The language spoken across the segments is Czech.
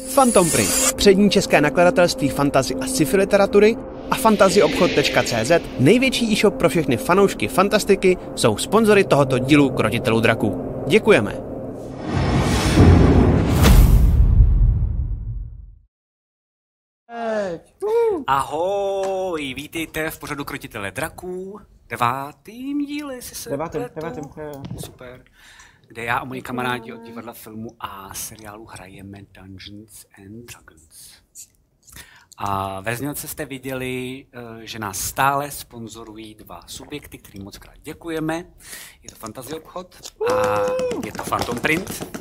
Phantom Print, přední české nakladatelství fantasy a sci-fi literatury a fantazyobchod.cz, největší e-shop pro všechny fanoušky fantastiky, jsou sponzory tohoto dílu Krotitelů draků. Děkujeme. Ahoj, vítejte v pořadu Krotitelé draků, 9. díle, jestli se Devátým. Super. Kde já a moji kamarádi od divadla, filmu a seriálu hrajeme Dungeons and Dragons. A ve znělce jste viděli, že nás stále sponzorují 2 subjekty, kterým moc krát děkujeme. Je to Fantasy Obchod a je to Phantom Print.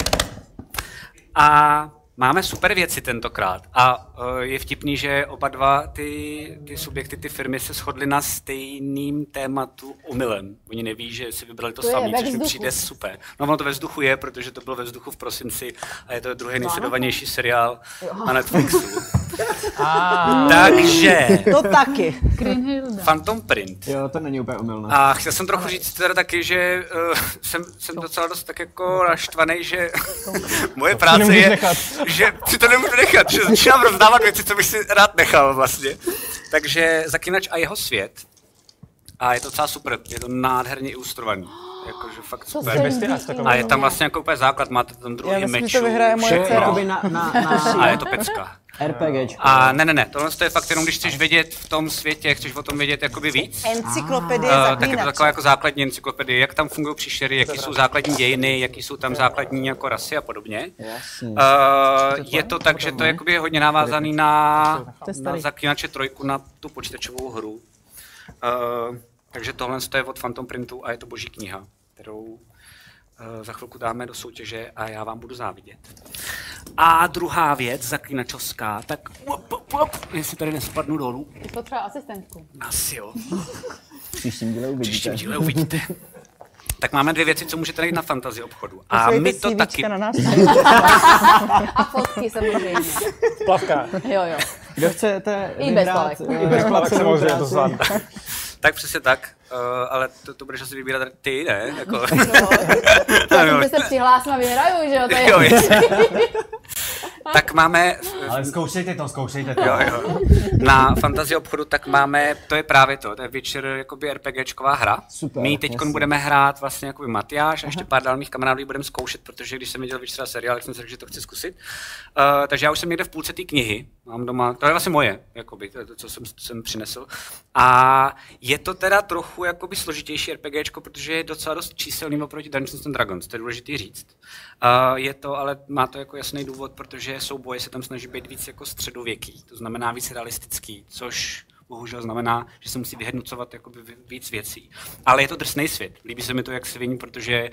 A máme super věci tentokrát a je vtipný, že oba dva ty subjekty, ty firmy se shodly na stejným tématu omylem. Oni neví, že si vybrali to samé, což mi přijde super. No ono to ve vzduchu je, protože to bylo ve vzduchu v prosinci a je to druhý nejsledovanější seriál na Netflixu. Takže to taky. Phantom Print. Jo, to není úplně omylné. A chtěl jsem trochu říct teda taky, že jsem docela dost tak jako naštvaný, že moje práce je, že si to nemůžu nechat, že začínám rozdávat věci, co bych si rád nechal vlastně. Takže Zaklínač a jeho svět. A je to docela super, je to nádherně ilustrovaný. Jakože fakt super. A je tam vlastně jako úplně základ, máte tam druhý meč. To vyhraje moje dcera. A je to pecka. RPGčko. A ne, tohle je fakt jenom, když chceš vědět v tom světě, chceš o tom vědět jakoby víc. Encyklopedie tak je to taková jako základní encyklopedie, jak tam fungují příšery, jaký jsou základní dějiny, jaký jsou tam základní jako rasy a podobně. Je to tak, že to je jakoby hodně navázaný na Zaklínače 3, na tu počítačovou hru. Takže tohle je od Phantom Printu a je to boží kniha, kterou za chvilku dáme do soutěže a já vám budu závidět. A druhá věc, zaklínačovská, tak jestli tady nespadnu dolů. To třeba asistentku. Asi jo. Příštím díle uvidíte. Tak máme 2 věci, co můžete najít na Fantasy Obchodu. A my to taky. A fotky samozřejmě. Plavka. Jo. Kdo chcete vyhrát? Plavek samozřejmě to zvládne. Tak přesně tak, ale to budeš asi vybírat ty, ne? Jako... Tak se přihlásím a vyhraju, že jo? To je... Tak máme... Ale zkoušejte to. Jo. Na Fantasy Obchodu tak máme, to je právě to je večer jakoby RPGčková hra. Super, my teď budeme hrát vlastně jakoby Matyáš a ještě pár dalších kamarádů budeme zkoušet, protože když jsem viděl večera seriál, tak jsem si řekl, že to chci zkusit. Takže já už jsem někde v půlce té knihy, mám doma, to je vlastně moje, jakoby, to je to, co jsem přinesl. A je to teda trochu jakoby složitější RPGčko, protože je docela dost číselný oproti Dungeons and Dragons, to je důležitý říct. Je to, ale má to jako jasný důvod, protože souboje se tam snaží být víc jako středověký, to znamená víc realistický, což bohužel znamená, že se musí vyhodnocovat jakoby víc věcí. Ale je to drsný svět, líbí se mi to jak sviní, protože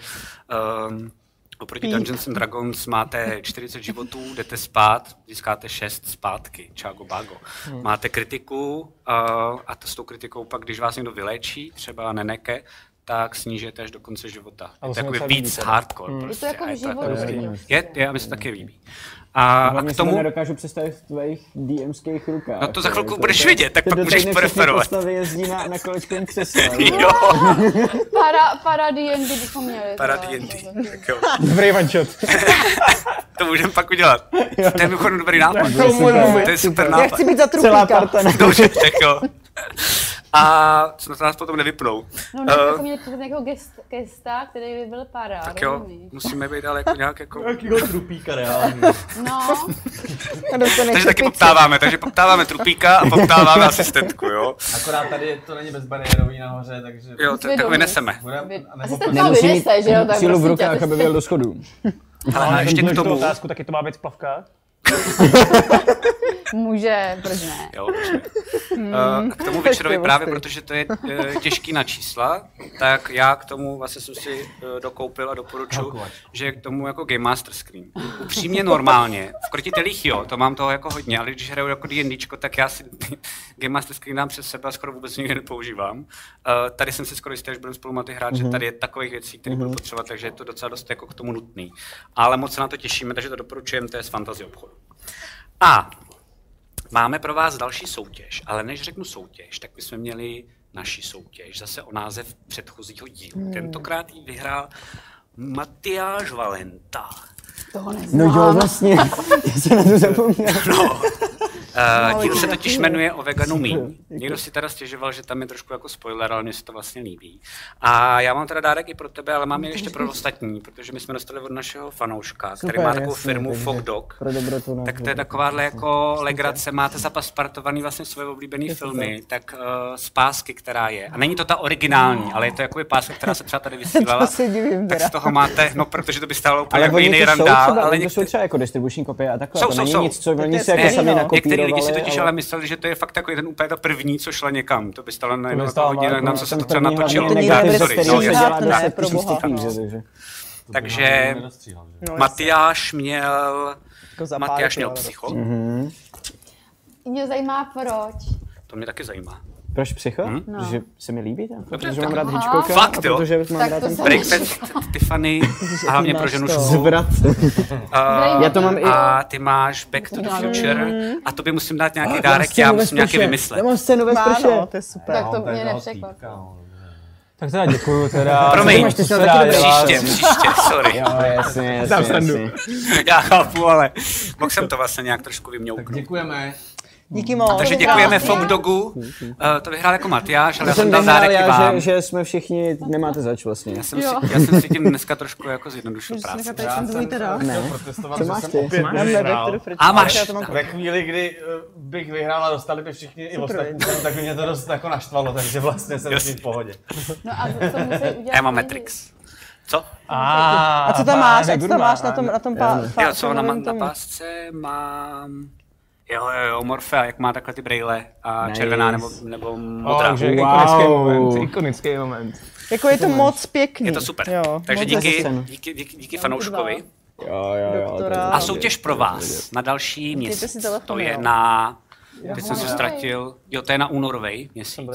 oproti Dungeons and Dragons máte 40 životů, jdete spát, získáte 6 zpátky, čágo bágo. Máte kritiku a to s tou kritikou pak, když vás někdo vyléčí, třeba neneke, tak snížíte až do konce života. Je to takový víc hardcore. Prostě. Je to jako v životě. Je, a mi se taky líbí. A k tomu... si nedokážu představit v tvých DMských rukách. No to za chvilku budeš vidět, tak pak můžeš preferovat. Ty postavy jezdí na kolečkovém křesle. Jo. Para D&D bychom měli. Para D&D, tak jo. Dobrý one shot. To můžeme pak udělat. To je mimochodem dobrý nápad. To je super nápad. Já chci být za trupíka. Dobře, tak jo. A co na to nás potom nevypnou. No ne, jako měli před nějakého gesta, který by byl para. Tak jo, musíme být ale jako nějak jako... Nějakýho trupíka reálně. No. Takže taky poptáváme trupíka a poptáváme asistentku, jo. Akorát tady to není bezbariérový nahoře, takže... Jo, tak vyneseme. Asistent to vynese, že jo? Sílu v rukách, aby byl do schodů. Ale ještě k tomu... otázku, taky to má být v plavkách? Může, proč ne? Jo, a k tomu večerovi právě, protože to je těžký na čísla, tak já k tomu vlastně jsem si dokoupil a doporučuji, že k tomu jako Game Master Screen. Upřímně normálně, v Krotitelích jo, to mám toho jako hodně, ale když hraju jako D&Dčko, tak já si Game Master Screen dám přes sebe a skoro vůbec nikdy nepoužívám. Tady jsem si skoro jistý, až budeme spolu hrát, že tady je takových věcí, které budu potřebovat, takže je to docela dost jako k tomu nutný. Ale moc se na to těšíme, takže to doporučujeme, to je z Fantasy Obchodu. A máme pro vás další soutěž, ale než řeknu soutěž, tak bychom měli naši soutěž, zase o název předchozího dílu. Tentokrát ji vyhrál Matyáš Valenta. Toho neznám. No jo, vlastně, já jsem na to zapomněl. Díl se totiž jmenuje O veganu míň. Někdo si teda stěžoval, že tam je trošku jako spoiler, ale mně se to vlastně líbí. A já mám teda dárek i pro tebe, ale mám je ještě pro ostatní, protože my jsme dostali od našeho fanouška, který má takovou firmu Fog Dog. Tak to je takováhle jako legrace, máte zapaspartovaný vlastně svoje oblíbené filmy, tak z pásky, která je. A není to ta originální, ale je to jakoby páska, která se třeba tady vysílala. To se divím tak teda. z toho máte, no protože to by stálo úplně Ale jako oni jiný to jsou randál, třeba, ale to jsou třeba jako distribuční kopie a takhle, to není jsou. nic, co oni si je jako sami stejný, no. nakopírovali. Některý lidi si totiž ale mysleli, že to je fakt takový ten úplně ta první, co šla někam. To by stalo na jedno stalo hodinu, Marko, na co se to Ten třeba první natočilo. hlavní To nikdo negativ, nebude který se stříhat, dělá ne, 10 pro 000 boha. stupňů, takže. Takže Matyáš měl psycho. Mě zajímá proč. To mě taky zajímá. Proč psycho? No. Protože se mi líbí tam. Dobře, Protože tak- mám rád Aha. Hitchcocka. Fakt, a jo? protože mám Tak rád to ten jsem- Breakfast Tiffany a hlavně pro ženu školu. zvrat. Já to mám i- A ty máš Back to the Future a tobě musím dát nějaký dárek, Já já mám musím nějaký vymyslet. Já mám scénu ve sprše. Ano, to je super. Tak to mě nepřekvapilo. Tak teda děkuju teda. Promiň, máš, ty jsi Co na se taky dá dobrý. dělat? příště, sorry. Jo, jasně. Já chápu, ale mohl jsem to vlastně nějak trošku vymňouknout. Děkujeme. Díky moc. Takže děkujeme Fog Dogu. To vyhrál jako Matyáš, ale To já jsem jsem dal vyhrál dárek i já, vám. že jsme všichni, nemáte zač vlastně. Já jsem si tím dneska trošku jako zjednodušil práci. Tady jsem tvůj teda. Chtěl protestovat, Co že máš jsem ty? opět Mám vyhrál. Vektor Fritz. A máš. Já to mám Ve chvíli, kdy bych vyhrál a dostali by všichni i ostatní, tak by mě to dost jako naštvalo, takže vlastně jsem s tím v pohodě. No a co musí udělat? Já mám lidi? Matrix. Co? A co tam máš? A co tam máš na tom Jo, co na pásce mám... Jo, Morfea, jak má takhle ty brejle a Nice. červená nebo modrá. Takže ikonický moment. Jako je to moc pěkný. Je to super. Jo, Takže moc díky fanouškovi. Jo. Doktora. A soutěž pro vás na další měsíc. si telefon, To je jo. na... Teď jsem se ztratil. Jo, to je na únorovej měsíc.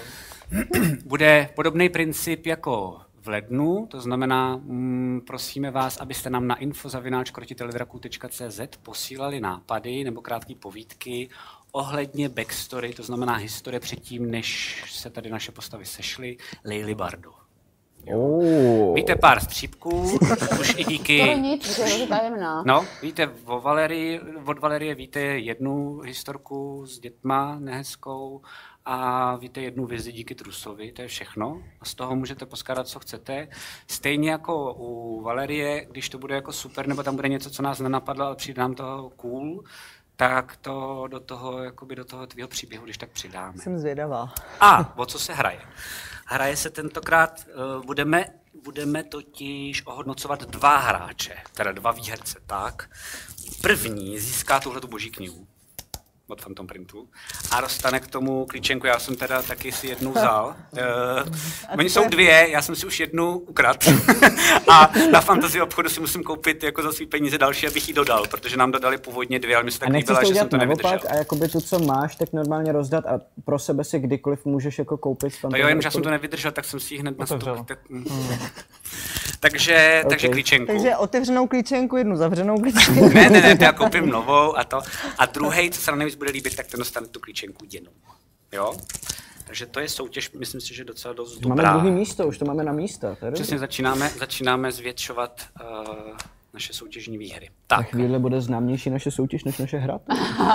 Bude podobný princip jako v lednu, to znamená, prosíme vás, abyste nám na info@krotiteldraku.cz posílali nápady nebo krátké povídky ohledně backstory, to znamená historie předtím, než se tady naše postavy sešly, Leily Bardo. Víte pár střípků, už i To díky... nic, že je to tajemná. No, víte, od Valerie víte jednu historku s dětma nehezkou a víte jednu vizi díky Trusovi, to je všechno. A z toho můžete poskládat, co chcete. Stejně jako u Valerie, když to bude jako super, nebo tam bude něco, co nás nenapadlo, ale přijde nám to cool, tak to do toho tvýho příběhu, když tak přidáme. Jsem zvědavá. A o co se hraje? Hraje se tentokrát, budeme totiž ohodnocovat 2 hráče, teda 2 výherce, tak. První získá tuhletu boží knihu od Phantom Printu a dostane k tomu klíčenku, já jsem teda taky si jednu vzal. Oni jsou 2, já jsem si už jednu ukradl a na fantasy obchodu si musím koupit jako za svý peníze další, abych ji dodal, protože nám dodali původně 2, ale mi se tak líbila, že jsem to nevydržel. A jakoby tu, co máš, tak normálně rozdat a pro sebe si kdykoliv můžeš jako koupit. To jo, jenže já jsem to nevydržel, tak jsem si ji hned nastoupil. Takže klíčenku. Takže otevřenou klíčenku, jednu zavřenou klíčenku. Ne, to já koupím novou a to. A druhý, co se nám nejvíc bude líbit, tak ten dostane tu klíčenku jenom. Jo? Takže to je soutěž, myslím si, že docela dost dobrá. Máme druhý místo, už to máme na místa. Přesně začínáme zvětšovat naše soutěžní výhry. Na Tak. chvíli bude známější naše soutěž než naše hra.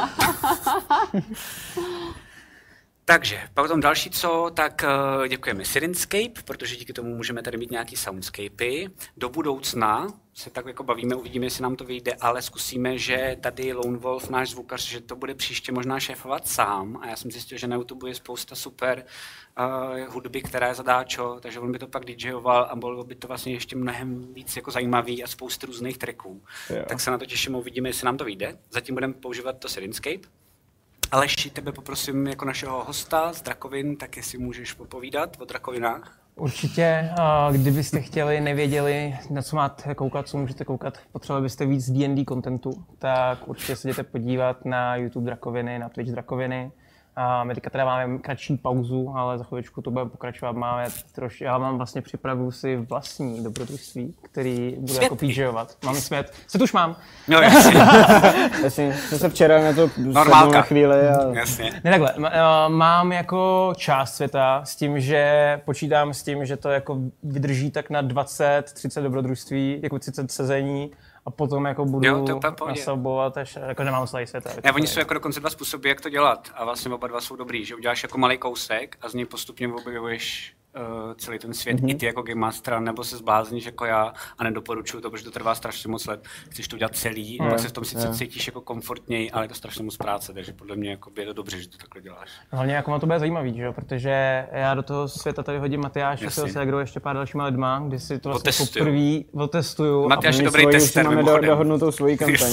Takže, potom další co, tak děkujeme Sirenscape, protože díky tomu můžeme tady mít nějaký soundscapy. Do budoucna se tak jako bavíme, uvidíme, jestli nám to vyjde, ale zkusíme, že tady Lone Wolf, náš zvukař, že to bude příště možná šéfovat sám. A já jsem zjistil, že na YouTube je spousta super hudby, která je zadáčo, takže on by to pak DJoval a bylo by to vlastně ještě mnohem víc jako zajímavý a spoustu různých tracků. Jo. Tak se na to těším, uvidíme, jestli nám to vyjde. Zatím budeme používat to Sirenscape. Aleši, tebe poprosím jako našeho hosta z Drakovin, tak jestli můžeš popovídat o Drakovinách. Určitě, kdybyste chtěli, nevěděli, na co máte koukat, co můžete koukat, potřebovali byste víc D&D contentu, tak určitě se jděte podívat na YouTube Drakoviny, na Twitch Drakoviny. My teďka teda máme kratší pauzu, ale za chvíličku to budeme pokračovat. Já mám vlastně připravu si vlastní dobrodružství, který budu jako PJovat. Mám svět. Svět už mám. No jasně. Jasně, jsem se včera na to Normálka. na chvíli a... Jasně. Ne takhle, mám jako část světa s tím, že počítám s tím, že to jako vydrží tak na 20-30 dobrodružství, jako 30 sezení a a potom jako budu Jo, to je úplně v pohodě. nasabovat, až jako nemám celý svět. Ne, oni jsou jako dokonce 2 způsoby, jak to dělat a vlastně oba dva jsou dobrý, že uděláš jako malý kousek a z něj postupně objevuješ celý ten svět, i ty jako Game Master, nebo se zblázníš jako já a nedoporučuju to, protože to trvá strašně moc let. Chceš to udělat celý, pak se v tom sice cítíš jako komfortněji, ale je to strašně moc práce, takže podle mě jako je to dobře, že to takhle děláš. Hlavně jako má to bude zajímavý, že jo? Protože já do toho světa tady hodím Matyáše s Segrou ještě pár dalšíma lidma, kdy si to vlastně poprvé otestuju. Matyáš je dobrý tester, máme dohodnutou svoji kampaň.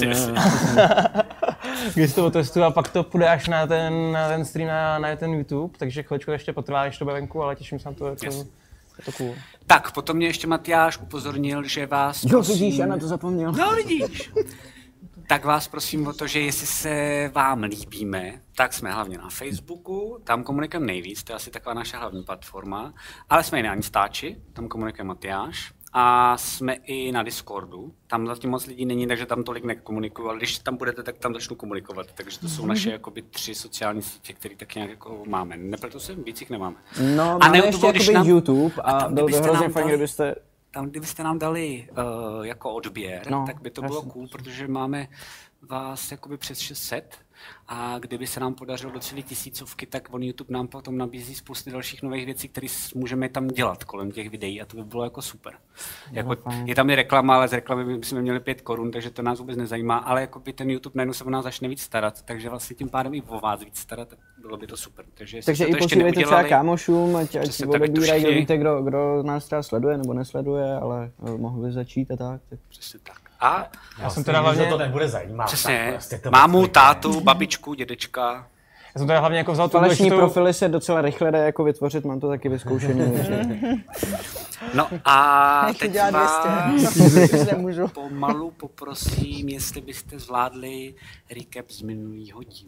Když to otestuju a pak to půjde až na ten stream na ten YouTube, takže chvíličku ještě potrvá, než to bude venku, ale těším se na to, jako, je to cool. Tak, potom mě ještě Matyáš upozornil, že vás Jo, vidíš, já na to zapomněl. No, vidíš. Tak vás prosím o to, že jestli se vám líbíme, tak jsme hlavně na Facebooku, tam komunikujeme nejvíc, to je asi taková naše hlavní platforma, ale jsme i na Instači, tam komunikuje Matyáš. A jsme i na Discordu, tam zatím moc lidí není, takže tam tolik nekomunikuju, ale když tam budete, tak tam začnu komunikovat, takže to jsou naše jakoby 3 sociální sítě, které tak nějak jako máme. Nepletu se, víc jich nemáme. No, máme ještě jakoby YouTube a byl by hrozně fajn, kdybyste... Tam, kdybyste nám dali jako odběr, tak by to bylo cool, protože máme vás jakoby přes 600 a kdyby se nám podařilo do celé 1000, tak on YouTube nám potom nabízí spousty dalších nových věcí, které můžeme tam dělat kolem těch videí a to by bylo jako super. Jako, je tam i reklama, ale z reklamy bychom měli 5 korun, takže to nás vůbec nezajímá, ale jako by ten YouTube najednou se o nás začne víc starat, takže vlastně tím pádem i o vás víc starat, bylo by to super. Takže i posílejte třeba kámošům, ať odebírají, víte, kdo nás třeba sleduje nebo nesleduje, ale mohl by začít a tak. Přesně tak. A já jsem teda hlavně... to nebude zajímat. Přesně, prostě mámu, tátu, babičku, dědečka. Já jsem teda hlavně jako vzal tu faleční profily se docela rychle dá jako vytvořit, mám to taky vyzkoušený. No a teď vás pomalu poprosím, jestli byste zvládli recap z minulého dílu.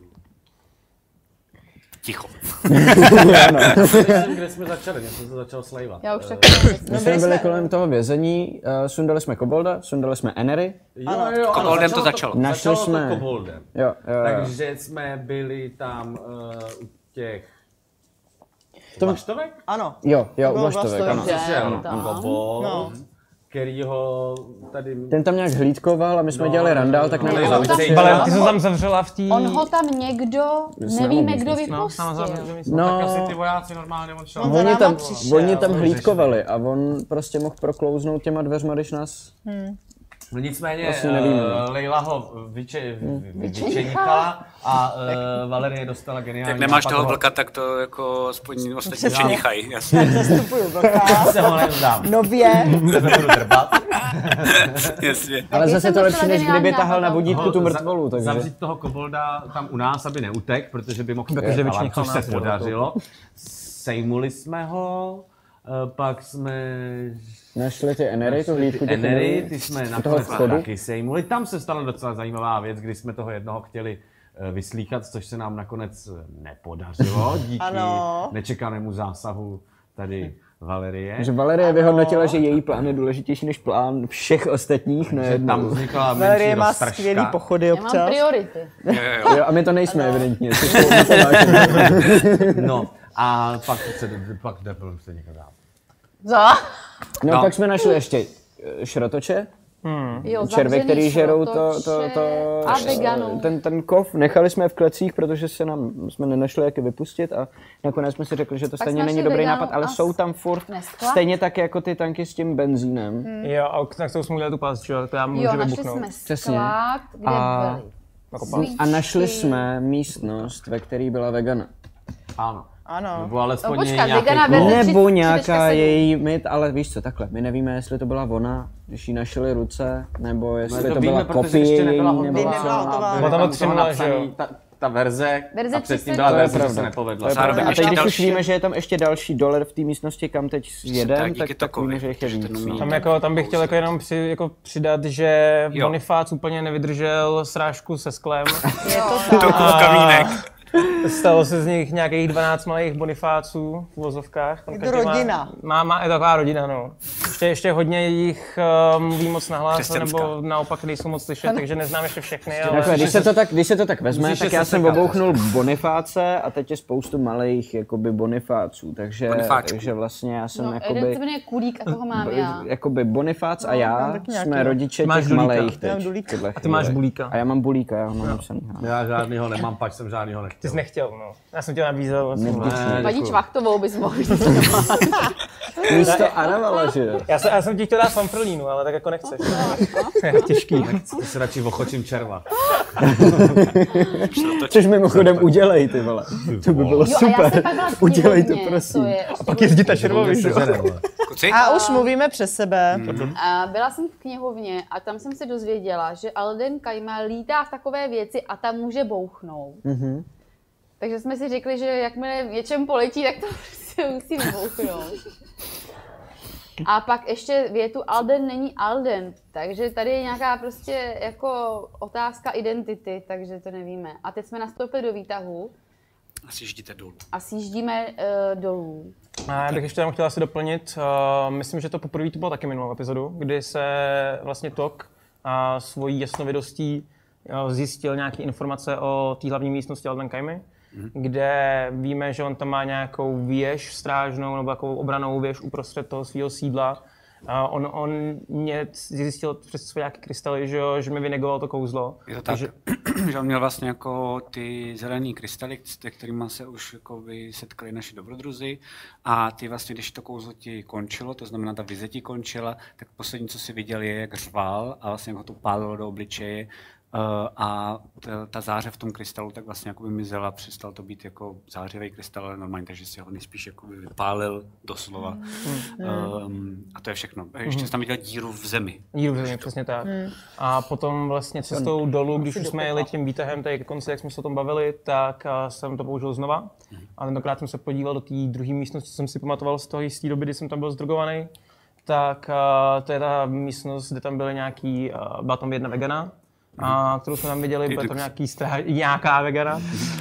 Ticho. Kde jsme začali, já jsem to začal slejvat. Já už taky. My jsme byli kolem toho vězení, sundali jsme Kobolda, sundali jsme Enery. Jo, Koboldem to začalo. Našli jsme... Koboldem. Jo. Takže jsme byli tam u těch... Vlaštovek? Ano. Jo, Vlaštovek, ano. Kobold, kterýho tady... Ten tam nějak hlídkoval a my jsme dělali randál, tak nevím. Ale ty jsi tam zavřela v té... On ho tam někdo, nevíme kdo vypustil. No, tak asi ty vojáci normálně odšel. Oni tam hlídkovali a on prostě mohl proklouznout těma dveřma, když nás... No nicméně Leila ho vyčeníchala a Valerie dostala geniální. Jak nemáš toho vlka, tak to jako aspoň ostatní čeníchají. Tak zastupuju vlka. Já se ho nevzdám. Nově. Se nebudu drbat. Jasně. Ale zase to lepší, než kdyby tahal na vodítku tu mrtvolu. Zavřít toho kobolda tam u nás, aby neutek, protože by mohl ale což se podařilo. Sejmuli jsme ho, pak jsme... Našli ty Enery, tu hlídku těch Enery, ty jsme nakonec taky sejmuli. Tam se stala docela zajímavá věc, kdy jsme toho jednoho chtěli vyslýchat, což se nám nakonec nepodařilo díky nečekanému zásahu tady Valerie. Že Valerie vyhodnotila, že její plán je důležitější než plán všech ostatních. Tam vznikla Valerie má skvělý pochody občas. Já mám priority. Jo, a my to nejsme evidentně. No a pak nebyl se někdo dál. No, pak jsme našli ještě šrotoče. Červy, který žerou ten kov. Nechali jsme je v klecích, protože jsme nenašli, jak je vypustit a nakonec jsme si řekli, že to stejně není dobrý nápad, ale jsou tam furt stejně tak jako ty tanky s tím benzínem. Jo, a tak jsme udělali tu past, že to já můžu vybuchnout. Našli jsme sklad, kde byli. A našli jsme místnost, ve které byla vegana. Ano. Nebo alespoň nebo nějaká její myt, ale víš co, takhle, my nevíme, jestli to byla ona, když jí našili ruce, nebo jestli to byla kopie, nebo co. Ta verze a předtím byla verze, že se nepovedla. A teď, když už víme, že je tam ještě další dolar v té místnosti, kam teď jedem, tak víme, že jich je víc. Tam bych chtěl jenom přidat, že Bonifác úplně nevydržel srážku se sklem. Je to tak. Kamínek. Stalo se z nich nějakých 12 malých bonifáců v vozovkách. Je to rodina. Je taková rodina, no. Ještě hodně jich mluví moc nahlas, nebo naopak nejsou moc slyšet, takže neznám ještě všechny. Ale... Když se to tak vezme, tak já jsem obouchnul bonifáce a teď je spoustu malých jakoby bonifáců, takže vlastně já jsem jakoby... Jeden se jmenuje Kulík a toho mám já. Jakoby Bonifác a já jsme rodiče těch malých teď. A ty máš Bulíka. A já mám Bulíka, já ho mám napsaný. Já žádnýho nemám, pak jsem žádnýho nechtěl. Ty jsi nechtěl, no. Já jsem tě nabízel. Paní Čvachtovou bys mohl. Místo Anavala, že jo? Já jsem ti chtěl dát fanfrlínu, ale tak jako nechceš. Je těžký. Ty si radši ochočím červa. Což mimochodem udělej, ty vole. To by bylo super. Udělej to, prosím. A pak jezdí ta červovi, že jo? A už mluvíme přes sebe. Byla jsem v knihovně a tam jsem se dozvěděla, že Alden Kajma lítá v takové věci a tam může bouchnout. Takže jsme si řekli, že jakmile něčem poletí, tak to prostě musí bouchnout. A pak ještě větu Alden není Alden, takže tady je nějaká prostě jako otázka identity, takže to nevíme. A teď jsme nastoupili do výtahu. A sjíždíte dolů. A sjíždíme dolů. A já bych ještě tam chtěl asi doplnit, myslím, že to poprvé to bylo taky minulou epizodu, kdy se vlastně Tok svojí jasnovidostí zjistil nějaké informace o té hlavní místnosti Alden Kajmy, kde víme, že on tam má nějakou věž strážnou nebo takovou obranou věž uprostřed toho svého sídla. On mě zjistil přes své nějaké krystaly, že mi vynegoval to kouzlo. Je to tak, že on měl vlastně jako ty zelený krystaly, s kterými se už jako setkali naši dobrodruzi, a ty vlastně, když to kouzlo ti končilo, to znamená ta vize ti končila, tak poslední, co si viděl, je, jak řval a vlastně ho to pálilo do obličeje. A ta záře v tom krystalu tak vlastně jakoby mizela, přestal to být jako zářivý krystal, ale normálně, takže si ho nejspíš jakoby vypálil doslova. A to je všechno. Ještě jsem tam viděl díru v zemi. Díru v zemi, přesně tak. A potom vlastně cestou dolů, když už jsme jeli tím výtahem, tady ke konci, jak jsme se o tom bavili, tak jsem to použil znova. A tentokrát jsem se podíval do té druhé místnosti, co jsem si pamatoval z toho jistý doby, kdy jsem tam byl zdrogovaný. Tak to je ta místnost, kde tam byly byla tam jedna vegana, kterou jsme tam viděli, byl tam nějaká vegana.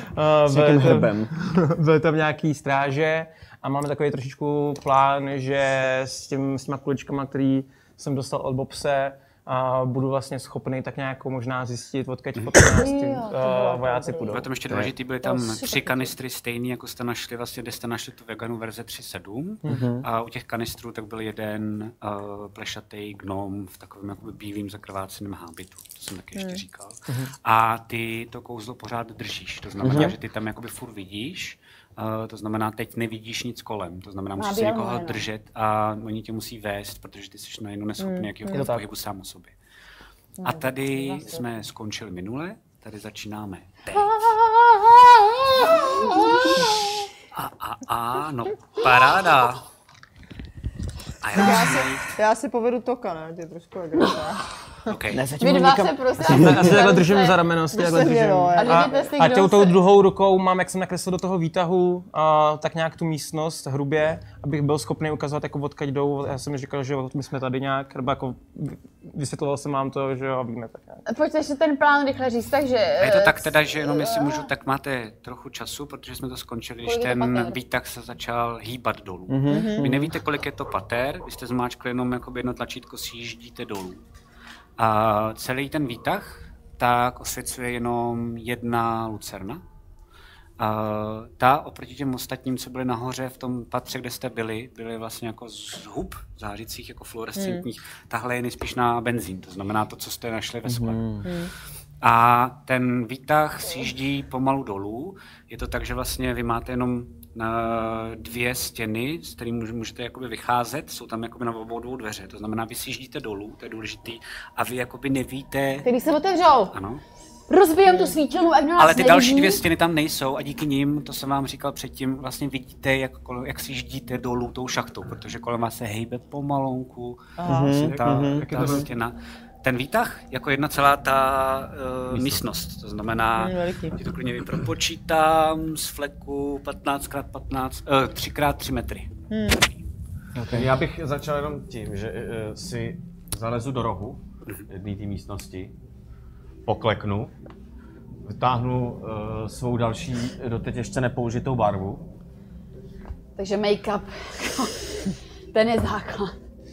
Byly tam nějaký stráže a máme takový trošičku plán, že s těma kuličkama, který jsem dostal od Bobse, budu vlastně schopný tak nějak možná zjistit, odkud vojáci půjdou. Bylo tam ještě důležitý, byly tam 3 kanistry stejný, jako jste našli, vlastně, kde jste našli tu veganu verze 3.7. A u těch kanistrů tak byl jeden plešatý gnom v takovém jakoby bílým zakrváceném hábitu. To jsem taky ještě říkal. A ty to kouzlo pořád držíš, to znamená, že ty tam jakoby furt vidíš. To znamená, teď nevidíš nic kolem, to znamená, musíš se někoho držet a oni tě musí vést, protože ty jsi najednou neschopný jakýhokoliv pohybu sám o sobě. A tady jsme skončili minule, tady začínáme teď. No paráda. A já si povedu Toka, ne? Tě trošku Okay. Vy dva se prostě... Já se takhle držím za rameno, takhle držím. A tou druhou rukou mám, jak jsem nakreslil do toho výtahu, tak nějak tu místnost hrubě, abych byl schopný ukazovat, jako odkud jdou. Já jsem říkal, že my jsme tady nějak, nebo jako vysvětloval jsem vám to, že jo, víme tak nějak. Pojďte ještě ten plán rychle říct, takže... A je to tak teda, že jenom jestli můžu, tak máte trochu času, protože jsme to skončili, když ten výtah se začal hýbat dolů. Vy nevíte, kolik je to pater, vy jste zmáčkli jenom jedno tlačítko, sjíždíte dolů. A celý ten výtah tak osvěcuje jenom jedna lucerna. Ta oproti těm ostatním, co byly nahoře v tom patře, kde jste byli vlastně jako z hub zářících, jako fluorescentních. Tahle je nejspíš na benzín, to znamená to, co jste našli ve skladu. A ten výtah sjíždí pomalu dolů. Je to tak, že vlastně vy máte jenom 2 stěny, z kterých můžete jakoby vycházet, jsou tam jakoby na obou dvou dveře, to znamená, vy sjíždíte dolů, to je důležitý, a vy jakoby nevíte... Který se otevřou. Ano. Rozbijím tu svítilnu, ať nás ale ty další 2 stěny tam nejsou a díky nim, to jsem vám říkal předtím, vlastně vidíte, jak sjíždíte dolů tou šachtou, protože kolem vás se hejbe pomalonku ta stěna. Ten výtah jako jedna celá ta místnost, to znamená, že to klidně vypropočítám z fleku 15x15, 3x3 metry. Okay. Já bych začal jenom tím, že si zalezu do rohu jedné té místnosti, pokleknu vytáhnu svou další, doteď ještě nepoužitou barvu. Takže make-up, ten je základ.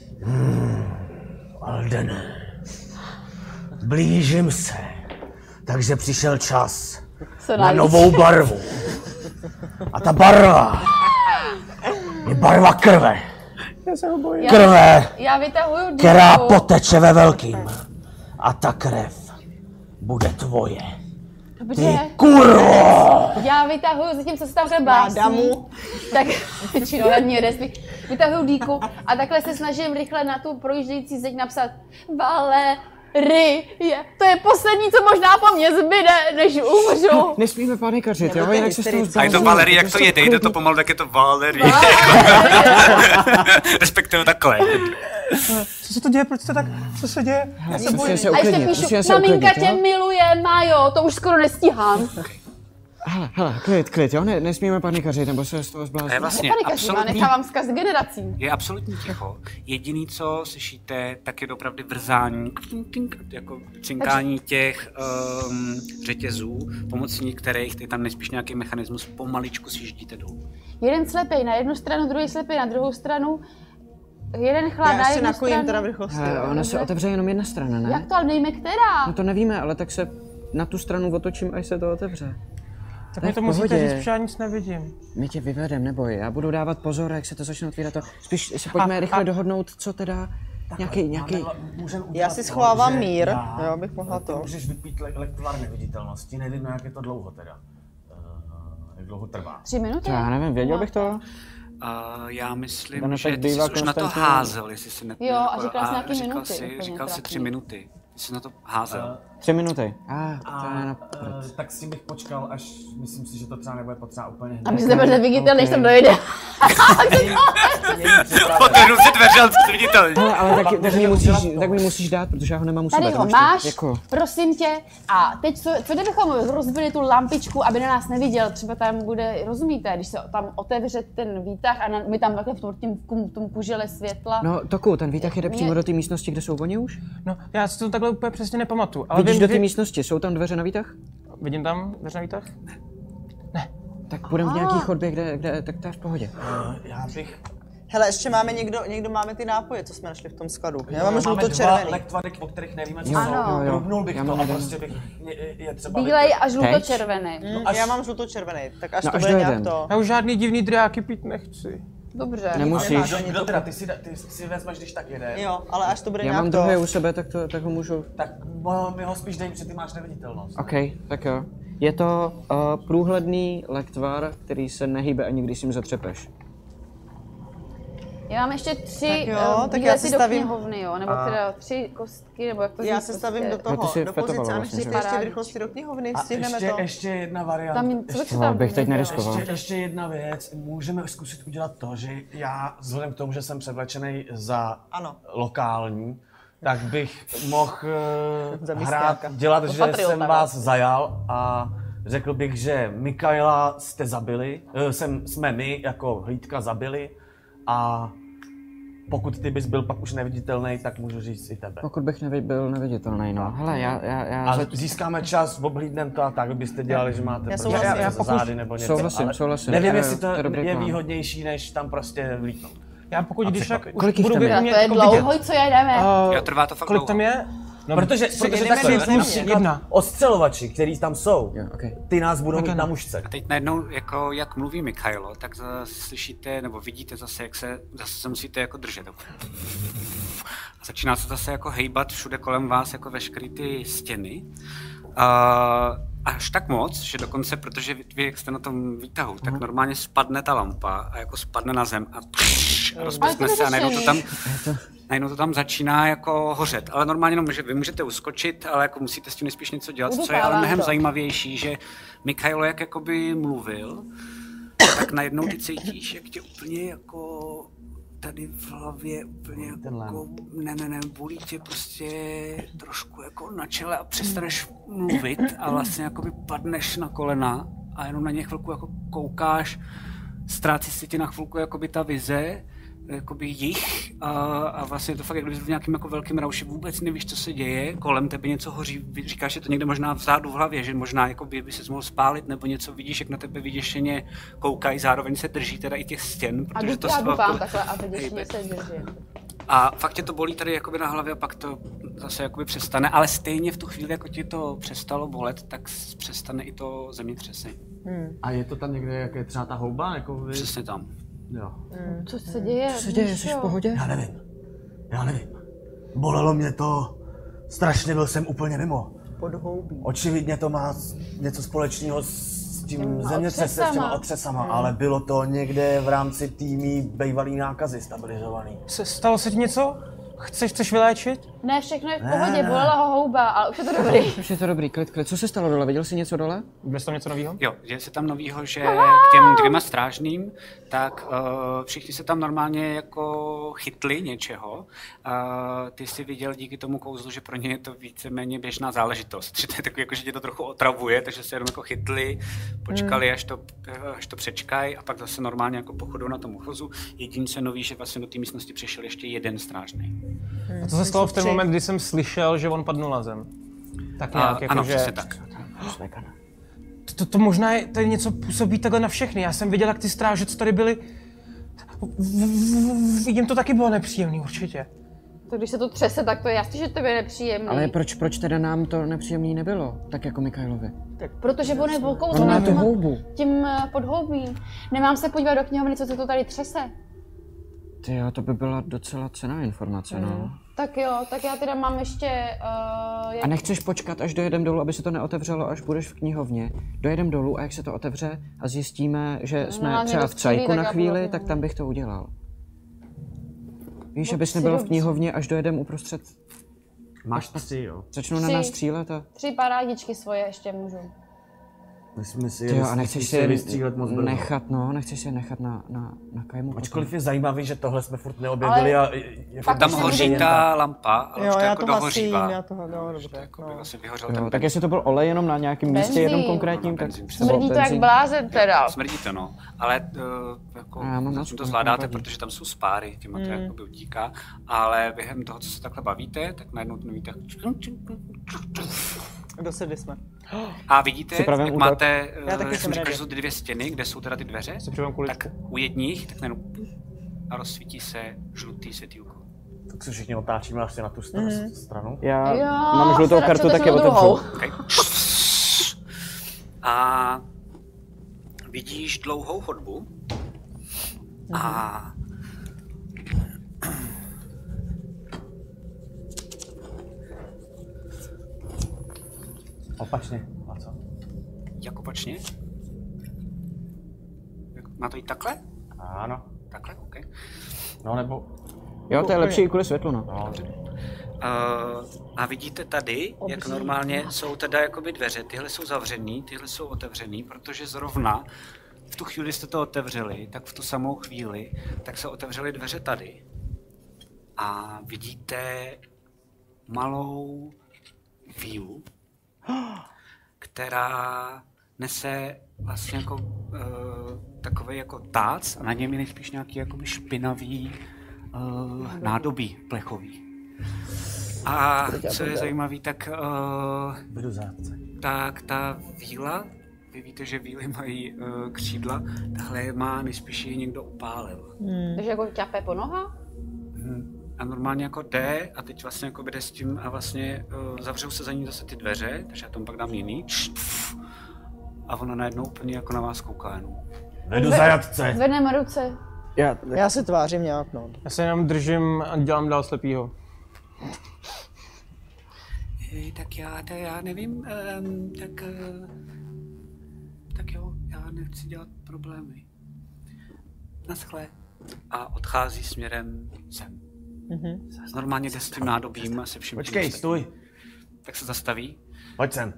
Aldene, blížím se, takže přišel čas na novou barvu. A ta barva je barva krve. Krve, která poteče ve velkým. A ta krev bude tvoje. Dobře. Ty kurvo! Já vytahuju, zatímco se tam básní, tak většinou radní vytahuju dýku a takhle se snažím rychle na tu projíždějící zeď napsat Valerie. To je poslední, co možná po mně zbyde, než umřu. Nesmíme panikařit, jo? Jinak se s toho a je to Valerie, jak to je, dejte to pomalu, tak je to Valerie. Respektive takhle. Co se to děje, proč to tak, co se děje? A ještě píšu, maminka tě miluje, Majo, to už skoro nestíhám. Hele, klid, jo, nesmíme panikařit, nebo se z toho zbláznit. Je vlastně nechávám vzkaz generacím. Je absolutní ticho. Jediný, co slyšíte, tak je opravdu vrzání, jako cinkání těch řetězů, pomocí kterých ty tam nejspíš nějaký mechanismus pomaličku sjíždíte dolů. Jeden slepej na jednu stranu, druhý slepej na druhou stranu. Jeden chlad na jednu stranu. Teda v rychlosti. Ona se otevře jenom jedna strana, ne? Jak to, ale nejme která? No to nevíme, ale tak se na tu stranu otočím, až se to otevře. Tak mi to musíte říct, že já nic nevidím. My tě vyvedem, neboj, já budu dávat pozor, jak se to začne otvírat. Spíš si pojďme rychle dohodnout, co teda nějaký. Já si schovávám mír, jo, bych mohla to. Můžeš vypít lektvar neviditelnosti, nevím, jak je to dlouho teda. Jak dlouho trvá. 3 minuty? Já nevím, věděl bych to? Já myslím, že ty jsi už na to házel, jestli si jo, a říkal jsi nějaký minuty. Říkal si 3 minuty. Jsi na to házel. 3 minuty. Tak s tím bych počkal, až myslím si, že to třeba nebude potřeba úplně hned. Aby se nebyl viditelný, než tam dojde. Otevřu si dveře, ale jsi viditelný. Ale tak mi musíš dát, protože já ho nemám u sebe. Tady ho máš, prosím tě. A teď co kdybychom rozbili tu lampičku, aby na nás neviděl, třeba tam bude, rozumíte, když se tam otevře ten výtah a my tam takhle v tom kužele světla. No, Toku, ten výtah jede přímo do té místnosti, kde jsou oni už? No, já si to takhle úplně přesně nepamatuju. Vidíš do té místnosti, jsou tam dveře na výtah? Vidím tam dveře na výtah? Ne. Tak půjdeme v nějaký chodbě, kde tak to je v pohodě. Já bych... Hele, ještě máme někdo máme ty nápoje, co jsme našli v tom skladu. Já mám žluto-červený. Máme 2 lektvary, o kterých nevíme, co jsou. Drobnul bych to a prostě bych je třeba... Bílej a žluto-červený. Já mám žluto-červený, tak až to bude nějak to... Já už žádný divný dráky pít nechci. Dobře. Nemusíš. Kdo teda, ty si vezmeš, když tak jede. Jo, ale až to bude nějak to... Já mám druhé u sebe, tak ho můžu... Tak mi ho spíš dej, protože ty máš neviditelnost. OK, tak jo. Je to průhledný lektvar, který se nehýbe ani když si jim zatřepeš. Já mám ještě 3 tak já se stavím do knihovny, jo? Nebo teda 3 kostky, nebo jak to já se stavím do toho, do pozice, a než ještě v rychlosti do knihovny, stihneme to. Ještě jedna varianta. Tam bych teď neriskoval. Ještě jedna věc, můžeme zkusit udělat to, že já, vzhledem k tomu, že jsem převlečený za lokální, tak bych mohl dělat, že jsem vás zajal a řekl bych, že Mikaela jste zabili, jsme my jako hlídka zabili a pokud ty bys byl pak už neviditelný, tak můžu říct i tebe. Pokud bych byl neviditelný, no. Hele, já... A získáme čas, obhlídneme to a tak byste dělali, že máte zády nebo něco. Souhlasím. Nevím, jestli to je výhodnější, než tam prostě vlítnout. Já pokud když tak už budu vidět. To je dlouho, co jedeme. Trvá to fakt kolik tam je? No, protože takhle jedna. Ostřelovači, kteří tam jsou, ty nás budou mít na mužce. A teď najednou, jako, jak mluví Mikaelo, tak slyšíte, nebo vidíte zase, jak se musíte jako držet. A začíná se zase jako hejbat všude kolem vás, jako veškerý ty stěny. Až tak moc, že dokonce, protože vy jak jste na tom výtahu, tak normálně spadne ta lampa a jako spadne na zem a rozpustne se a najednou to tam začíná jako hořet. Ale normálně vy můžete uskočit, ale jako musíte s tím nejspíš něco dělat, co je ale mnohem zajímavější, že Mikaelo jak jakoby mluvil, tak najednou ty cítíš, jak tě úplně jako tady v hlavě úplně jako, bolí tě prostě trošku jako na čele a přestaneš mluvit a vlastně jakoby padneš na kolena a jenom na ně chvilku jako koukáš, ztrácí se ti na chvilku jakoby ta vize, jakoby jich a vlastně to fakt, jak kdyby v nějakým jako velkým rauši, vůbec nevíš, co se děje, kolem tebe něco hoří, říkáš, že to někde možná vzadu v hlavě, že možná jakoby by se mohl spálit, nebo něco vidíš, jak na tebe vyděšeně koukají, zároveň se drží teda i těch stěn, protože to doufám takhle a vyděšeně se drží. A fakt tě to bolí tady jakoby na hlavě a pak to zase jakoby přestane, ale stejně v tu chvíli, jako ti to přestalo bolet, tak přestane i to zemětřesení. A je to tam někde, jak je třeba ta houba? Jako vy... Přesně tam. Jo. Co se děje? Co se děje, jsi v pohodě? Já nevím. Bolelo mě to, strašně byl jsem úplně mimo. Podhoubí. Očividně to má něco společného s tím zemětřesem, s těma otřesama, ale bylo to někde v rámci týmí bývalý nákazy stabilizovaný. Stalo se ti něco? Chceš vyléčit? Ne, všechno je v pohodě, bolela ho houba, ale už je to dobrý. Už je to dobrý, klid. Co se stalo dole? Viděl jsi něco dole? Viděl jsi tam něco nového? Jo, děje se tam novýho, že k těm 2 strážným, tak všichni se tam normálně jako chytli něčeho. Ty jsi viděl díky tomu kouzlu, že pro ně je to víceméně běžná záležitost. Že to je takový, jako, že tě to trochu otravuje, takže se jenom jako chytli, počkali, až to přečkají a pak zase normálně jako pochodou na tom uchozu. Jedince nový, že vlastně do té místnosti přišel ještě 1 strážný. A to se stalo v ten moment, kdy jsem slyšel, že on padnul na zem. Tak nějak, jako ano, že... přesně tak. To možná je, tady něco působí takhle na všechny. Já jsem viděl, jak ty stráže, co tady byly... Jim to taky bylo nepříjemný, určitě. To když se to třese, tak to je jasný, že to je nepříjemný. Ale proč teda nám to nepříjemný nebylo? Tak jako Mikailovi. Protože on je On má tu houbu. Tím podhoubím. Nemám se podívat do knihovny, co se to tady třese. Tyjo, to by byla docela cenná informace, no. Tak jo, tak já teda mám ještě... A nechceš počkat, až dojedem dolů, aby se to neotevřelo, až budeš v knihovně. Dojedem dolů a jak se to otevře a zjistíme, že jsme třeba v Cajku na chvíli, tak tam bych to udělal. Víš, abys nebyl v knihovně, až dojedem uprostřed. Máš 3, jo? Začnou na nás střílet a... 3 parádičky svoje ještě můžu. Myslím si, Tyjo, a nechceš si je nechat, nechceš si je nechat na Kaimu. Ačkoliv je zajímavý, že tohle jsme furt neobjevili a... Jako tam hoří ta lampa, ale už to jako dohořívá. Tak jestli to byl olej jenom na nějakém místě, jednom konkrétním, tak... Smrdí to jak blázen teda. Smrdí to, no. Ale jako to zvládáte, protože tam jsou spáry, těma to jakoby utíká. Ale během toho, co se takhle bavíte, tak najednou to nevíte... Dosedli jsme. A vidíte, jak máte, jak jsem říkal, že jsou ty 2 stěny, kde jsou teda ty dveře, tak u jedních, tak najednou a rozsvítí se žlutý světýlko. Tak se všichni otáčíme asi na tu stranu. Já mám žlutou kartu, tak je otevřu. Okay. A vidíš dlouhou chodbu a opačně, a co? Jak opačně? Má to jít takhle? Ano. Takhle, OK. No nebo... Jo, to je lepší i kvůli světlu, no. A vidíte tady, jak normálně jsou teda jakoby dveře, tyhle jsou zavřený, tyhle jsou otevřený, protože zrovna v tu chvíli jste to otevřeli, tak v tu samou chvíli, tak se otevřely dveře tady. A vidíte malou vílu, která nese vlastně jako takový jako tác a na něm je nejspíš nějaký jakoby špinavý nádobí plechový. A co je zajímavý, tak ta víla, vy víte, že víly mají křídla, tahle má nejspíš ji někdo upálil. Takže jako ťape po nohách? A normálně jako jde a teď vlastně jako jde s tím a vlastně zavřou se za ní zase ty dveře, takže já tomu pak dám jiný. A ono najednou úplně jako na vás kouká jenom. Vedu zajatce. Zvedneme ruce. Já se tvářím nějak, no. Já se jenom držím a dělám dál slepýho. Tak já nevím, tak jo, já nechci dělat problémy. Naschle. A odchází směrem sem. Normálně jde s tím nádobím a se vším. Počkej, stůj. Tak se zastaví. Pojď sem.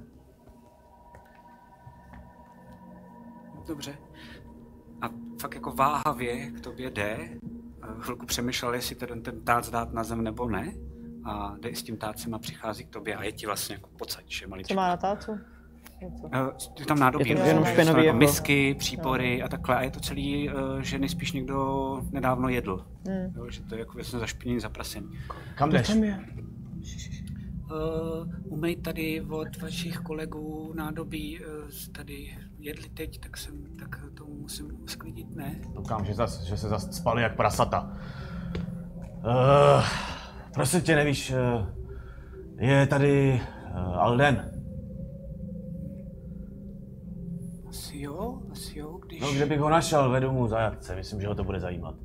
Dobře. A fakt jako váhavě k tobě jde. Chvilku přemýšlel, jestli ten tác dát na zem nebo ne. A jde s tím tácem a přichází k tobě a je ti vlastně jako pocať, že maličko. Co má na tácu? Je tam nádobí, jenom špinavý jako misky, přípory a takhle. A je to celý, že nejspíš někdo nedávno jedl. Jo, že to je jako věcně zašpinění, zaprasení. Kam jdeš? Umej tady od vašich kolegů nádobí, tady jedli teď, tak to musím sklidit, ne? Doufám, že se zas spali jak prasata. Prosím tě, nevíš, je tady Alden. Asi jo, když... No, kde bych ho našel, vedu mu zajatce, myslím, že ho to bude zajímat.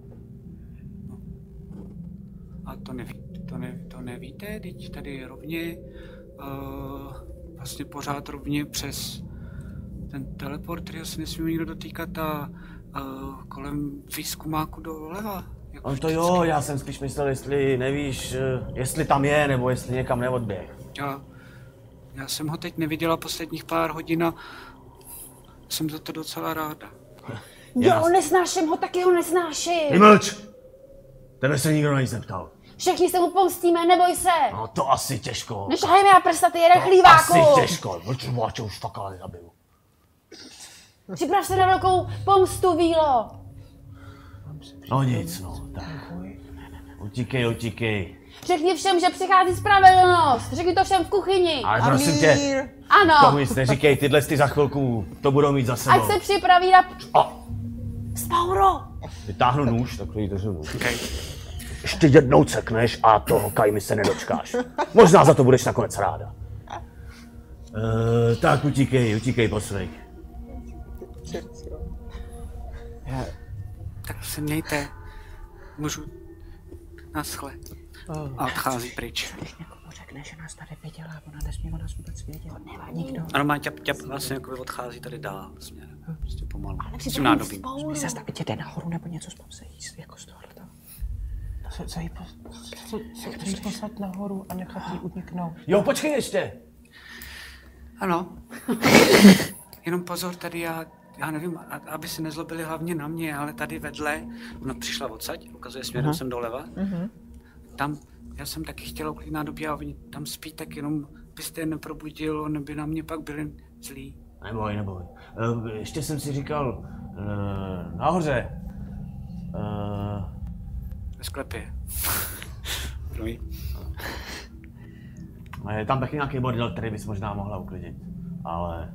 A to nevíte, teď tady rovně, vlastně pořád rovně přes ten teleport, který se nesmí nikdo dotýkat a kolem výzkumáku doleva. On to jo, já jsem spíš myslel, jestli nevíš, jestli tam je, nebo jestli někam neodběh. Já jsem ho teď neviděla posledních pár hodin a jsem za to docela ráda. Jo, nesnáším ho, taky ho nesnáším. Vymlč! Tebe se nikdo na nic neptal. Všichni se mu pomstíme, neboj se. No to asi těžko. Nešahej mi na prsta, ty jeden chlíváku. Asi těžko, mlčováče už fakt ale zabiju. Připrav se na velkou pomstu, Vílo. No nic, no, tak. Utíkej. Řekni všem, že přichází spravedlnost. Řekni to všem v kuchyni. Ale prosím tě, ano. tomu nic neříkej, tyhle za chvilku to budou mít za sebou. Ať se připraví na... Spauro! Vytáhnu nůž, takový držu nůž. Okay. Ještě jednou cekneš a toho Kajmy se nedočkáš. Možná za to budeš nakonec ráda. Tak utíkej po svých. Tak se mějte. Můžu... Naschle. A odchází pryč. Když někomu řekne, že nás tady viděla, ona nesmí o nás vůbec vědět. Nemá nikdo. Ano, má ťap vlastně jako odchází tady dál směrem. Prostě pomalu. S tím nádobím. My se tak jde nahoru nebo něco se jíst jako z tohoto. Co jí poslat nahoru a nechat jí uniknout. Jo, počkej ještě. Ano. Jenom pozor, tady já nevím, aby se nezlobili hlavně na mě, ale tady vedle, ona přišla odsaď, ukazuje směrem sem doleva. Tam, já jsem taky chtěla uklidit nádobí a oni tam spí, tak jenom byste je neprobudil, on by na mě pak byli zlí. Neboj. Ještě jsem si říkal, nahoře. Ve sklepě. Je tam taky nějaký bordel, který bys možná mohla uklidit, ale...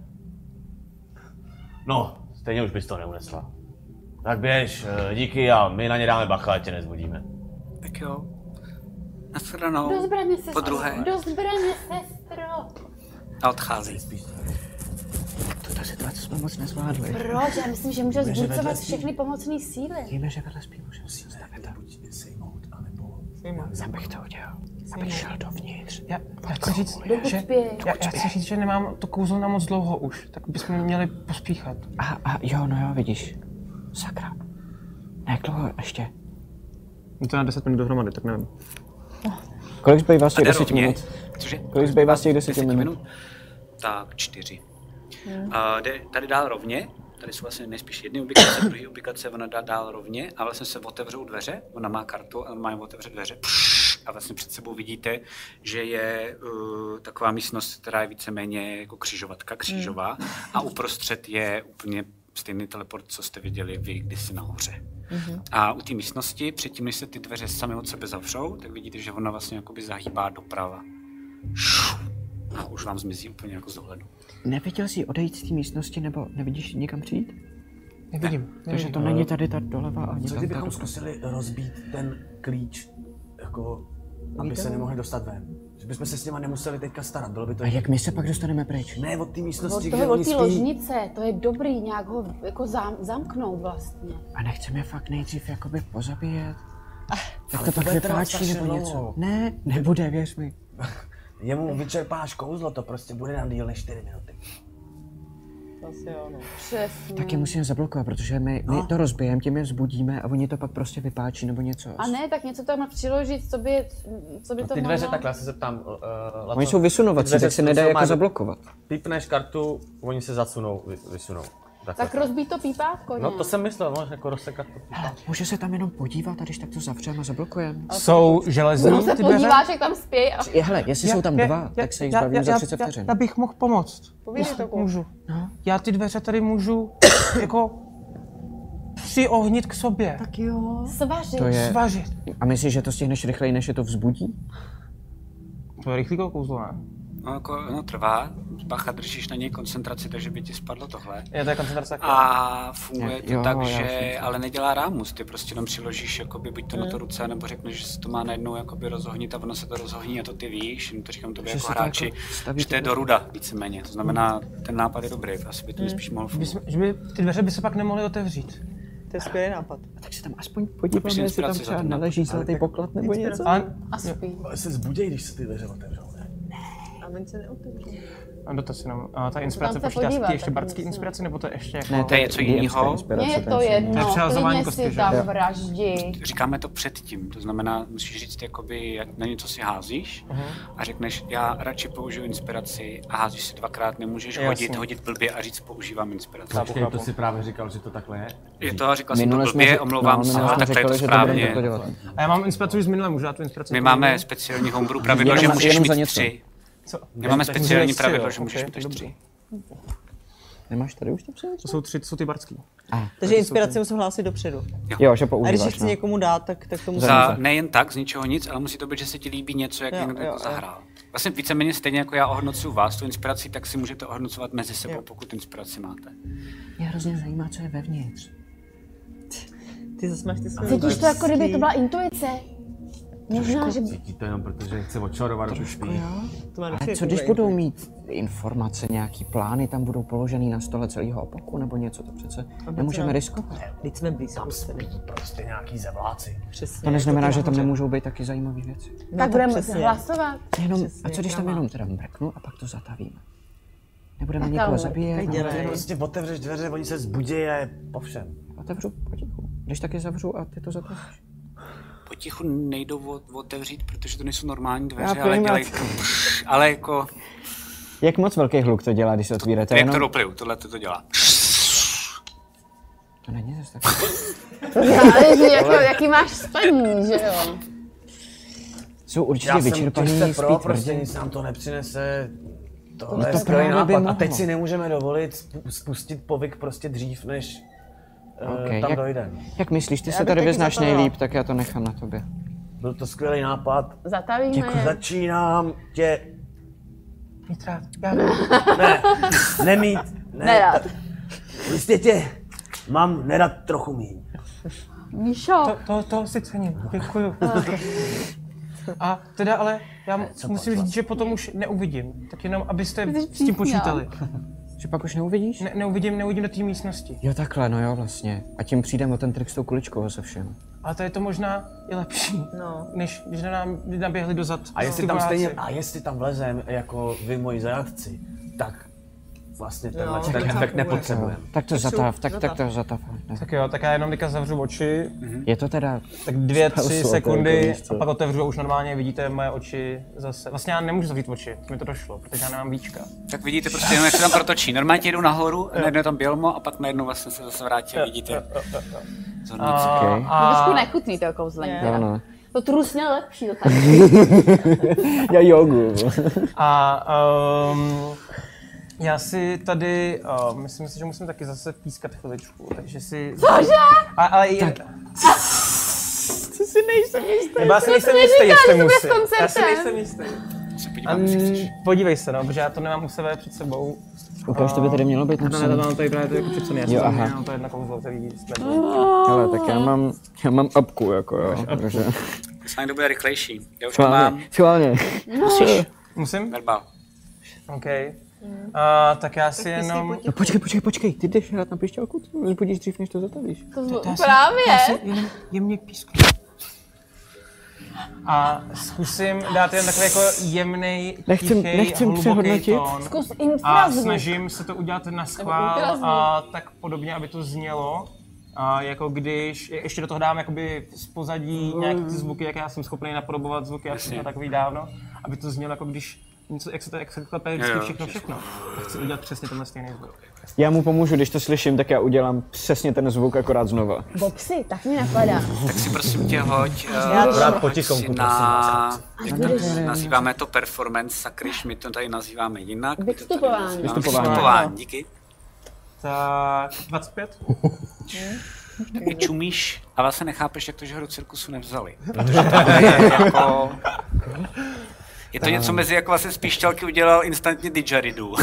No, stejně už bys to neunesla. Tak běž, díky a my na ně dáme bacha, ať tě nezbudíme. Tak jo. Nashledanou. Do zbraně, sestro. Podruhé. Do zbraně, sestro. A odchází. Ta situace jsme moc nezvládli. Proč? Já myslím, že může zburcovat všechny pomocné síly. Víme, že vedle spí můžeme si stavit. Buď sejmout, anebo... Já bych to udělal. Abych šel dovnitř. Já chci říct, že nemám to kouzlo na moc dlouho už, tak bychom měli pospíchat. Jo, vidíš. Sakra. Ne, jak dlouho ještě? Je to na 10 minut dohromady, tak nevím. Kolik zbývá z těch 10 minut? Cože? Kolik zbývá z těch 10 minut? Tak 4. Jde tady dál rovně, tady jsou vlastně nejspíš jedny ubikace, druhý ubikace, ona dá dál rovně a vlastně se otevřou dveře, ona má kartu a má otevřet dveře. A vlastně před sebou vidíte, že je taková místnost, která je víceméně jako křížová a uprostřed je úplně stejný teleport, co jste viděli vy kdysi nahoře. A u té místnosti, předtím, než se ty dveře sami od sebe zavřou, tak vidíte, že ona vlastně jakoby zahýbá doprava. A už vám zmizí úplně jako z dohledu. Neviděl jsi odejít z té místnosti, nebo nevidíš někam přijít? Nevidím. Takže to není tady ta doleva ani tam. Co kdybychom zkusili rozbít ten klíč, jako, aby se nemohli dostat ven? Že bychom se s něma nemuseli teďka starat, bylo by to... A jak my se pak dostaneme pryč? Ne, od té místnosti, kde oni spí. Od té ložnice, to je dobrý, nějak ho jako zamknout vlastně. A nechceme fakt nejdřív jakoby pozabíjet? Tak to pak vypáčí nebo něco. Ne, nebude, věř mi. Jemu vyčerpáš kouzlo, to prostě bude nám díl než 4 minuty. Asi jo, no. Přesně. Tak je musíme zablokovat, protože my to rozbijeme, tím je vzbudíme a oni to pak prostě vypáčí nebo něco. A ne, tak něco tam přiložit, co by to ty dveře takhle, já se zeptám. Oni jsou vysunovací, tak se nedá jako zablokovat. Pípneš kartu, oni se zasunou, vysunou. Tak rozbít to pípátko, No to jsem myslel, no, jako rozsekat to pípátko. Může se tam jenom podívat a když tak to zavřeme a zablokujeme. Jsou železní ty dveře? se podíváš, jak tam spějí a... Hele, jestli jsou tam dva, tak se jich zbavím za 30 vteřin. Já bych mohl pomoct. Povídej to. Můžu. No. Já ty dveře tady můžu jako přiohnit k sobě. Tak jo. Svařit. Svařit. A myslíš, že to stihneš rychleji, než je to vzbudí? To je rychlý kouzlo, ne? No, jako, trvá, bacha, držíš na něj koncentraci, takže by ti spadlo tohle. Je to je koncentrace. A funguje to tak, že ale nedělá rámus, ty prostě jenom přiložíš jakoby, buď to na to ruce, nebo řekneš, že se to má najednou jakoby rozohnit a ono se to rozohní a to ty víš, jenom to říkám tobě jako hráči, že to je do ruda víceméně, to znamená, ten nápad je dobrý, asi by to spíš mohl fungovat. Ty dveře by se pak nemohly otevřít. To je skvělý nápad. Tak se tam aspoň podíváme, jestli tam třeba naleží zlatý poklad nebo něco. Ale se zbudějí, když se ty dveře otevřou, ne? A oni se neotevřou. A dotaz jenom, ta inspirace počítá se ještě bardský inspiraci, nebo to ještě jako... Ne, to je něco jiného. Mně je to jedno, klidně si tam vraždi. Říkáme to předtím, to znamená, musíš říct, jakoby, jak na něco si házíš a řekneš, já radši použiju inspiraci a házíš si dvakrát, nemůžeš hodit blbě a říct, používám inspiraci. Počkej, to si právě říkal, že to takhle je? Je to, říkal jsem to blbě, omlouvám se, ale takhle je to správně. A já mám inspiraci už z minule, můžu dát tu inspiraci? My máme speciální homebrew pravidlo, že můžeš mít 3. Co? My máme speciální pravidlo, že můžeš mít 3. Nemáš tady už to přijít? To jsou 3, to jsou ty bardský. Takže inspiraci musím hlásit dopředu. Jo, že používáš. A když chci někomu dát, tak to musím. Nejen tak, z ničeho nic, ale musí to být, že se ti líbí něco, jak někdo jako zahrál. Vlastně víceméně stejně jako já ohodnocuju vás tu inspiraci, tak si můžete ohodnocovat mezi sebou, pokud inspiraci máte. Mě hrozně zajímá, co je vevnitř. Ty zase máš ty své. Cítíš to, jako kdyby to byla intuice? Možná, že... Cítí to jenom, protože chce očarovat do špí. A co když budou mít informace, nějaký plány, tam budou položený na stole celého opaku nebo něco, to přece nemůžeme riskovat. Teď jsme blízko. Tam spí prostě nějaký zevláci. To neznamená, že tam nemůžou být taky zajímavé věci. Tak budeme hlasovat. Jenom, a co když tam jenom teda mrknu a pak to zatavíme? Nebudeme někoho zabíjet? Prostě otevřeš dveře, oni se zbudějí a je po všem. Otevřu potichu. Když taky zavřu a ty to zatavíš. Potichu nejdou otevřít, protože to nejsou normální dveře, ale dělají ale jako... Jak moc velký hluk to dělá, když se otvíráte? Jak to dopliju, tohle to dělá. To není zase tak. Jaký máš spaní, že jo? Jsou určitě vyčerpaný, spít prostě nic nám to nepřinese. Tohle je skvělý nápad. A teď si nemůžeme dovolit spustit povyk prostě dřív, než tam dojdeme. Jak myslíš, ty se tady vyznáš nejlíp, tak já to nechám na tobě. Byl to skvělý nápad. Zatavíme je. Začínám tě... Mít rád. Ne, nemít. Nerad. Prostě tě mám nerad trochu míň. Míšo. To si cením, děkuju. A teda ale já musím říct, že potom už neuvidím, tak jenom abyste s tím počítali. Že pak už neuvidíš? Neuvidím do té místnosti. Jo takhle, no jo vlastně. A tím přijdeme o ten trik s tou kuličkou se všem. Ale to je to možná i lepší, než když nám naběhli dozad. A jestli tam vlezem jako vy moji zajatci, tak vlastně ten efekt nepotřebujeme. Tak to zatav, tak to zatav. Tak jo, tak já jenom teďka zavřu oči. Je to teda... Tak 2-3 sekundy a pak otevřu a už normálně vidíte moje oči zase. Vlastně já nemůžu zavřít oči, mi to došlo, protože já nemám víčka. Tak vidíte prostě jenom, jak se tam protočí. Normálně ti jedou nahoru, najednou je tam bělmo a pak najednou vlastně se zase vrátí a vidíte zornici. To trošku nechutný to kouzlení. To trusně lepší, to tak. Já jogu. Já si tady, myslím si, že musím taky zase pískat chviličku, takže si... Cože? Ale ty si nejsem jistý. Já si nejsem jistý, jestli musím. Já si nejsem jistý. Podívej se, no, protože já to nemám u sebe před sebou. Ukáž, to by tady mělo být napsané. Ne, mám tady právě to jako přepsané, já jsem mám to jedna kouzlo, který jsme. Hele, tak já mám apku, jako jo, takže... Snad to bude rychlejší. Já už to mám. Schválně. Musím? Verbal. OK. Tak já si jenom... No počkej, ty jdeš hrát na pišťalku, ty mě budíš dřív, než to zatavíš. Právě. Já si jenom jemně písku. A zkusím dát jen takový jako jemnej, tichej, hluboký tón. Zkus A infrazvuk. snažím se to udělat na schvál a tak podobně, aby to znělo. A jako když ještě do toho dám jakoby z pozadí nějaký ty zvuky, jak já jsem schopný napodobovat zvuky, já jsem to takový dávno, aby to znělo jako když něco, jak se klepe vždycky všechno. Chci udělat přesně tenhle stejný zvuk. Já mu pomůžu, když to slyším, tak já udělám přesně ten zvuk akorát znova. Bobsy, tak mi napadá. Tak si prosím tě hoď nazýváme to performance, sakryš, my to tady nazýváme jinak. Vystupování, díky. Tak 25. Taky čumíš a vlastně nechápeš, jak to, že ho do cirkusu nevzali. Protože to je to něco mezi, jako vlastně z píšťalky udělal instantně didgeridoo.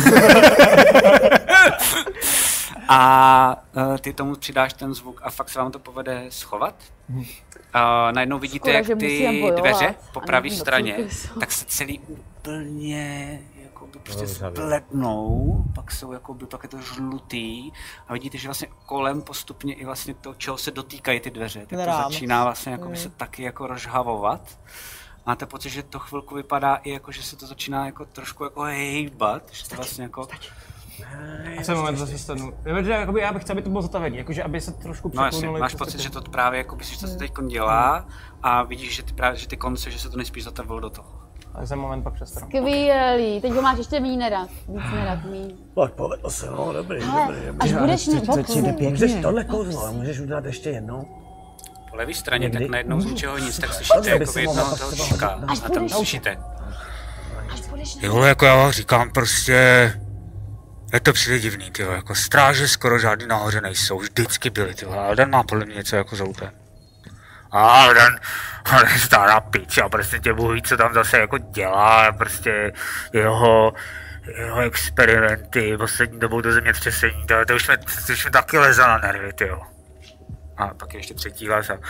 A ty tomu přidáš ten zvuk a fakt se vám to povede schovat. Najednou vidíte, jak ty dveře po pravé straně, tak se celý úplně jakoby prostě spletnou, pak jsou jakoby, pak je to žlutý a vidíte, že vlastně kolem postupně i vlastně to, čeho se dotýkají ty dveře, tak to začíná vlastně jakoby se taky jako rozhavovat. Máte pocit, že to chvilku vypadá i jako, že se to začíná jako trošku jako hejbat, že to vlastně jako... A co moment zase stanu? Já bych chtěl, aby to bylo zatavený, jakože aby se trošku překlonuli. No máš pocit, že to právě jako myslíš, co se teď dělá a vidíš, že ty konce, že se to nejspíš zatavilo do toho. A za moment pak přestanu. Skvělý, teď ho máš ještě víc nedat. Tak povedlo se, no, dobrý. Až budeš Můžeš tohle kouzlo, ale můžeš udělat ještě jednou? Po levé straně, tak najednou z ničeho nic, tak slyšíte jako jednoho toho číka a tam slyšíte. Jo, jako já říkám prostě, je to přijde divný, tyjo, jako stráže skoro žádný nahoře nejsou, vždycky byly, tyjo, ale ten má podle mě něco jako za útem. A ten stará pič a prostě tě Bůh ví, co tam zase jako dělá, prostě jeho experimenty, poslední dobou to zemětřesení, to už mi taky leze na nervy, tyjo. A pak je ještě třetí hlas a...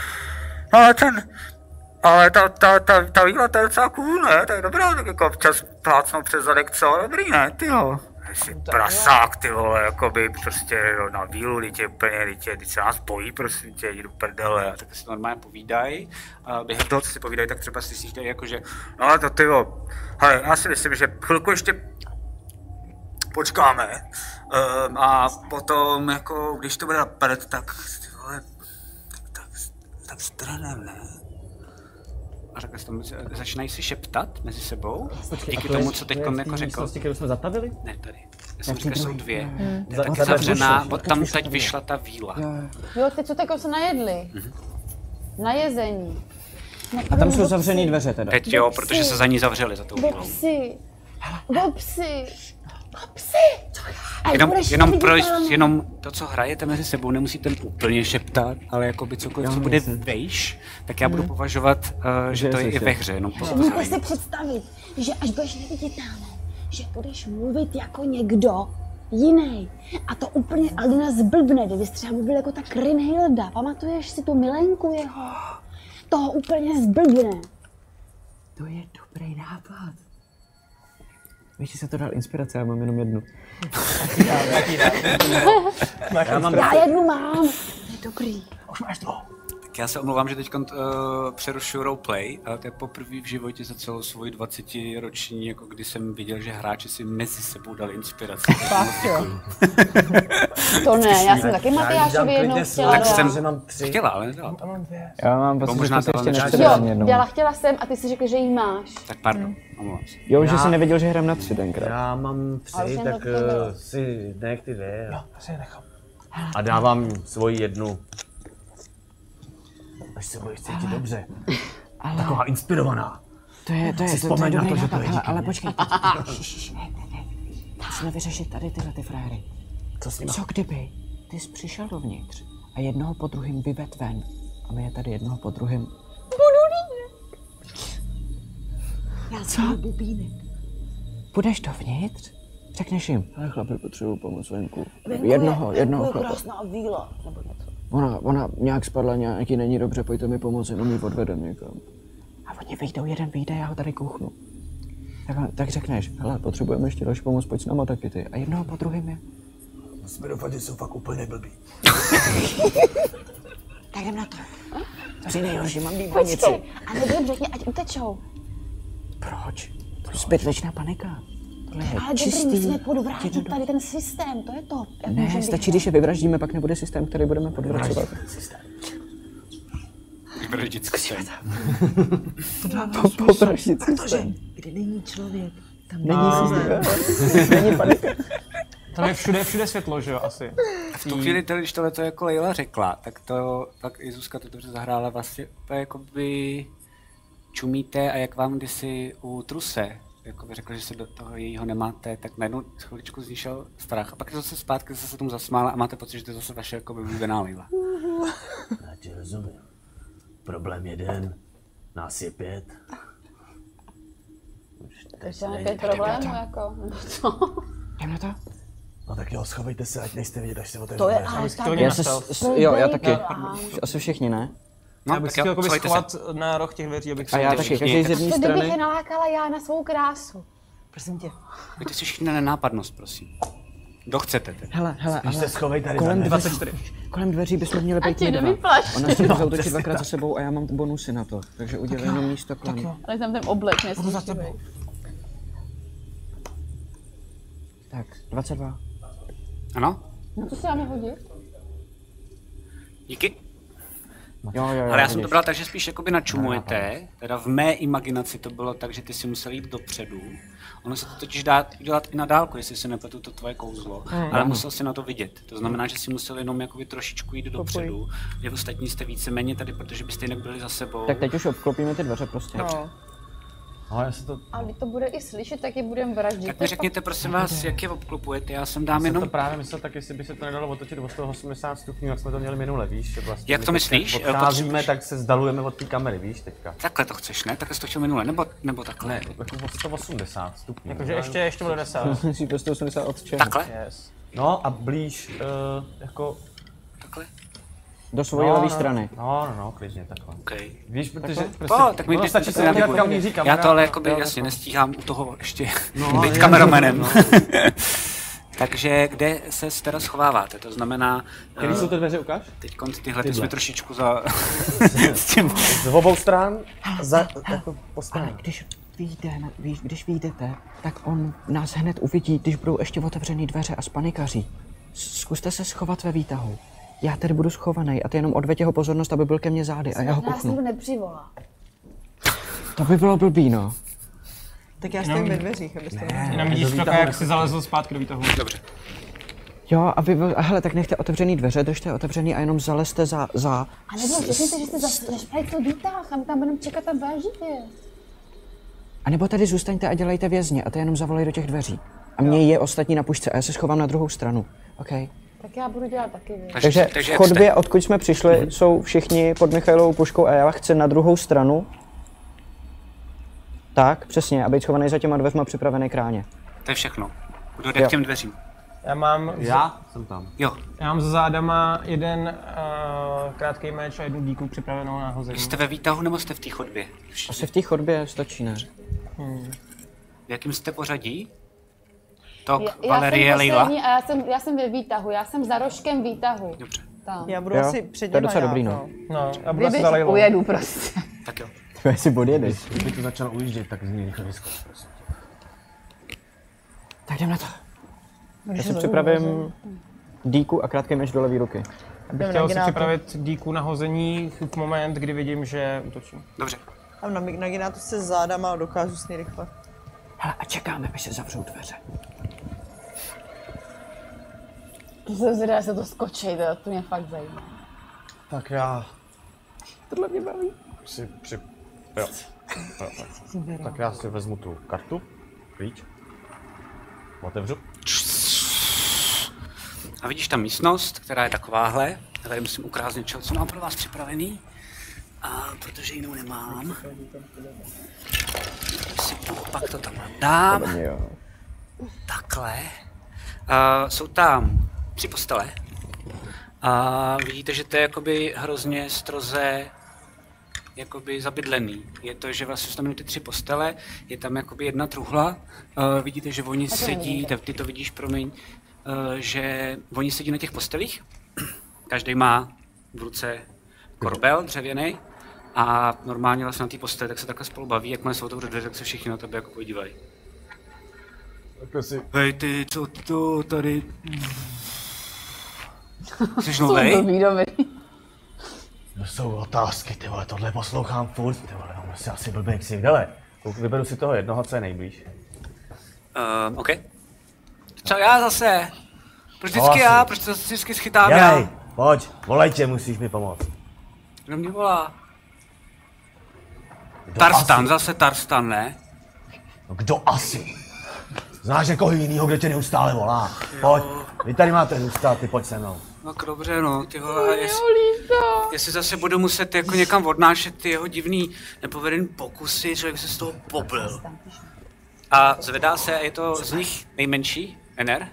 Ale ta víla, to je docela cool, ne? To je dobrá, tak jako občas plácnou přes zadek, co? Dobrý, ne, tyjo? Jsi prasák, ty vole, jakoby prostě na vílu, teď se nás bojí, prosím tě, jdu prdele. Tak si normálně povídají, během toho, co si povídají, tak třeba si slyšíte jako, že no to tyjo, hele, já si myslím, že chvilku ještě počkáme a potom, jako, když to bude na prd, tak ty vole, tak stranem, ne? A takhle začínají si šeptat mezi sebou, díky tomu, co teď jako řekl. Kterou jsme zatavili? Ne, tady. Já jsem říkal, jsou dvě. To je taky zavřená, tam teď vyšla ta víla. Jo, ty co tako se najedli. Na jezení. A tam jsou zavřený dveře teda. Teď jo, protože se za ní zavřeli, za tou vílou. Bobsy. Jenom to, co hrajete mezi sebou, nemusíte úplně šeptat, ale jakoby cokoliv, co bude vejš, tak já budu považovat, že to je i ve hře, jenom Můžete si představit, že až budeš neviditelný, že budeš mluvit jako někdo jiný. A to úplně Aldina zblbne, kdyby jsi třeba mluvil jako ta Krynhilda. Pamatuješ si tu milenku jeho? Toho úplně zblbne. To je dobrý nápad. Ještě se to dal inspirace, já mám jenom jednu. Já jednu mám. To je dobrý. Už máš to. Tak já se omlouvám, že teď přerušuju roleplay, ale to je poprvé v životě za celou svoji 20roční, jako kdy jsem viděl, že hráči si mezi sebou dali inspiraci. To ne, já jsem taky Matyášovi jednou chtěla. Tak jsem chtěla, ale nedala. Já mám pocit, že to ještě nepředala jednou. Chtěla jsem a ty si řekl, že jí máš. Tak pardon, omlouvám se. Jo, že jsi nevěděl, že hrám na 3 tenkrát. Já mám 3, tak si nech ty 2. Jo, asi je nechám. A dávám svoji jednu. Až se budeš cítit dobře. Ale... Taková inspirovaná. To je dobrý nápad, ale počkej. Musíme vyřešit tady tyhle ty frajery. Co s nima? Co kdyby ty jsi přišel dovnitř a jednoho po druhým vyved ven a my je tady jednoho po druhým... Co? Půjdeš dovnitř? Řekneš jim, ale chlapi, potřebuji pomoc venku. Jednoho chlapa. Krásná víla, nebo něco. Ona nějak spadla, nějaký není dobře, pojďte mi pomoct, jenom ji odvedem někam. A oni vyjdou, jeden vyjde, já ho tady kouchnu. Tak řekneš, hele, potřebujeme ještě další pomoc, pojď s náma taky ty. A jednoho po druhým je. Musíme doufat, že jsou fakt úplně blbý. Tak jdem na to. To je nejhorší, mám výbanici. A nebudem řekni, ať utečou. Proč? To je zbytečná panika. Tohle je ale čistý. dobrý, musíme podvrátit tady ten systém, to je to. Ne, stačí, když je vyvraždíme, pak nebude systém, který budeme podvracovat. Vyvraždit systém. Povraždit systém. Protože, kde není člověk, tam není není panika. Tam je všude světlo, že jo, asi. V tu chvíli, když tohle to jako Leila řekla, tak i Zuzka to dobře zahrála, vlastně to jakoby čumíte a jak vám kdysi u truse, jakoby řekl, že se do toho jejího nemáte, tak najednou chviličku znišel strach a pak je zase zpátky, zase se tomu zasmála a máte pocit, že to je zase vaše jakoby oblíbená Leila. Já ti rozumím. Problém jeden, nás je 5. Takže máme 5 problémů, jako, co? Jdem na to? No tak jo, schovejte se, ať nejste vidět, až se otevře. To je až tak. Jo, já taky. Asi všichni, ne? No, já bych chtěl schovat na roh těch dveří, abych a já taky, každý z jedné strany. Kdybych je nalákala já na svou krásu. Prosím tě. Pojďte si všichni na nenápadnost, prosím. Kdo chcete teď? Hele, Když se schovej tady kolem 24. Kolem dveří bychom měli být my 2. Ona se může zautočit 2krát za sebou a já mám bonusy na to, takže udělej jenom místo kolem. Ale tam ten oblek nesmíš. Tak, 22. Ano? No to se dáme hodit. Díky. Jo, ale já jsem to bral tak, že spíš jakoby načumujete, teda v mé imaginaci to bylo tak, že ty si musel jít dopředu. Ono se to totiž dá udělat i na dálku, jestli si nepletu to tvoje kouzlo, ale musel si na to vidět. To znamená, že si musel jenom jakoby trošičku jít dopředu, že ostatní jste víceméně tady, protože byste jinak byli za sebou. Tak teď už obklopíme ty dveře prostě. Dobře. Ale to... Ale to bude i slyšet, tak je budeme vraždit. Tak mi řekněte prosím vás, jak je obklopujete, já jsem dám jenom... to právě myslel, tak jestli by se to nedalo otočit o 180 stupňů, jak jsme to měli minule, víš? Vlastně jak to myslíš? Odcházíme, tak se zdalujeme od té kamery, víš teďka. Takhle to chceš, ne? Takhle jsi to chtěl minule, nebo takhle? Ne, jako o 180 stupňů. Jakože ještě bude 10. Musí to 180 od čeho? Takhle? Yes. No a blíž, jako... Takhle? Do svojí levé strany. No, klidně takhle. Okay. Víš, protože tak mi stačí se udělat, kam říkám. Já to ale jakoby jasně nestíhám u toho ještě být kameramanem. Takže kde se teda schováváte? To znamená... Který jsou ty dveře, ukáž? Teď tyhle ty jsme trošičku za... Z obou stran, jako po straně. Ale když vyjdete, tak on nás hned uvidí, když budou ještě otevřený dveře a spanikaří. Zkuste se schovat ve výtahu. Já tady budu schovaný a ty jenom odveď jeho pozornost, aby byl ke mně zády a já ho kuchnu. Nás nepřivolá. To by bylo blbý, no. Tak já stojím ve dveřích, abyste Jenom vidíš trochu, jak si zalezl zpátky do výtahu. Dobře. Jo, a hele, tak nechte otevřený dveře, držte je otevřený a jenom zalezte za... Ale no, řekněte, že jste zašpali to výtah a my tam budeme čekat a vážit je. A nebo tady zůstaňte a dělejte vězně a ty jenom zavolej do těch dveří. A mě je ostatní na pušce a já se schovám na druhou stranu, okay? Tak já budu dělat taky věc. Takže v chodbě, odkud jsme přišli, jsou všichni pod Michailovou puškou a já chci na druhou stranu. Tak, přesně, a být schovaný za těma dveřma připravený k ráně. To je všechno. Kdo jde k těm dveřím? Já jsem tam. Jo. Já mám za zádama jeden krátký meč a jednu díku připravenou na hození. Jste ve výtahu nebo jste v té chodbě? Asi v té chodbě stačí, ne? V jakým jste pořadí? Valerie, Leila? A já jsem ve výtahu, já jsem za rožkem výtahu. Dobře. Tam. Já budu asi před to je něma docela dobrý, no. No, já budu asi za Kdybych Leilou. ujedu prostě. Tak jo. Ty si odjedeš. Kdyby to začal ujíždět, tak z něj rychle vyskoč, prosím. Tak jdem na to. Já si připravím díku a krátký meč do levý ruky. Bych chtěl si připravit díku na hození v moment, kdy vidím, že útočím. Dobře. A na Ginátu se zádama a dokážu s ní rychle. Hele, a čekáme, až se zavřou dveře. To jsem zvědavá, se to skočí, to mě fakt zajímá. Tak já... Tohle mě baví. Jo. Tak já si vezmu tu kartu, klíč, otevřu. A vidíš tam místnost, která je takováhle. Já tady musím ukrást něčeho, co mám pro vás připravený. A protože jinou nemám. Si pak to tam dám. Takhle. Jsou tam 3 postele. A vidíte, že to je jakoby hrozně stroze jakoby zabydlený. Je to, že vlastně jsou tam ty 3 postele, je tam jakoby jedna truhla. Vidíte, že oni sedí, ty to vidíš, promiň, že oni sedí na těch postelích. Každý má v ruce korbel dřevěný a normálně vlastně na té posteli tak se takhle spolu baví, jakmile se otevřou dveře, tak se všichni na tebe jako podívají. Hej ty, co to tady... Jsi novej? To jsou otázky, ty vole, tohle poslouchám furt, ty vole, no, asi blbý ksik, hele, vyberu si toho jednoho, co je nejblíž. OK. Co já zase? Proč vždycky já? Proč to vždycky schytám já? Pojď, volejte, musíš mi pomoct. Kdo mě volá? Tarstan, zase Tarstan, ne? No kdo asi? Znáš někoho jinýho, kdo tě neustále volá? Pojď, vy tady máte zůstat, ty pojď se mnou. No dobře, no, ty vole, jestli zase budu muset jako někam odnášet ty jeho divný nepovedený pokusy, člověk se z toho poblil. A zvedá se, je to z nich nejmenší, NR.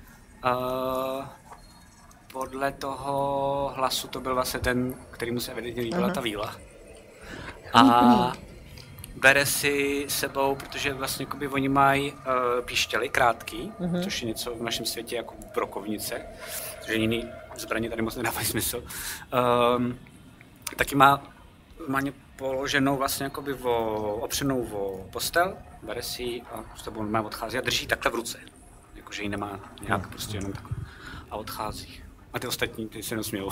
Podle toho hlasu to byl vlastně ten, kterýmu se evidentně líbila ta víla. A bere si sebou, protože vlastně jakoby oni mají píštěly krátký, což je něco v našem světě jako brokovnice, protože jiný zbraně tady moc nedávají smysl. Taky má položenou vlastně jakoby opřenou o postel, bere si ji a s tebou normálně odchází a drží takhle v ruce. Jakože ji nemá nějak prostě jenom takhle. A odchází. A ty ostatní, ty se nesmějou.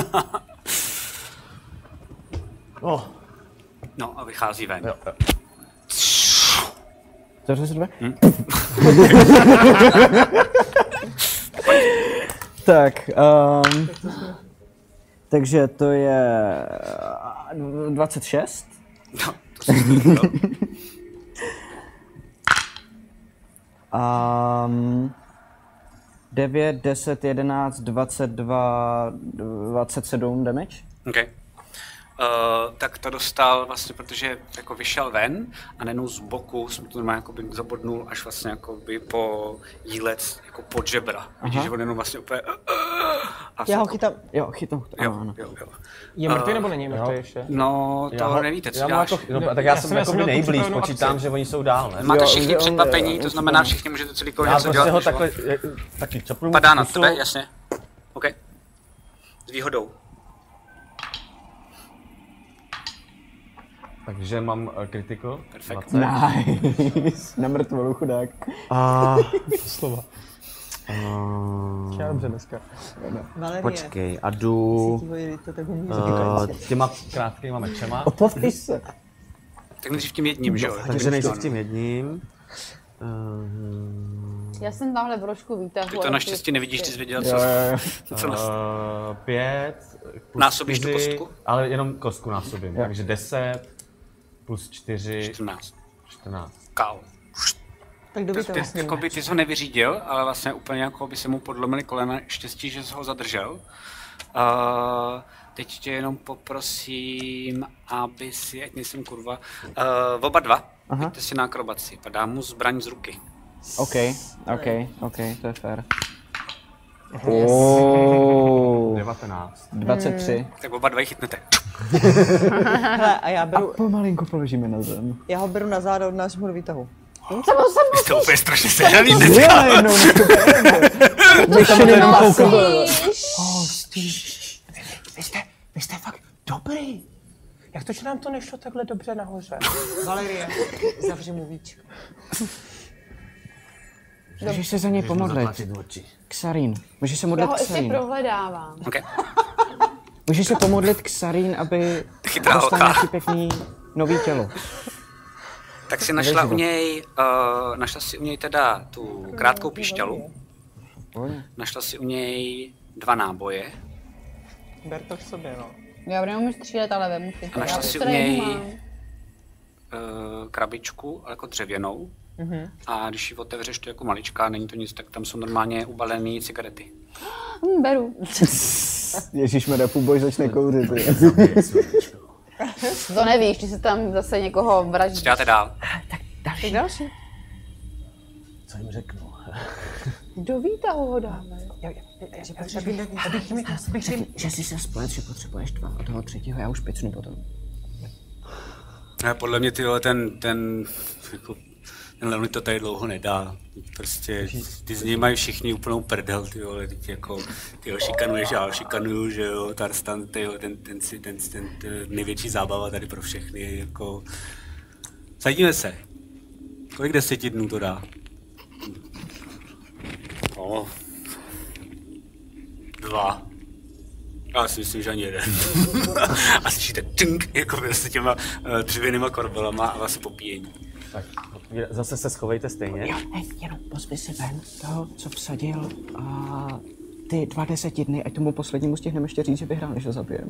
No a vychází ven. Jo. Zavřel se dvě? Tak, takže to je 26. No, to se stane, 9, 10, 11, 22, 27 damage. Okay. Tak to dostal vlastně, protože jako vyšel ven a najednou z boku jsem to normálně jakoby zabodnul až vlastně jakoby po jílec, jako pod žebra. Vidíš, že on jenom vlastně úplně... Já ho chytám. Jo, chytám. Jo. Je mrtvý nebo není mrtvý ještě? No, to nevíte, co děláš. Tak já jsem jakoby nejblíž, počítám, že oni jsou dál, ne? Máte všichni překvapení, to znamená všichni můžete celý kolo něco dělat. Já prostě ho taky čapnu. Padá na tebe, jasně. OK. S výhodou. Takže mám critical. Perfekt. Nice. Na mrtvolu chudák. Slova. Já dobře dneska. Počkej, a jdu těma krátkýma mečema. Opověj se. Tak nejdřív tím jedním, že jo? Takže nejdřív tím jedním. Já jsem tamhle brožku výtahu. Ty to naštěstí nevidíš, ty jsi věděl, co 5 násobíš tu kostku? Ale jenom kostku násobím, takže 10 plus 4. 14. Kau. Tak dobře to vlastně. Jakoby ty jsi ho nevyřídil, ale vlastně úplně jako by se mu podlomily kolena, štěstí, že jsi ho zadržel. Teď tě jenom poprosím, aby si, ať nejsem kurva, oba dva, pojďte si na akrobaci, padá mu zbraň z ruky. OK, to je fair. 19. 23. Tak oba dva ji chytnete. Hele, a já beru... A pomalinko položíme na zem. Já ho beru na záda od nášho výtahu. Vy jste úplně strašně sehraný dneska. Vy jste fakt dobrý. Jak to, že nám to nešlo takhle dobře nahoře? Valerie, zavři mu víčko. Můžeš se za něj pomodlit. Xarín. Můžeš se modlit Xarín. Já ho ještě prohledávám. Okay. Můžeš se pomodlit Xarín, aby dostal nějaký pěkný nový tělo. Tak si našla si u něj teda tu krátkou píšťalu. Našla si u něj 2 náboje. Ber to k sobě, no. Já nemůžu střílet, ale vemu si to. Našla si u něj krabičku, ale jako dřevěnou. A když ji otevřeš, to jako maličká, není to nic, tak tam jsou normálně ubalené cigarety. Beru. Ježišmarja, Puboj začne kouřit. To nevíš, když se tam zase někoho vraždí. Co děláte dál? Tak další. Co jim řeknu? Do výtahu ho dáme. Že jsi se splet, že potřebuješ 2 a toho 3. já už picnu potom. Podle mě ten Leonid to tady dlouho nedá. Prostě ty z něj mají všichni úplnou prdel, ty vole, ty ho šikanuješ, já ho šikanuju, že jo, Tarstan, ten největší zábava tady pro všechny, jako... Sadíme se. Kolik 10 dnů to dá? No... 2. Já si myslím, že ani 1. A slyšíte tink, jako s těma dřevěnýma korbelama a vlastně popíjení. Tak, Zase se schovejte stejně. Jo, hej, jenom pozvi si ven toho, co vsadil a ty 2 desetiny, ať tomu poslednímu stihneme ještě říct, že vyhrál, než ho zabijeme.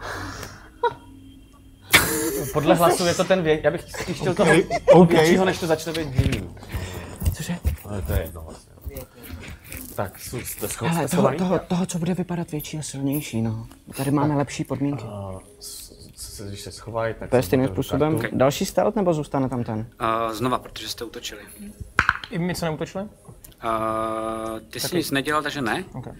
Podle hlasu je to ten věk, já bych chtěl toho většího, než to začne být divný. Cože? Ale to je jedno vlastně. Tak, jste toho, co bude vypadat větší a silnější, no. Tady máme lepší podmínky. Když se schovají, tak... To je stejným způsobem. Okay. Další stealth, nebo zůstane tam ten? Znova, protože jste útočili. I my co neutočili? Ty jsi nic nedělal, takže ne. Okay.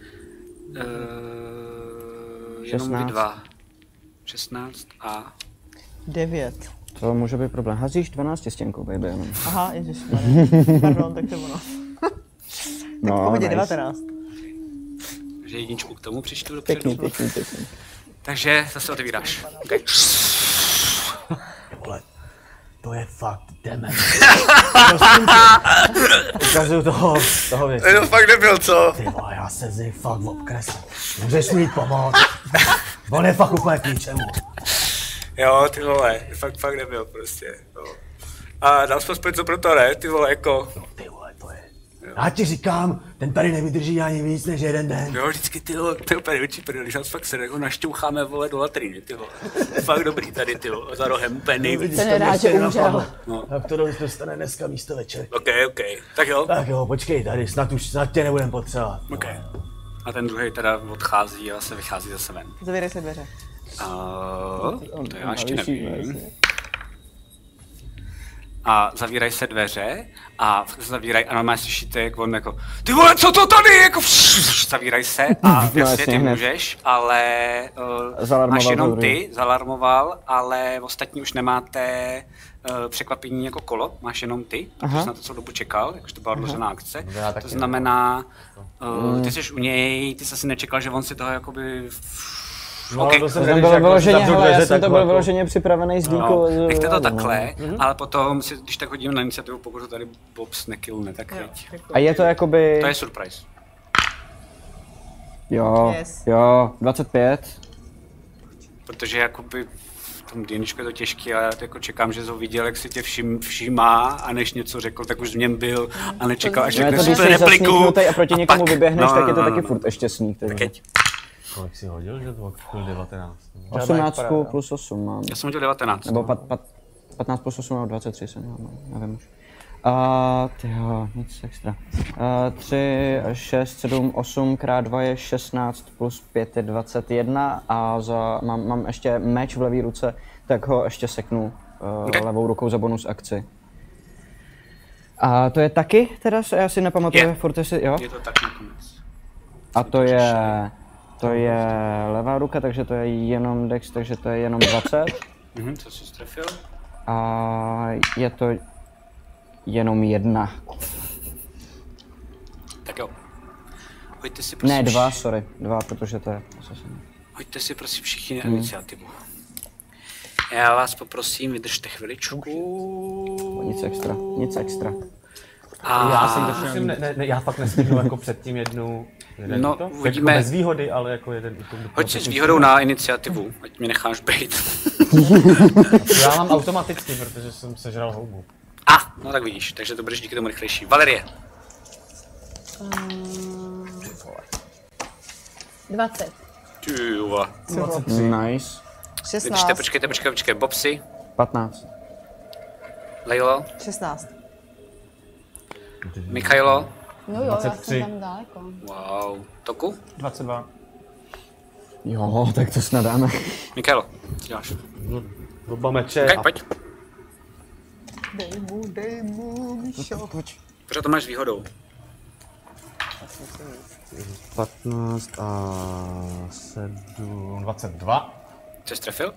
Jenom vy 2. 16 a... 9. To může být problém. Hazíš 12 stěnkou, baby. Aha, pardon, tak to ono. Tak v pohodě 19. Takže jedničku k tomu přičtu dopředu. Pěkný. Takže zase otevíráš. Okay. Vole, to je fakt dement. Ukazuju toho věci. To fakt nebyl, co? Ty vole, já se z něj fakt obkreslím. Můžeš mi jít pomoct? On je fakt úplně k ničemu. Jo, ty vole, fakt nebyl prostě. No. A dal jsi aspoň co pro to, ne? Ty vole, jako... No ty vole, to je... Já ti říkám, ten tady nevydrží ani víc než jeden den. Jo, vždycky ty vole, to je úplně největší prdel, když nás fakt se jako našťoucháme, vole, do latriny, ty vole. Fakt dobrý tady, ty vole, za rohem, úplně nejvíc. Ten je rád, že umřel. No. Tak to dostane dneska místo večer. OK, tak jo. Tak jo, počkej tady, snad tě nebudem potřebovat. OK. A ten druhý teda odchází a se vychází zase ven. Zavírej se dveře. To já ještě nevím. A zavírají se dveře a zavírají a normálně slyšíte, jak on jako ty vole, co to tady, jako zavírají se a jasně ty můžeš, ale máš jenom ty, zalarmoval, ale ostatní už nemáte překvapení jako kolo, máš jenom ty, protože jsi na to celou dobu čekal, jakože to byla odložená akce, to znamená, ty jsi u něj, ty jsi asi nečekal, že on si toho jakoby No, okay. Já jsem to byl vyloženě připravený s díkou. Nechte to takhle, ale potom, když tak hodím na iniciativu, pokud to tady Bobs nekillne, tak veď. A je to jakoby... To je surprise. Jo, 25. Protože jakoby v tom D&Čku je to těžký, ale já jako čekám, že jsi ho viděl, jak si tě všímá a než něco řekl, tak už v něm byl a nečekal, až řekne super repliku. A proti někomu vyběhneš, tak je to taky furt ještě sník. Kolik jsi hodil, že to byl 19? 18 plus 8 mám. Já jsem hodil 19. Nebo 15 plus 8 nebo 23 jsem mám, nevím už. Tyjo, nic extra. 3, 6, 7, 8 krát 2 je 16 plus 5 je 21 a mám ještě meč v levé ruce, tak ho ještě seknu levou rukou za bonus akci. A to je taky teda, já si nepamatuju, furt jestli, jo? Je to tak nakonec. A to je levá ruka, takže to je jenom dex, takže to je jenom 20. Co jsi strefil? A je to jenom 1. Tak jo. Hoďte si prosím... Ne, 2, sorry. 2, protože to je assassin. Hoďte si prosím všichni na iniciativu. Já vás poprosím, vydržte chviličku. Nic extra. Já fakt nestihnu jako předtím jeden no, uvidíme. Bez výhody, ale jako jeden útok. Hoď si s výhodou na iniciativu, ať mě necháš bejt. Já mám automaticky, protože jsem sežral houbu. No tak vidíš, takže to budeš díky tomu rychlejší. Valerie. 20. Tyjo. 23. Nice. 16. Počkejte. Bobsi. 15. Lejlo. 16. Michailo. No jo, 23. Já jsem tam daleko. Wow. Toku? 22. Jo, tak to snad dáme. Michailo, co děláš? Doba meče. Okay, pojď. Dej mu, Míšo. Pořád to máš s výhodou. 15 a 7, 22. Co jsi trefil?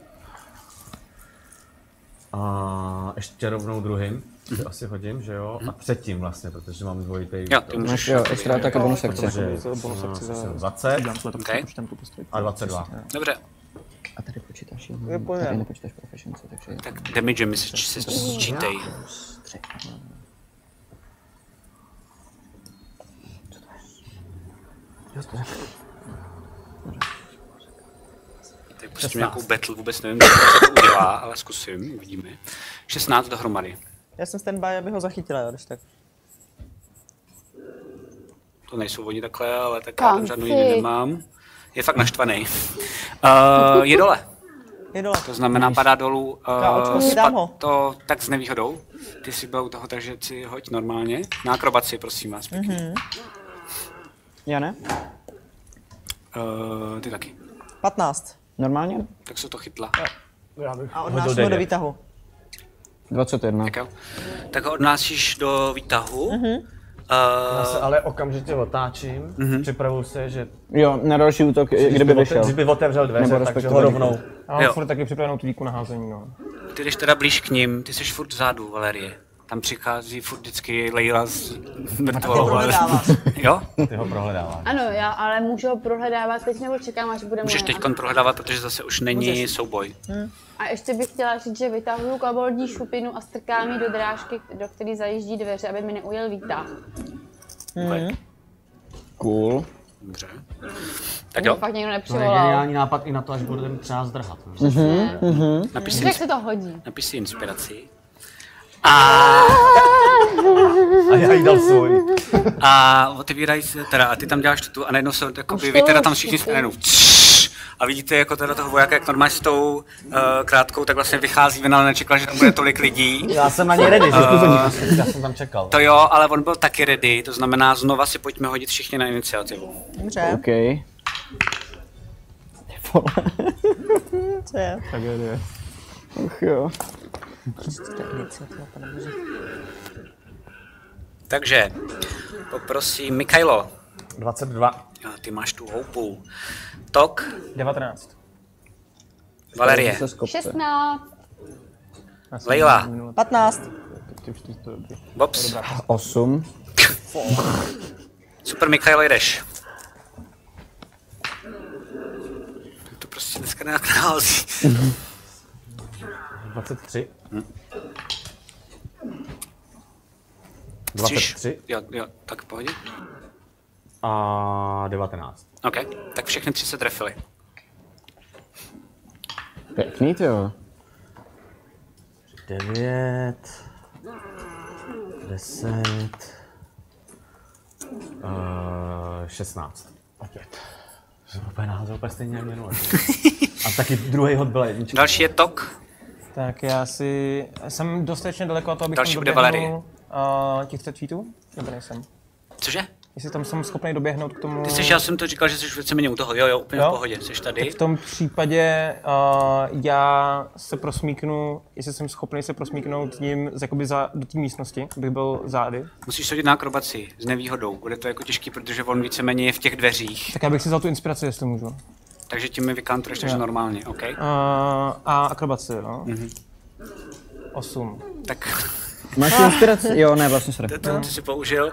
A ještě rovnou druhým. Asi hodím, že jo? A předtím vlastně, protože mám dvojitej... Jo, ty můžeš. Jo, extra taky bonus akce. 20 okay. A 22. Dobře. A tady počítáš tady nepočítáš proficiency, takže... Tak damage mi se sčítej. Co to je? Tak pustím nějakou battle, vůbec nevím, co to udělá, ale zkusím, uvidíme. 16 dohromady. Já jsem standby, aby ho zachytila, jo, když tak. To nejsou oni takhle, ale tak já tam žádnou jiný nemám. Je fakt naštvaný. Je dole. To znamená, padá dolů. To tak s nevýhodou. Ty si byl u toho, takže si hoď normálně. Na akrobaci, prosím vás. Já ne? Ty taky. 15. Normálně? Tak se to chytla. A odnáším ho do výtahu. 21. Tak ho odnášíš do výtahu. Já se ale okamžitě otáčím, připravuju se, že... Jo, na další útok, kdyby vyšel. Kdyby otevřel dveře, takže ho rovnou. Já mám furt taky připravenou tu díku na házení, no. Ty jdeš teda blíž k ním, ty jsi furt vzadu, Valerie. Tam přichází furt vždycky Leila s mrtvolou. Jo? Ty ho prohledáváš. Ano, já ale můžu ho prohledávat teď nebo čekám, až bude Můžeš teď prohledávat, protože zase už není souboj. A ještě bych chtěla říct, že vytahuju koboldí šupinu a strkám ji do drážky, do které zajíždí dveře, aby mi neujel výtah. Cool. Dobře. Tak jo. Fakt někdo To je nepřivolal. geniální nápad i na to, až budeme třeba zdrhat. Jak se to hodí? Napiš si inspiraci. A já jí dal svůj. A otevírají se, teda, a ty tam děláš tu a najednou se, jakoby, vy teda tam všichni najednou a vidíte jako teda toho vojáka, jak normálně s tou krátkou, tak vlastně vychází ven, ale nečekal, že tam bude tolik lidí. Já jsem na něj ready, já jsem tam čekal. To jo, ale on byl taky ready, to znamená, znova si pojďme hodit všichni na iniciativu. Dobře. OK. Co je? Tragédie. Ach jo. Takže, poprosím Mikajlo. 22. Jo, ty máš tu houpu. Tok. 19. Valerie. 16. Leila. 15. Bobs. 8. Super, Mikajlo, jedeš. To prostě dneska nějak nehází. 23. 23. Jo, tak v pohodě. A 19. OK, tak všechny 3 se trefily. Pěkný, jo. 9. 10. 16. Opět. Jsem úplně naházel úplně stejně jak minule. A taky druhý hod byl jednička. Další je Tok. Tak já jsem dostatečně daleko od toho, abych Další tam bude Valerie. těch 100 tweetů? Nebo nejsem? Cože? Jestli tam jsem schopný doběhnout k tomu... Já jsem to říkal, že jsi víceméně u toho, jo, úplně v pohodě, jsi tady. Tak v tom případě já se prosmíknu, jestli jsem schopný se prosmíknout tím do té místnosti, abych byl zády. Musíš hodit na akrobaci s nevýhodou, bude to jako těžký, protože on víceméně je v těch dveřích. Tak já bych si vzal tu inspiraci, jestli můžu. Takže tím mi vykantruješ, takže normálně, OK? A akrobaci, no. 8. Tak... Máš inspiraci? Jo, ne, vlastně sorry. To ty si použil.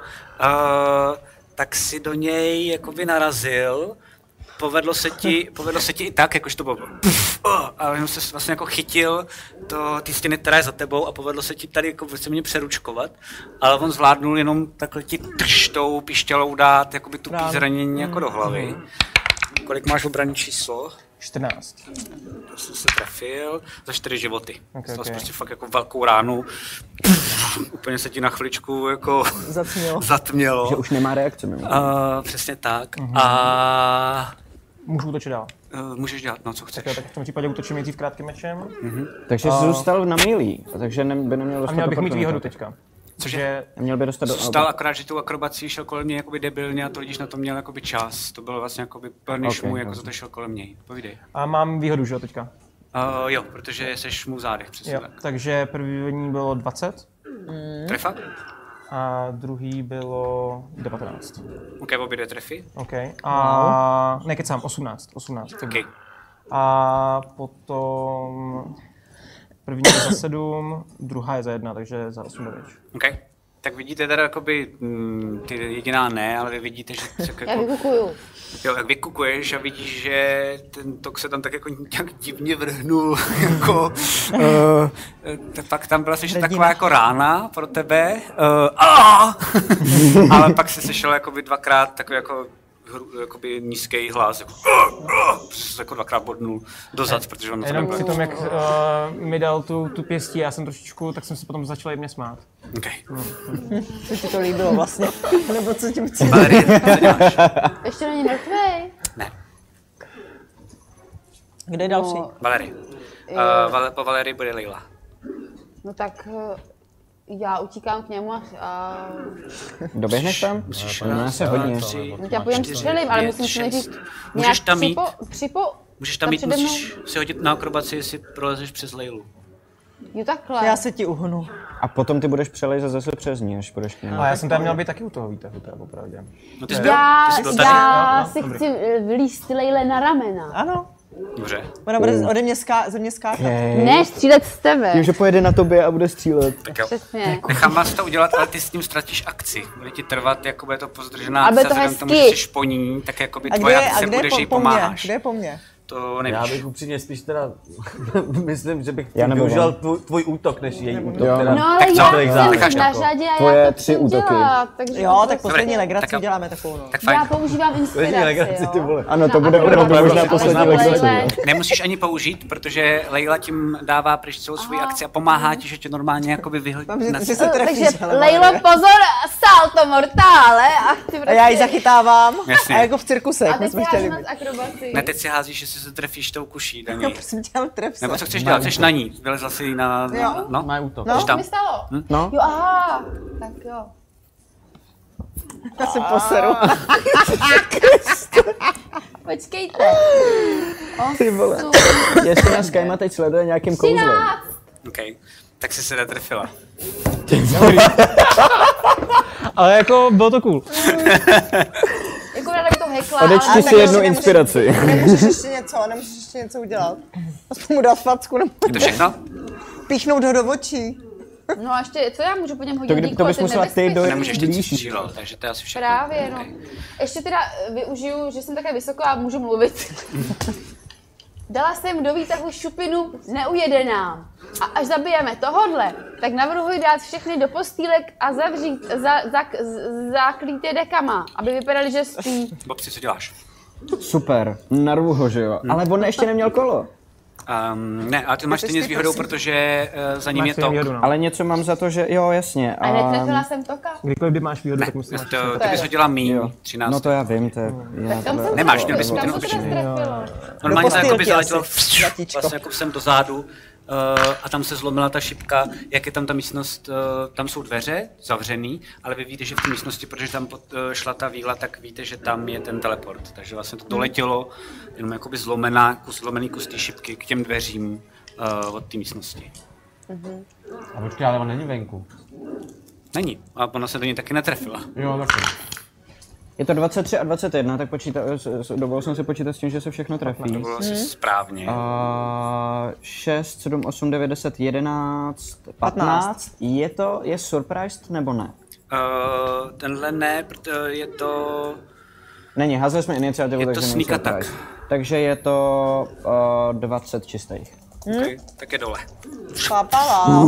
Tak si do něj jakoby narazil. Povedlo se ti i tak, jakož to bylo a jenom se vlastně jako chytil ty stěny, která je za tebou a povedlo se ti tady jako mě přeručkovat, ale on zvládnul jenom takhle ti tou pištělou dát jakoby tupý zranění jako do hlavy. Kolik máš obranné číslo? 14. To jsem se trefil za 4 životy. Okay. Prostě fakt jako velkou ránu. Úplně se ti na chviličku jako zatmělo. Že už nemá reakce. Přesně tak. A můžu útočit dál? Můžeš dělat, no co chceš. Tak v tom případě útočím nejdřív krátkým mečem. Takže jsi zůstal na melee, takže by neměl dostat. A měl bych mít výhodu teďka. Cože? Měl by dostat Zůstal akorát, že tu akrobací šel kolem mě jakoby debilně a to lidi na to měl jakoby čas. To bylo vlastně jakoby plný šmu, jako za to šel kolem něj. Povídej. A mám výhodu, že jo, teďka? Jo, protože seš mu v zádech, přesně jo, tak. Takže první bylo 20. Trefa? A druhý bylo 19. OK, obě 2 trefy. OK. A nekecám, 18. Okay. A potom první je za 7, druhá je za 1, takže za 8 damage. OK. Tak vidíte teda jakoby, ty jediná ne, ale vy vidíte, že se jako... Já vykukuju. Jo, jak vykukuješ a vidíš, že ten tok se tam tak jako nějak divně vrhnul, jako... pak tam byla slyšet taková jako rána pro tebe, ale pak se sešel jakoby 2krát takový jako jakoby nízký hlas, jako dvakrát bodnul dozad, protože on jenom při tom, jak mi dal tu pěstí, já jsem trošičku, tak jsem si potom začal jemně smát. Okay. Co ti to líbilo vlastně? Nebo co ti chci? Ještě není mrtvej? Ne. Kde je další? Valery. Po Valery bude Leila. No tak já utíkám k němu a... Doběhneš tam? No, se hodně. Já půjdem střelím, ale musím si nejdřív Můžeš tam jít. Můžeš tam jít, musíš si hodit na akrobaci, jestli prolezeš přes Leilu. Jo, takhle. Já se ti uhnu. A potom ty budeš přelejzat zase přes ní, až budeš k němu. A já jsem tam měl být taky u toho výtahu, to je popravdě. No ty jsi byl tady? Já si chci vlízt Leile na ramena. Ano. Dobře. Ona bude ze mě skákat. Ne, střílet z tebe. Tím, že pojede na tobě a bude střílet. Tak jo. Přesně. Nechám vás to udělat, ale ty s ním ztratíš akci. Bude ti trvat, jako bude to pozdržená Aby akce, to vzhledem k tomu, že hezky. jsi šponí, tak jakoby tvoje akce bude, že jí pomáháš. Kde je po mně? To Já nevíš. bych upřímně spíš teda, myslím, že bych Já využil tvůj útok, než její útok. Teda. No ale Tak co? já Necháš jsem na to. řadě a Tvoje já to 3 chci útoky. dělat, takže Jo, to tak poslední Dobrý, legraci tak- uděláme takovou, no. Tak fajn. já používám inspiraci, legraci, ty vole. Ano, to Na bude akrobaci, možná ale poslední Leile- legrace. Nemusíš ani použít, protože Leila tím dává pryč celou svou akci a pomáhá ti, že tě normálně jakoby vyhodí. Mám, že na- se trefíš. Takže ale Leilo, máme. pozor, salto mortále a ty A já ji zachytávám. Jasně. A jako v cirkuse, A jak my teď jsme si chtěli hážeme být. z akrobaci. Ne, teď si házíš, že si se trefíš tou kuší na No, ní. prosím tě, ale tref se. Nebo co chceš dělat? Chceš na ní? Vylezla si na... Jo. No? Má útok. No. Co tam. mi stalo? No. Jo, aha, tak jo. Já se poseru. Počkejte. Ty vole. Jestli nás Kajma teď sleduje nějakým kouzlem. 13. OK. Tak jsi se netrefila. Ale jako bylo to cool. Jako ráda bych to hekla, Odečti ale si tak jednu nemůžu- inspiraci. Nemůžeš ještě něco udělat. Aspoň mu dát facku, nebo Je to všechno? píchnout ho do očí. No a ještě, co já můžu po něm To, hodit? to bys musela ty do Nemůžeš teď blíž. střílet, takže to je asi všechno. Právě, no. OK. Ještě teda využiju, že jsem také vysoko a můžu mluvit. Dala jsem do výtahu šupinu neujedenám. A až zabijeme tohodle, tak navrhuji dát všechny do postýlek a zavřít, zaklít je dekama, aby vypadali, že spí. Bobci, co děláš? Super, narvu ho, že jo. Ale on ještě neměl kolo. Ne, ale ty máš stejně s výhodou, protože za ním je to. Ale něco mám za to, že jo, jasně. A netrefila jsem toka. Kdykoliv kdy máš výhodu, tak musíš. Ty bys hodila míň, Jo. 13. No to já vím, to je... já Tam to- jsem Nemáš, měl bys mít ten tam se obyčejný. trefilo. Normálně to jako by postýlky zaletělo asi, zlatíčko. vlastně jako sem do zádu a tam se zlomila ta šipka, jak je tam ta místnost, tam jsou dveře zavřený, ale vy víte, že v té místnosti, protože tam šla ta víla, tak víte, že tam je ten teleport. Takže vlastně to doletělo, jenom jakoby zlomený kus té šipky k těm dveřím od té místnosti. A počkej, ale on není venku. Není, a ona se do ní taky netrefila. Jo, taky. Je to 23 a 21, tak dovolil jsem si počítat s tím, že se všechno To trefí. bylo asi správně. 6, 7, 8, 9, 10, 11, 15. Je surprised nebo ne? Tenhle ne, protože je to... Není, házeli jsme iniciativu, Je to takže není sneak attack. surprise. Takže je to 20 čistých. Okay, tak je dole. Papala.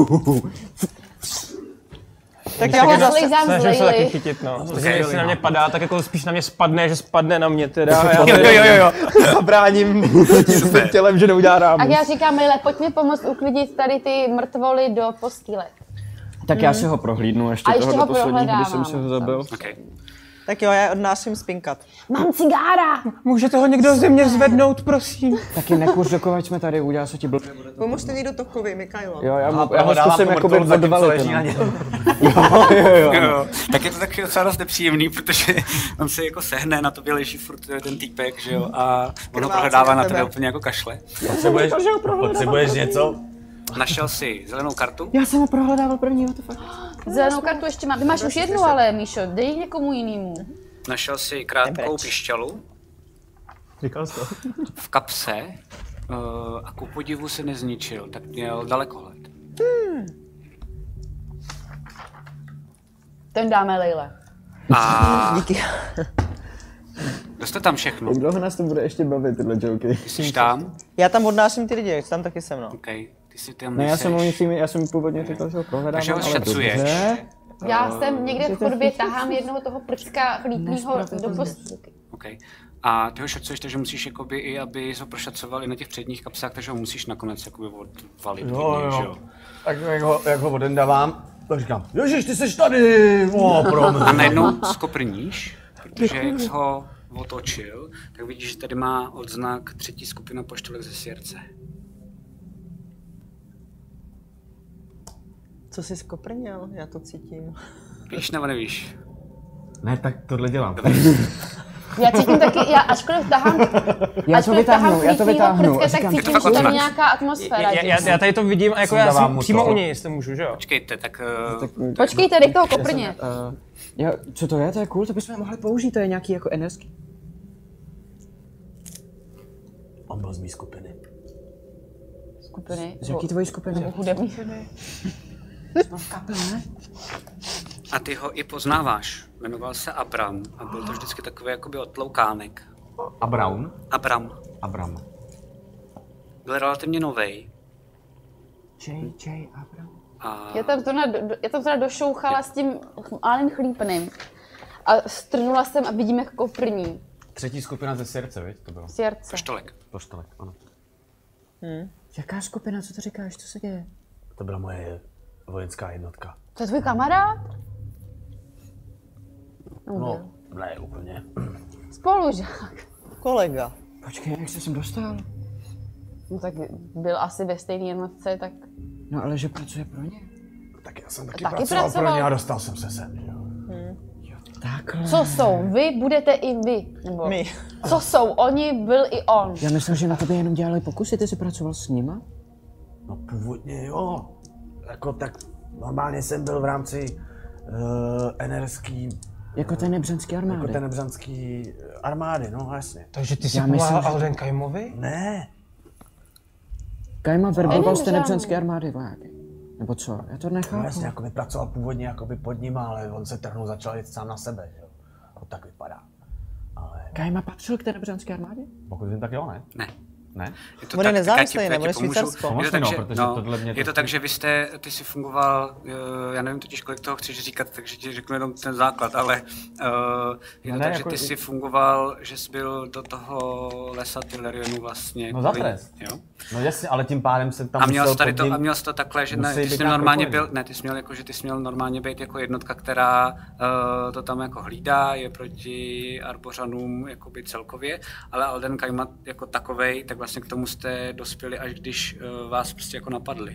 Tak já ho zase... Slejzám z Snažím se taky Leily. chytit, no. Takže jestli na mě padá, tak jako spíš na mě spadne, že spadne na mě teda. Jo. Zabráním svým tělem, že neudělá rámu. Tak já říkám, Leile, pojď mi pomoct uklidit tady ty mrtvoly do postýlek. Tak já si ho prohlídnu ještě A ještě toho ho do poslední, když jsem prohledávám. si ho zabil. Okay. Tak jo, já odnáším spinkat. Mám cigára! Můžete ho někdo ze mě zvednout, prosím? Taky nekuř, dokud jsme tady, udělá se ti blbě. Pomůžte někdo Tokovi, Mikajlo. Jo, já ho zkusím jakoby odvalit. na ně. Jo. Tak je to taky docela dost nepříjemný, protože on se jako sehne, na tobě leží furt ten týpek, že jo, a on ho prohledává na tebe úplně jako kašle. Potřebuješ něco? Našel si zelenou kartu, Já jsem ho prohledával první, what the fuck. Zelenou kartu ještě mám. Ty máš už jednu, ale Míšo, dej ji někomu jinému. našel si krátkou pišťalu Říkal jsi to. v kapse a ku podivu se nezničil, tak měl dalekohled. Ten dáme Leile. A Díky. doste tam všechno. Jak dlouho nás to bude ještě bavit, tyhle joky? Jsi tam? Já tam odnáším ty lidi, tam taky jsem, no. OK, ty si tam No neseš. já jsem původně říkal, že ho prohledávám, Takže ho ale šacuješ. dobře. Já jsem někde v chodbě tahám jednoho toho prcka chlípnýho do postýlky. OK. Okay. A ty ho šacuješ, takže musíš jakoby i, aby ho prošacoval i na těch předních kapsách, takže ho musíš nakonec jakoby odvalit. Jo. Tak jak ho odendávám, tak říkám, Ježiš, ty seš tady! A najednou skoprníš, protože jak jsi ho otočil, tak vidíš, že tady má odznak 3. skupina poštolek ze Sierce. Co jsi skoprněl? Já to cítím. Víš nebo nevíš? Ne, tak tohle dělám. Já cítím taky, já ačkoliv tahám, já to vytáhnu. Prcka, tak cítím, že tam nějaká atmosféra. Já tady to vidím a jako já jsem přímo u něj, jestli můžu, že jo? Počkejte, tak... Počkejte, dej toho koprně. Co to je? To je cool, to bychom mohli použít, to je nějaký jako energický. On byl z mý skupiny. Skupiny? Z jaký tvojí skupiny? Hudební. Jsme v kapele. A ty ho i poznáváš. Jmenoval se Abram a byl to vždycky takový jakoby otloukánek. Abram. Byl relativně novej. J. Abram. Já tam teda došouchala s tím malým chlípným. A strnula jsem a vidím jako první. 3. skupina ze Sierce, viď? To bylo. Sierce. Poštolek, ano. Jaká skupina, co to říkáš, co se děje? To byla moje vojenská jednotka. To je tvůj kamarád? No, ne úplně. Spolužák. Kolega. Počkej, jak jsi sem dostal? No tak byl asi ve stejné jednotce, tak... No ale že pracuje pro ně? Tak já jsem taky pracoval pro ně a dostal jsem se sem, jo. Takhle. Co jsou vy, budete i vy. Nebo my. Co jsou oni, byl i on. Já myslím, že na tobě jenom dělali pokusy, ty jsi pracoval s nima? No původně jo. Jako tak normálně jsem byl v rámci enerský... Jako té nebřanské armády? Jako té nebřanské armády, no jasně. Takže ty jsi pomáhal Alden Kaimovi? Ne. Kaima verboval z té nebřanské armády vojáky. Nebo co? Já to nechápu. No jasně, jako by pracoval původně jakoby pod nima, ale on se trhnul, začal jít sám na sebe, jo. To tak vypadá. Ale... Kaima patřil k té nebřanské armádě? Pokud vím, tak jo, ne? Ne. On je nezávislý, nebo Švýcarsko? Je to tak, že ty jsi fungoval, já nevím totiž, kolik toho chceš říkat, takže ti řeknu jenom ten základ, ale je to tak, že ty jsi fungoval, že jsi byl do toho lesa Tylerionu vlastně. No za trest. Jo? No jasně, ale tím pádem jsem tam a měl jsi to takhle, že ne, ty jsi normálně byl, ne, ty jsi měl normálně být jako jednotka, která to tam jako hlídá, je proti Arbořanům jakoby celkově, ale Alden Kaima jako takovej, tak vlastně k tomu jste dospěli, až když vás prostě jako napadli.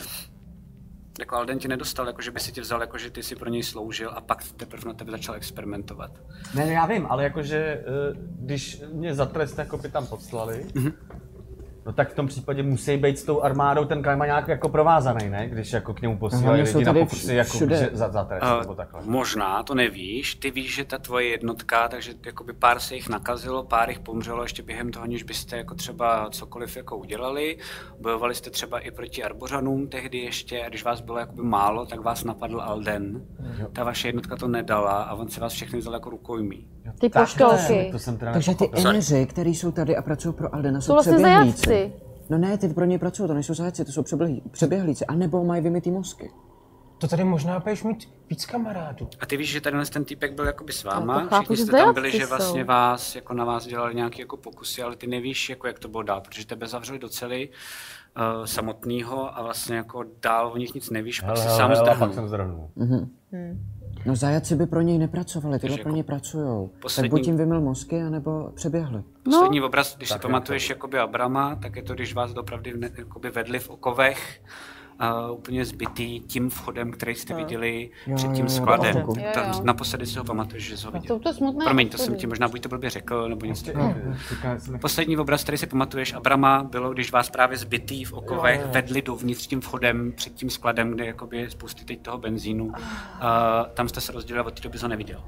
Jako Alden ti nedostal, jako že by si tě vzal, jako že ty si pro něj sloužil a pak teprve na tebe začal experimentovat. Ne, já vím, ale jakože když mě za trest jako by tam poslali, no tak v tom případě musí být s tou armádou ten Kaima nějak jako provázaný, ne? Když jako k němu posílají lidi na pokusy jako za trest nebo takhle. Možná, to nevíš. Ty víš, že ta tvoje jednotka, takže jakoby pár se jich nakazilo, pár jich pomřelo ještě během toho, než byste jako třeba cokoliv jako udělali. Bojovali jste třeba i proti Arbořanům tehdy ještě a když vás bylo jakoby málo, tak vás napadl Alden. Ta vaše jednotka to nedala a on se vás všechny vzal jako rukojmí. Ty poštolky. Takže ty eneři, kteří jsou tady a pracují pro Aldena, jsou vlastně přeběhlíci. No ne, ty pro ně pracují, to nejsou zajatci, to jsou přeběhlíci, anebo mají vymytý mozky. To tady možná budeš mít víc kamarádů. A ty víš, že tady ten týpek byl jakoby s váma, všichni jste tam byli, že vlastně jako na vás dělali nějaké jako pokusy, ale ty nevíš, jako jak to bylo dál, protože tebe zavřeli do cely samotného a vlastně jako dál o nich nic nevíš, pak si sám zdrhnul. No zajatci by pro něj nepracovali, tyhle pro něj pracujou. Tak buď jim vymyl mozky, anebo přeběhli. Poslední obraz, když si pamatuješ jakoby Abrama, tak je to, když vás dopravdy vedli v okovech, úplně zbytý tím vchodem, který jste viděli před tím skladem. Naposledy si ho pamatuješ, že jsi ho viděl. Promiň, to jsem ti možná buď to blbě řekl, nebo něco takového. Poslední obraz, který si pamatuješ Abrama, bylo, když vás právě zbytý v okovech vedli dovnitř tím vchodem před tím skladem, kde je spousty teď toho benzínu. Tam jste se rozdělili a od té doby jsi ho neviděl.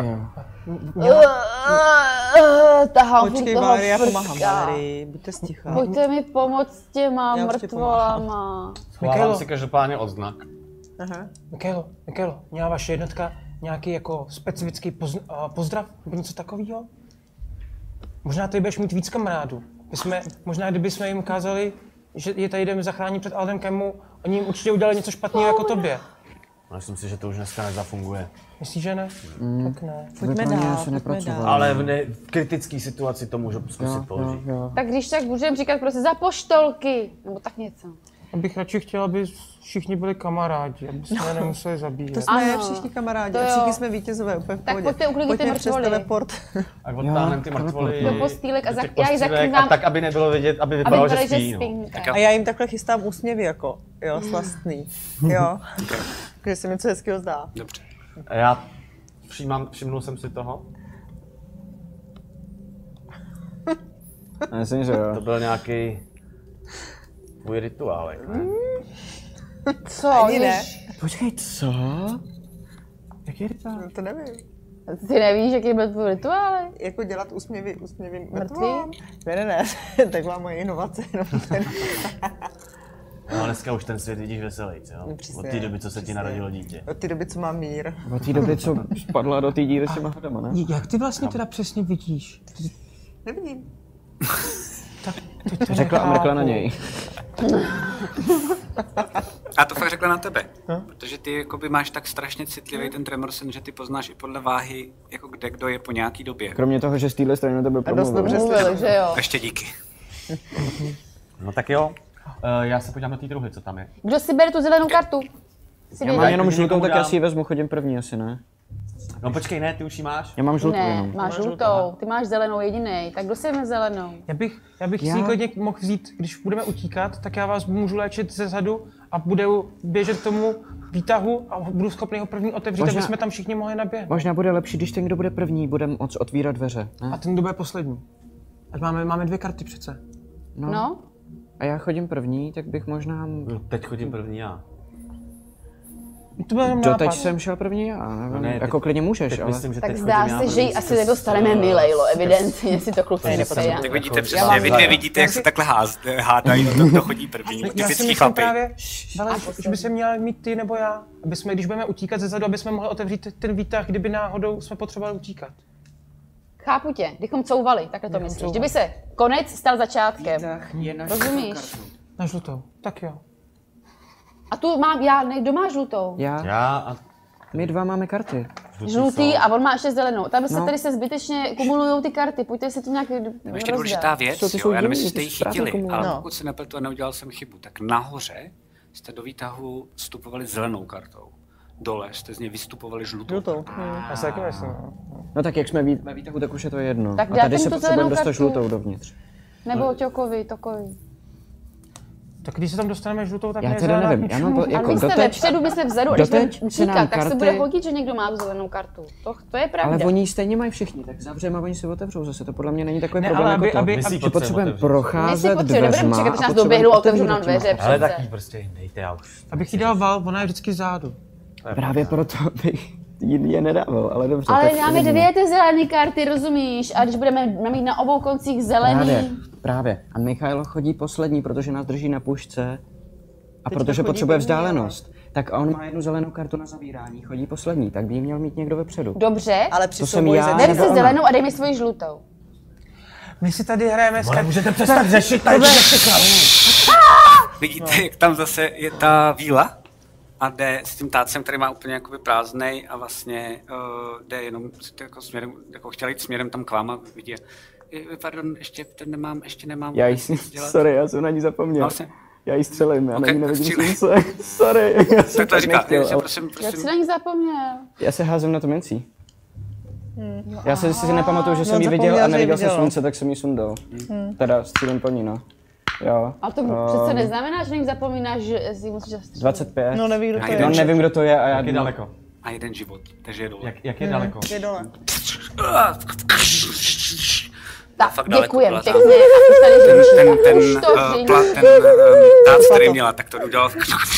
Tahám počkej, Valerie, já pomáhám, Valerie, buďte sticha. Pojďte mi pomoct s těma mrtvolama. Schovávám si každopádně odznak. Mikelo, měla vaše jednotka nějaký jako specifický pozdrav nebo něco takového? Možná tady budeš mít víc kamarádů. Možná kdybychom jim ukázali, že je tady jdeme zachránit před Aldem Kaimu, oni jim určitě udělali něco špatného jako tobě. Myslím si, že to už dneska nezafunguje. Myslíš, že ne? Tak ne. Pojďme dál. Ale v kritické situaci to můžu zkusit použít. Tak když tak můžeme říkat prostě za poštolky, nebo tak něco. Abych radši chtěla, aby všichni byli kamarádi, aby jsme je nemuseli zabíjet. To jsme všichni kamarádi, a všichni jsme vítězové, úplně v Tak pohodě. pojďte uklidit ty mrtvoly. Teleport. A odtáhneme ty mrtvoly Do postýlek a já ji zakývám. tak, aby nebylo vidět, aby vypadalo, že spí. A já jim takhle chystám úsměvy jako, jo, slastný. Jo. Že se mi něco hezkého zdá. Dobře. A já všimnul jsem si toho. Myslím, že jo. To byl nějaký tvůj rituálek, ne? Co? Ani ne. Počkej, co? Jaký rituál? To nevím. Ty nevíš, jaký byl tvůj rituál? Jako dělat úsměvy Mrtví? Ne. Tak má moje inovace. No, dneska už ten svět vidíš veselý, jo? Přesně, Od té doby, co se ti narodilo dítě. Od té doby, co mám mír. Od té doby, co spadla do té díry s těma hadama, ne? Jak ty vlastně teda přesně vidíš? Nevidím. Řekla a mrkla na něj. A to fakt řekla na tebe, protože ty jakoby máš tak strašně citlivý ten tremorsen, že ty poznáš i podle váhy, jako kde kdo je po nějaký době. Kromě toho, že z téhle strany na tebe Mluvil, že jo. Ještě díky. No tak jo, já se podívám na té druhy, co tam je. Kdo si bere tu zelenou kartu? Já mám jenom žlutou, tak já si ji vezmu, chodím první asi, ne? No počkej, ne, ty už ji máš? Já mám žlutou Ne, jenom. máš žlutou, ty máš zelenou jedinej, tak kdo si vezme zelenou? Já bych si ji klidně mohl vzít, když budeme utíkat, tak já vás můžu léčit ze zadu a budu běžet k tomu výtahu a budu schopný ho první otevřít, aby jsme tam všichni mohli naběhnout. Možná bude lepší, když ten, kdo bude první, bude moc otvírat dveře. Ne? A ten, kdo bude poslední. Ať máme 2 karty přece. No? A já chodím první, tak bych možná... No, teď chodím první já. To byl jenom nápad. Doteď jsem šel první já, nevím, No ne, jako klidně můžeš, ale... Myslím, že Tak teď zdá se, že ji asi nedostaneme my, Lejlo, evidentně si to kluci nepřeje. Tak vidíte přesně, vy dvě vidíte, jak se takhle hádají, kdo chodí první, ty Já si fyzický myslím chlapy. právě, že by se měla mít ty nebo já, aby jsme, když budeme utíkat ze zadu, aby jsme mohli otevřít ten výtah, kdyby náhodou jsme potřebovali utíkat. Chápu tě, kdybychom couvali, takhle to myslíš. Kdyby se konec stal začátkem. Rozumíš? Na žlutou, tak jo. A tu mám já, kdo má žlutou? Já a... My 2 máme karty. Žlutý a on má ještě zelenou. Tam se tady se zbytečně kumulují ty karty, pojďte si to nějak Ještě důležitá věc, jo, já nevím, jestli jste ji chytili, ale No. pokud se nepletu a neudělal jsem chybu, tak nahoře jste do výtahu vstupovali zelenou kartou. Dole jste z něj vystupovali žlutou. Já se taky myslím. No tak jak jsme ve výtahu, tak už je to jedno. Tak a tady dám se tu potřebujeme zelenou dostat kartu. žlutou dovnitř. Nebo ťokovi, tokovi. Tak když se tam dostaneme žlutou, tak Já mě teda nevím, já mám Ale jako my jsme doteď... vepředu, my jsme vzadu a když budeme doteď se nám utíkat, tak se karty- bude hodit, že někdo má tu zelenou kartu. To je pravda. Ale oni ji stejně mají všichni, tak zavřeme a oni si otevřou zase. To podle mě není takový Ne, problém ale jako to. My si Že potřebujeme My si procházet potřebujeme, nebudeme dveřma čekat, až nás potřebujeme doběhnou a otevřou otevřít nám těma. dveře. Ale přece. taky prostě dejte, já už. Abych jí dal val, ona je vždycky zádu. Právě proto bych je nedával, ale dobře. Ale tak máme uvidíme. 2 ty zelené karty, rozumíš? A když budeme mít na obou koncích zelený, Právě. A Michailo chodí poslední, protože nás drží na pušce a Teďka protože chodí potřebuje první, vzdálenost. Tak a on má jednu zelenou kartu na zavírání, chodí poslední, tak by ji měl mít někdo vepředu. dobře, Ale při To jsem souboji já, ze vem nebo si ona? zelenou a dej mi svoji žlutou. My si tady hrajeme s Můžete přestat řešit tady Vidíte, jak tam zase je ta víla a jde s tím tácem, který má úplně jakoby prázdnej a vlastně jde jenom jako směrem, jako chtěl jít směrem tam k vám a vidí. Pardon, ještě nemám. Já jí, nic dělat. sorry, já jsem na ní zapomněl. Vlastně. Já jí střelím, já na ní Ok, nevidím střílej. slunce. Sorry, já jsem Tak to tak říká, nechtěl, ale prosím. Jak jsi na ní zapomněl? já se házím na to mincí. Já si nepamatuju, že jsem on ji viděl zapomněl, a že ji neviděl jsem viděl. slunce, tak jsem ji sundal. Teda střílem po ní, no. Jo. Ale to přece neznamená, že na ní zapomínáš, že si musíš zastřelit. 25. No neví, kdo to No je. nevím, kdo to je a já Jak je daleko? A jeden život, takže je dole. Jak je daleko? Je dole. Tak, Fakt daleko děkujem, byla pěkně. A už tady řečí. Ten Už to řečí. tác, který měla, tak to udělal.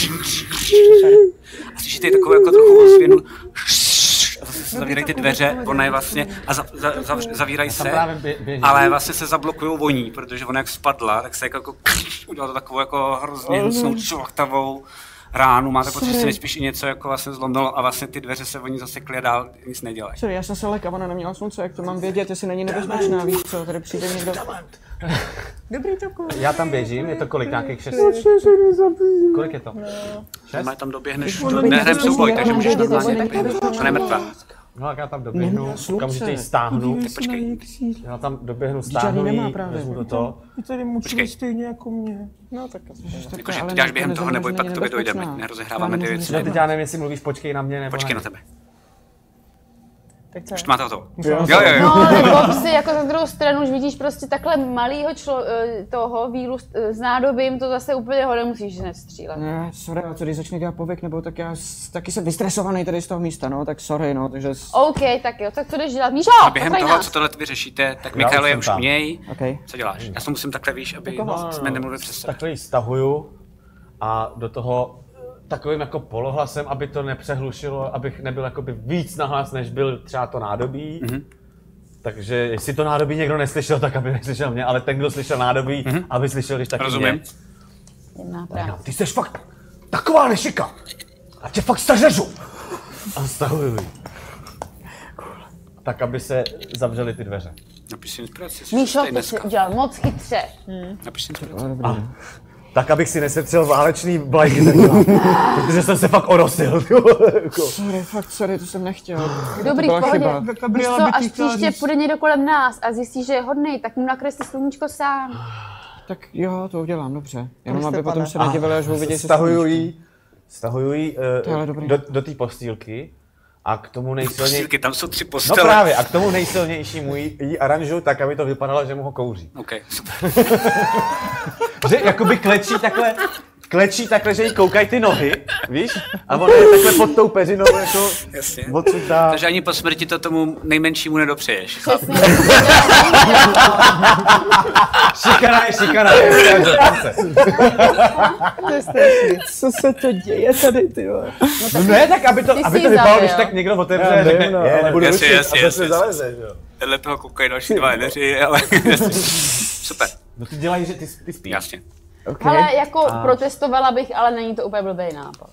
A slyšíte takovou jako trochu ozvěnu. A zase se zavírají ty dveře, ona je vlastně, a zavírají se, ale vlastně se zablokujou voní, protože ona jak spadla, tak se jako udělala takovou jako hrozně hnusnou člochtavou ránu, máte pocit, že se nejspíš i něco jako vlastně zlomilo a vlastně ty dveře se oni zasekly a dál nic nedělají. Sorry, já jsem se lék a ona neměla slunce, jak to mám vědět, jestli není nebezpečná, víš co, tady přijde někdo. Dobrý to Já tam běžím, je to kolik, nějakých 6? Kolik je to? 6? Máš tam doběhneš, nehrem souboj, takže můžeš normálně doběhnout, to nemrtvá. No tak já tam doběhnu, okamžitě ji stáhnu. Tak počkej. Já tam doběhnu, stáhnu ji, vezmu do toho. Vy tady můžete stejně jako mě. No tak jakože ty děláš během toho, nebo pak k tobě dojdeme, nerozehráváme ty věci. No teď já nevím, jestli mluvíš počkej na mě, nebo počkej na tebe. Tak co? Už to máte hotovo. Jo. No ale Bob si jako za druhou stranu už vidíš prostě takhle malýho toho vílu s nádobím, to zase úplně ho nemusíš hned střílet. Ne, sorry, ale co když začne dělat pověk, nebo tak já taky jsem vystresovaný tady z toho místa, no, tak sorry, no, takže... OK, tak jo, tak co jdeš dělat? Míšo, a během toho, co tohle vyřešíte, tak Michael je už u něj. Okay. Co děláš? Já se musím takhle, víš, aby jsme nemluvili přes sebe. Takhle ji stahuju a do toho takovým jako polohlasem, aby to nepřehlušilo, abych nebyl jakoby víc nahlas, než byl třeba to nádobí. Takže jestli to nádobí někdo neslyšel, tak aby neslyšel mě, ale ten, kdo slyšel nádobí, aby slyšel, když taky rozumím. Mě. Ty jsi fakt taková nešika! A tě fakt seřežu! A stahuju ji. Tak, aby se zavřely ty dveře. Napiš si inspiraci. Míšo, ty jsi udělal moc chytře. Napiš si inspiraci. Tak, abych si nesetřel válečný vlajky, protože jsem se fakt orosil. Sorry, to jsem nechtěl. Dobrý, v pohodě. Víš co, až příště půjde někdo kolem nás a zjistí, že je hodnej, tak mu nakresli sluníčko sám. Tak jo, to udělám, dobře. Jenom aby potom se nedivili, až uvidí, že stahuju ji do té postýlky. A k tomu nejsilnější... Tam jsou 3 postele. No právě, a k tomu nejsilnějšímu jí aranžuju tak, aby to vypadalo, že mu ho kouří. OK, super. Že jakoby klečí takhle, že jí koukají ty nohy, víš? A ona je takhle pod tou peřinou jako odsud dá. Takže ani po smrti to tomu nejmenšímu nedopřeješ. Šikana je. To je strašný. Co se to děje tady, ty vole? No ne, tak aby to vypadalo, když tak někdo otevře a řekne, nebudu učit a zase zaleze, jo. Tenhle toho koukají další 2 eneři, ale super. No ty dělají, že ty spíš. Jasně. Okay. Ale jako protestovala bych, ale není to úplně blbý nápad.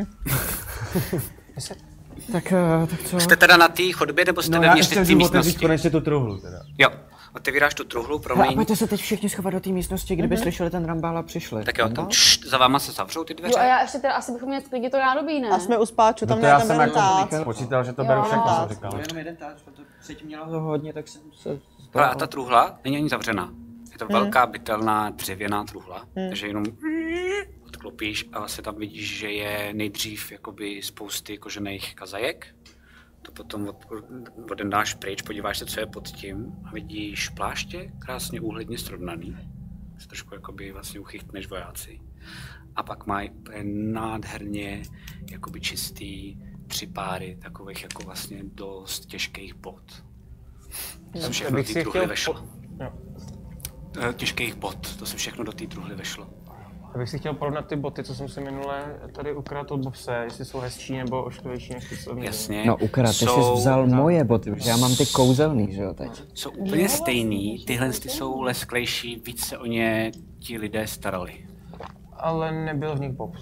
Tak co? Jste teda na té chodbě, nebo jste vevnitř té místnosti? Já ještě konečně tu truhlu teda. Jo, otevíráš tu truhlu, promiň. A pojďte se teď všichni schovat do té místnosti, kdyby slyšeli ten rambál a přišli. Tak jo, tam za váma se zavřou ty dveře. Jo, a já ještě teda asi bychom měli sklidit to nádobí, ne? A jsme u spáču, tam nějak ten tác. Počítal, že to beru všechno, jsem říkal. Jenom jeden tác, protože předtím měla to hodně, tak jsem se... A ta truhla není ani zavřená. Je to velká bytelná dřevěná truhla, takže jenom odklopíš a vlastně tam vidíš, že je nejdřív jakoby spousty kožených kazajek. To potom odendáš pryč, podíváš se, co je pod tím a vidíš pláště, krásně úhledně srovnaný. Se trošku jakoby vlastně uchytneš vojáci. A pak mají nádherně jakoby čistý 3 páry takových jako vlastně dost těžkých bot. To se všechno do té truhly vešlo. Těžkých bot, to se všechno do té truhly vešlo. Já bych si chtěl porovnat ty boty, co jsem si minule tady ukradl od Bobse, jestli jsou hezčí nebo ošklivější než ty, co měli. Jasně. No ukradl, ty jsi vzal moje boty, protože já mám ty kouzelný, že jo, teď. Jsou úplně stejný, tyhle jsou lesklejší, víc se o ně ti lidé starali. Ale nebyl v nich Bobs.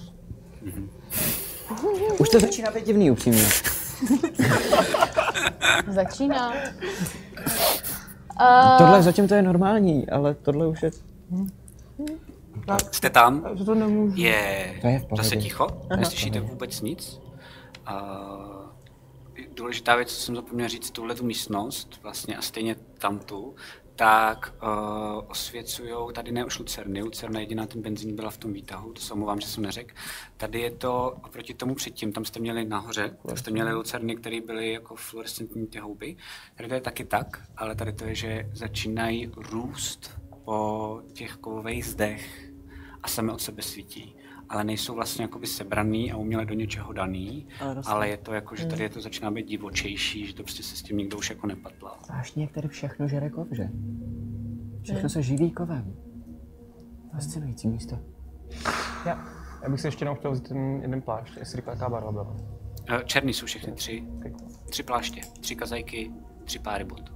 Už to začíná být divný, upřímně. Začíná. Tohle zatím to je normální, ale tohle už je... Jste tam? To nemůžu. Je zase ticho, neslyšíte vůbec nic. Důležitá věc, co jsem zapomněl říct, tuhletu místnost, vlastně a stejně tamtu, tak osvěcujou, tady ne už lucerny, lucerna jediná, ten benzín byla v tom výtahu, to se omlouvám, že jsem neřekl. Tady je to, oproti tomu předtím, tam jste měli nahoře, tak jste měli lucerny, které byly jako fluorescentní ty houby. Tady to je taky tak, ale tady to je, že začínají růst po těch kovových zdech a sami od sebe svítí. Ale nejsou vlastně jakoby sebraný a uměle do něčeho daný, ale je to jako, že tady je to začíná být divočejší, že to prostě se s tím nikdo už jako nepatlal. Vážně, jak tady všechno žere kov, že? Všechno se živí kovem. Fascinující místo. Já bych si ještě jenom chtěl vzít ten jeden plášť, jestli říká, jaká barva byla. Černý jsou všechny 3. 3 pláště, 3 kazajky, 3 páry bot.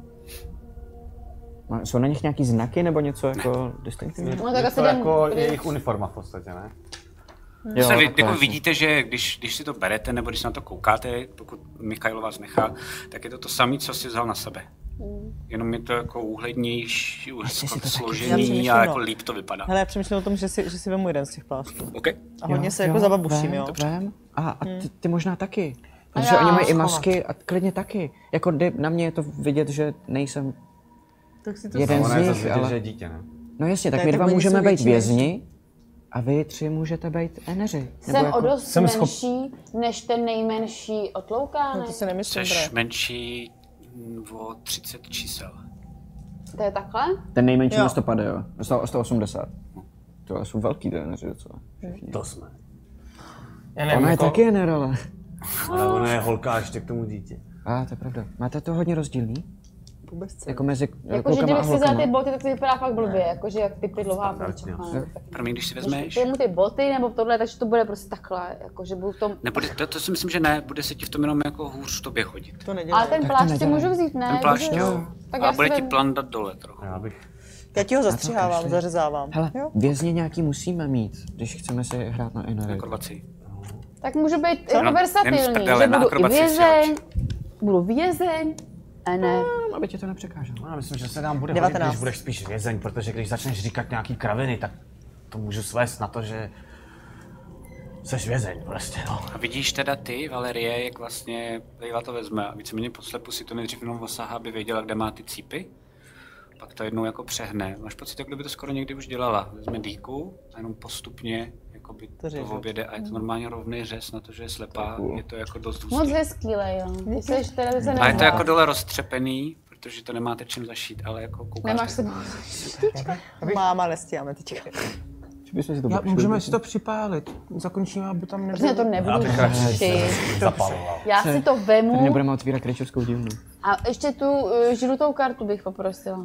Jsou na nich nějaký znaky nebo něco jako distinktivní? No, tak je to jako jejich uniforma v podstatě, ne? Jako vidíte, že když si to berete, nebo když na to koukáte, pokud Michailo vás nechá, tak je to samé, co si vzal na sebe. Jenom je to jako úhlednější, složený a jako líp to vypadá. Hele, já přemýšlím o tom, že si vemu jeden z těch plášťů. Okay. A hodně se jako zababuším, jo. A ty možná taky. Protože oni mají i masky a klidně taky. Jako na mě je to vidět, že nejsem jeden z nich, ale... že je dítě, ne? No jasně, tak my dva můžeme být vězni a vy 3 můžete být eneři. Jsem o dost menší než ten nejmenší otloukánek. No to si nemyslím, Jsi menší o 30 čísel. To je takhle? Ten nejmenší na 150, jo. 180. To jsou velký ty eneři docela. To jsme. Ona je taky ener, ale... Ale ona je holka ještě k tomu dítě. To je pravda. Máte to hodně rozdílný? Vůbec jako mezi jakože kdybych si vzal ty boty, tak to vypadá fakt blbě, jakože jak ty dlouhá půlčka. Promiň, když si vezmeš... Když ty boty nebo tohle, takže to bude prostě takhle, jakože budu v tom... Nebude, to si myslím, že ne, bude se ti v tom jenom jako hůř v tobě chodit. To nedělá. Ale ten plášť si můžu vzít, ne? Ten plášť jo. A bude ti plandat dole trochu. Já ti ho zastřihávám, zařezávám. Hele, vězně nějaký musíme mít, když chceme si hrát na enery. Akrobaci. Tak můžu být versatilní, že budu i vězeň, budu vězeň, ne. Aby tě to nepřekáželo. Já myslím, že se nám bude hodit, když budeš spíš vězeň, protože když začneš říkat nějaký kraviny, tak to můžu svést na to, že seš vězeň prostě, no. A vidíš teda ty, Valerie, jak vlastně Leila to vezme a víceméně poslepu si to nejdřív jenom osahá, aby věděla, kde má ty cípy. Pak to jednou jako přehne. Máš pocit, jak kdyby to skoro někdy už dělala. Vezme dýku a jenom postupně jakoby to objede a je to normálně rovný řez na to, že je slepá. Je to jako dost hustý. Moc hezký, Lejo. A je to jako dole roztřepený, protože to nemáte čím zašít, ale jako koukáš. Nemáš se Máma, nestíháme teďka. Můžeme si to připálit. Zakončíme, aby tam nebylo. Já to nebudu zapaloval. Já si to vemu. Nebudeme otvírat Krejčovskou dílnu. A ještě tu žlutou kartu bych poprosila.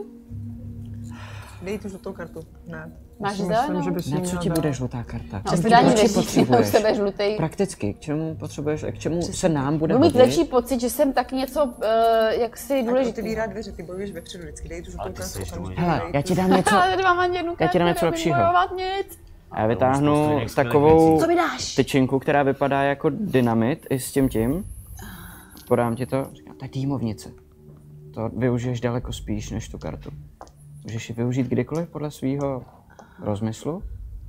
Dej tu žlutou kartu. Ne. Máš zelenou? Na co ti bude žlutá karta? No, zbraní věříš, u sebe žlutej. Prakticky, k čemu potřebuješ a k čemu se nám bude budu mít hodit? lepší pocit, že jsem tak něco jaksi důležitý. Otevírá dveře, ty bojuješ vepředu vždycky, dej tu žlutou kartu. Hele, já ti dám něco, já ti dám něco lepšího. A já vytáhnu takovou tyčinku, která vypadá jako dynamit i s tím. Podám ti to, říkám, to je dýmovnice. To využiješ daleko spíš než tu kartu. Můžeš ji využít kdykoliv podle svého rozmyslu.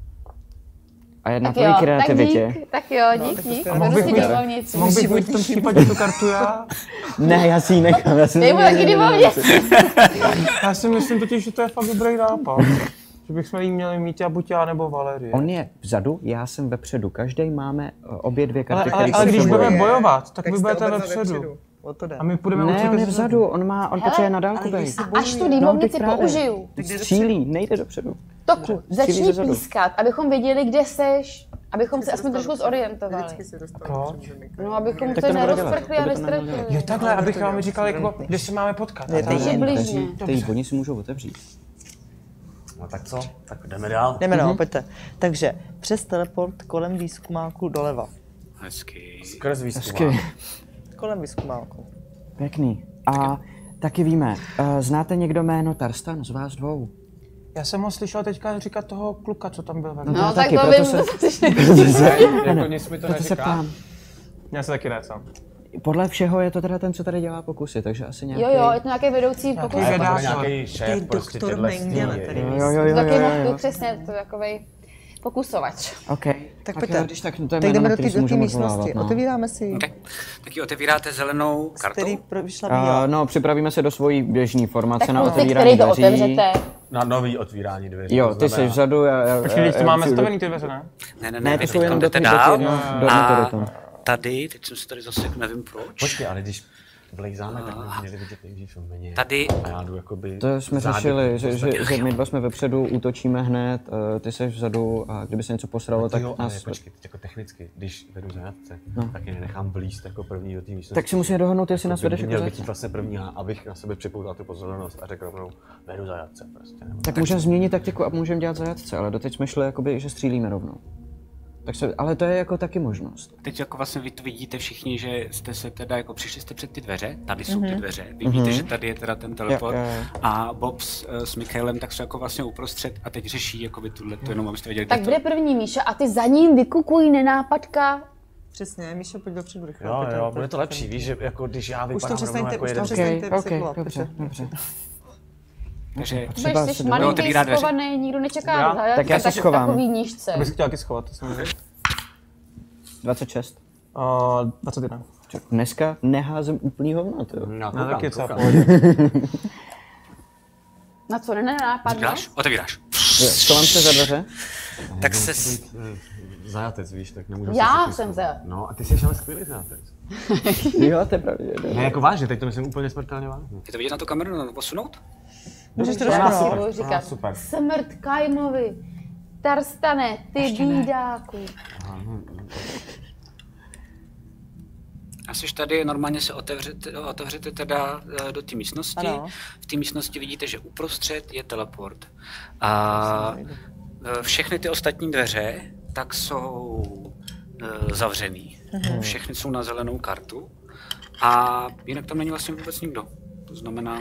A je na tvojí kreativitě. Tak jo, dík. Mohl bych v tom případě tu kartu já? Ne, já si ji nechám. Dejmu taky dýmovnici. Já si myslím totiž, že to je fakt dobrý nápad. Že bychom jí měli mít buď já nebo Valerie. On je vzadu, já jsem vepředu. Každý máme obě dvě karty, které potřebuje. Ale když budeme bojovat, tak vy budete vepředu. A my půjdeme určitě on je vzadu, on potřebuje na dálku být. Až tu dýmovnici použiju. Střílí, nejde dopředu. Toku, začni pískat, abychom věděli, kde seš. Abychom se aspoň trošku zorientovali. No, abychom to nerozprchli a nestratili. Jo, takhle, abych vám říkal, jako, kde se máme potkat. Takže bližně. Oni si můžou otevřít. No tak co? Tak jdeme dál. Jdeme dál, pojďte. Takže přes teleport kolem výzkumáku doleva. Hezky. Skrz výzkumáku. Kolem výzkumáku. Pěkný. A taky víme, znáte někdo jméno Tarstan z vás dvou? Já jsem ho slyšel teďka říkat toho kluka, co tam byl. No tak to vím, jako nic mi to neříká. Já se taky rád sám. Podle všeho je to teda ten, co tady dělá pokusy, takže asi nějaký... Jo, je to nějaký vedoucí pokus. Nějaký šéf, prostě tyhle stíly. Jo. Taky přesně, to takovej pokusovač. OK. Tak pojďte. Když tak to je jdeme do té místnosti. Otevíráme si ji. Tak ji otevíráte zelenou kartou? No, připravíme se do svojí běžné formace na otevírání dveří. Otevřete. Na nový otvírání dveří. Jo, ty jsi vzadu. Počkej, to máme stavený ty dveře, ne? Ne, to jsou jenom do dál. Tady, teď jsem si tady zase nevím proč. Počkej, ale když vlejzáme, tak bychom měli vidět nejdřív mě. Tady. A já jdu jakoby to jsme řešili, že my dva jsme vepředu, útočíme hned, ty jsi vzadu a kdyby se něco posralo, tak jo, nás... Ale počkej, jako technicky, když vedu zajatce, tak je nenechám vlízt jako první do té místnosti. Tak si musíme dohodnout, jestli nás vedeš jako zajatce. Měl být vlastně první, abych na sebe připoutal tu pozornost a řekl rovnou, vedu zajatce prostě. Tak můžeme změnit taktiku a můžeme dělat zajatce, ale doteď jsme šli, jakoby, že střílíme rovnou. Ale to je jako taky možnost. Teď jako vlastně vy to vidíte všichni, že jste se teda jako přišli jste před ty dveře, tady jsou ty dveře, vy víte, že tady je teda ten teleport a Bob s Michaelem tak jsou jako vlastně uprostřed a teď řeší jako by tuhle, to jenom abyste věděli. Tak kde první Míša a ty za ním vykukuj, nenápadka. Přesně, Míša, pojď dopředu rychle. Jo, bude to lepší, víš, že jako když já vypadám rovnou jako jeden. Okay, dobře. Takže třeba jsi malinký, schovaný, nikdo nečeká. Tak já se schovám. Takový nížce. Abych chtěl taky schovat, to samozřejmě. 26. 21. Dneska neházím úplný hovno, to jo. No taky co. Na co nenápadne? Otevíráš. Schovám se za dveře. Tak se... Zajatec, víš, tak nemůžu Já jsem zajatec. No a ty jsi ale skvělý zajatec. Jo, to je pravda. Ne, jako vážně, teď to myslím úplně smrtelně vážně. Je to vidět na tu kameru, posunout? Můžeš to budu říkat, smrt Kajmovi, Tarstane, ty bídáku. A jsi tady, normálně se otevřete teda do té místnosti. Ano. V té místnosti vidíte, že uprostřed je teleport. A všechny ty ostatní dveře tak jsou zavřený. Všechny jsou na zelenou kartu. A jinak tam není vlastně vůbec nikdo. To znamená,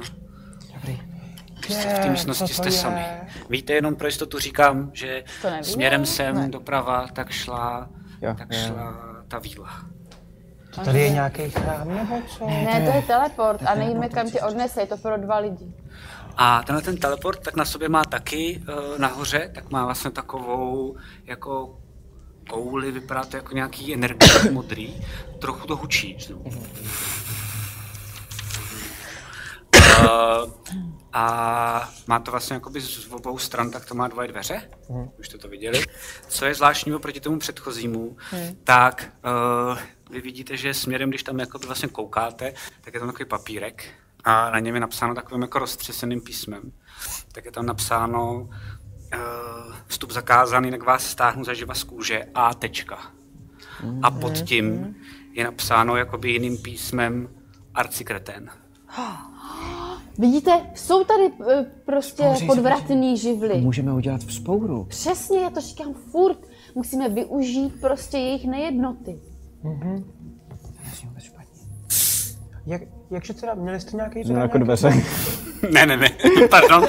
v té místnosti jste sami. Víte, jenom pro jistotu říkám, že směrem sem doprava tak šla ta víla. Tady je nějaký chrám nebo co? Ne, to je teleport a nevíme, kam tě odnese, je to pro 2 lidi. A tenhle ten teleport tak na sobě má taky nahoře, tak má vlastně takovou jako kouli, vypadá to jako nějaký energie modrý, trochu to hučí. A má to vlastně jakoby z obou stran, tak to má 2 dveře, už jste to viděli. Co je zvláštního proti tomu předchozímu, tak vy vidíte, že směrem, když tam jakoby vlastně koukáte, tak je tam takový papírek a na něm je napsáno takovým jako roztřeseným písmem. Tak je tam napsáno vstup zakázaný, jinak vás stáhnu zaživa z kůže a tečka. A pod tím je napsáno jakoby jiným písmem arcikretén. Vidíte, jsou tady prostě podvratný živly. Můžeme udělat vzpouru. Přesně, já to říkám furt. Musíme využít prostě jejich nejednoty. Jakže teda, měli jste nějaký... No jako dveře. Ne, pardon.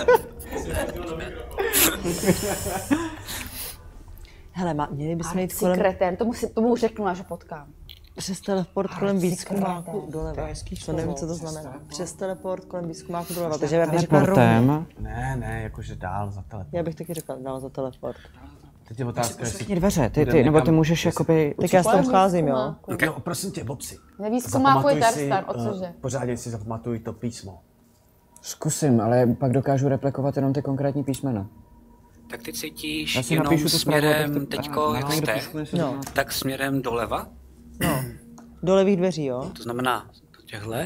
Hele, měli bychom jít kolem... Arcikretén, tomu řeknu, až ho potkám. Přes teleport kolem výzkumáku doleva. To nevím, co to znamená. Přes teleport kolem výzkumáku doleva. Takže já bych řekla rovně. Ne, jakože dál za teleport. Já bych taky řekla dál za teleport. Teď je otázka, jestli dveře, nebo ty můžeš jakoby... Tak já s tom vcházím, jo. No, prosím tě, Bobsi. Ve výzkumáku je Tarstan, o cože? Pořádně si zapamatuj to písmo. Zkusím, ale pak dokážu replikovat jenom ty konkrétní písmena. Tak ty cítíš jenom směrem teďko, jak jste, tak směrem doleva. No, do levých dveří, jo? To znamená těchhle.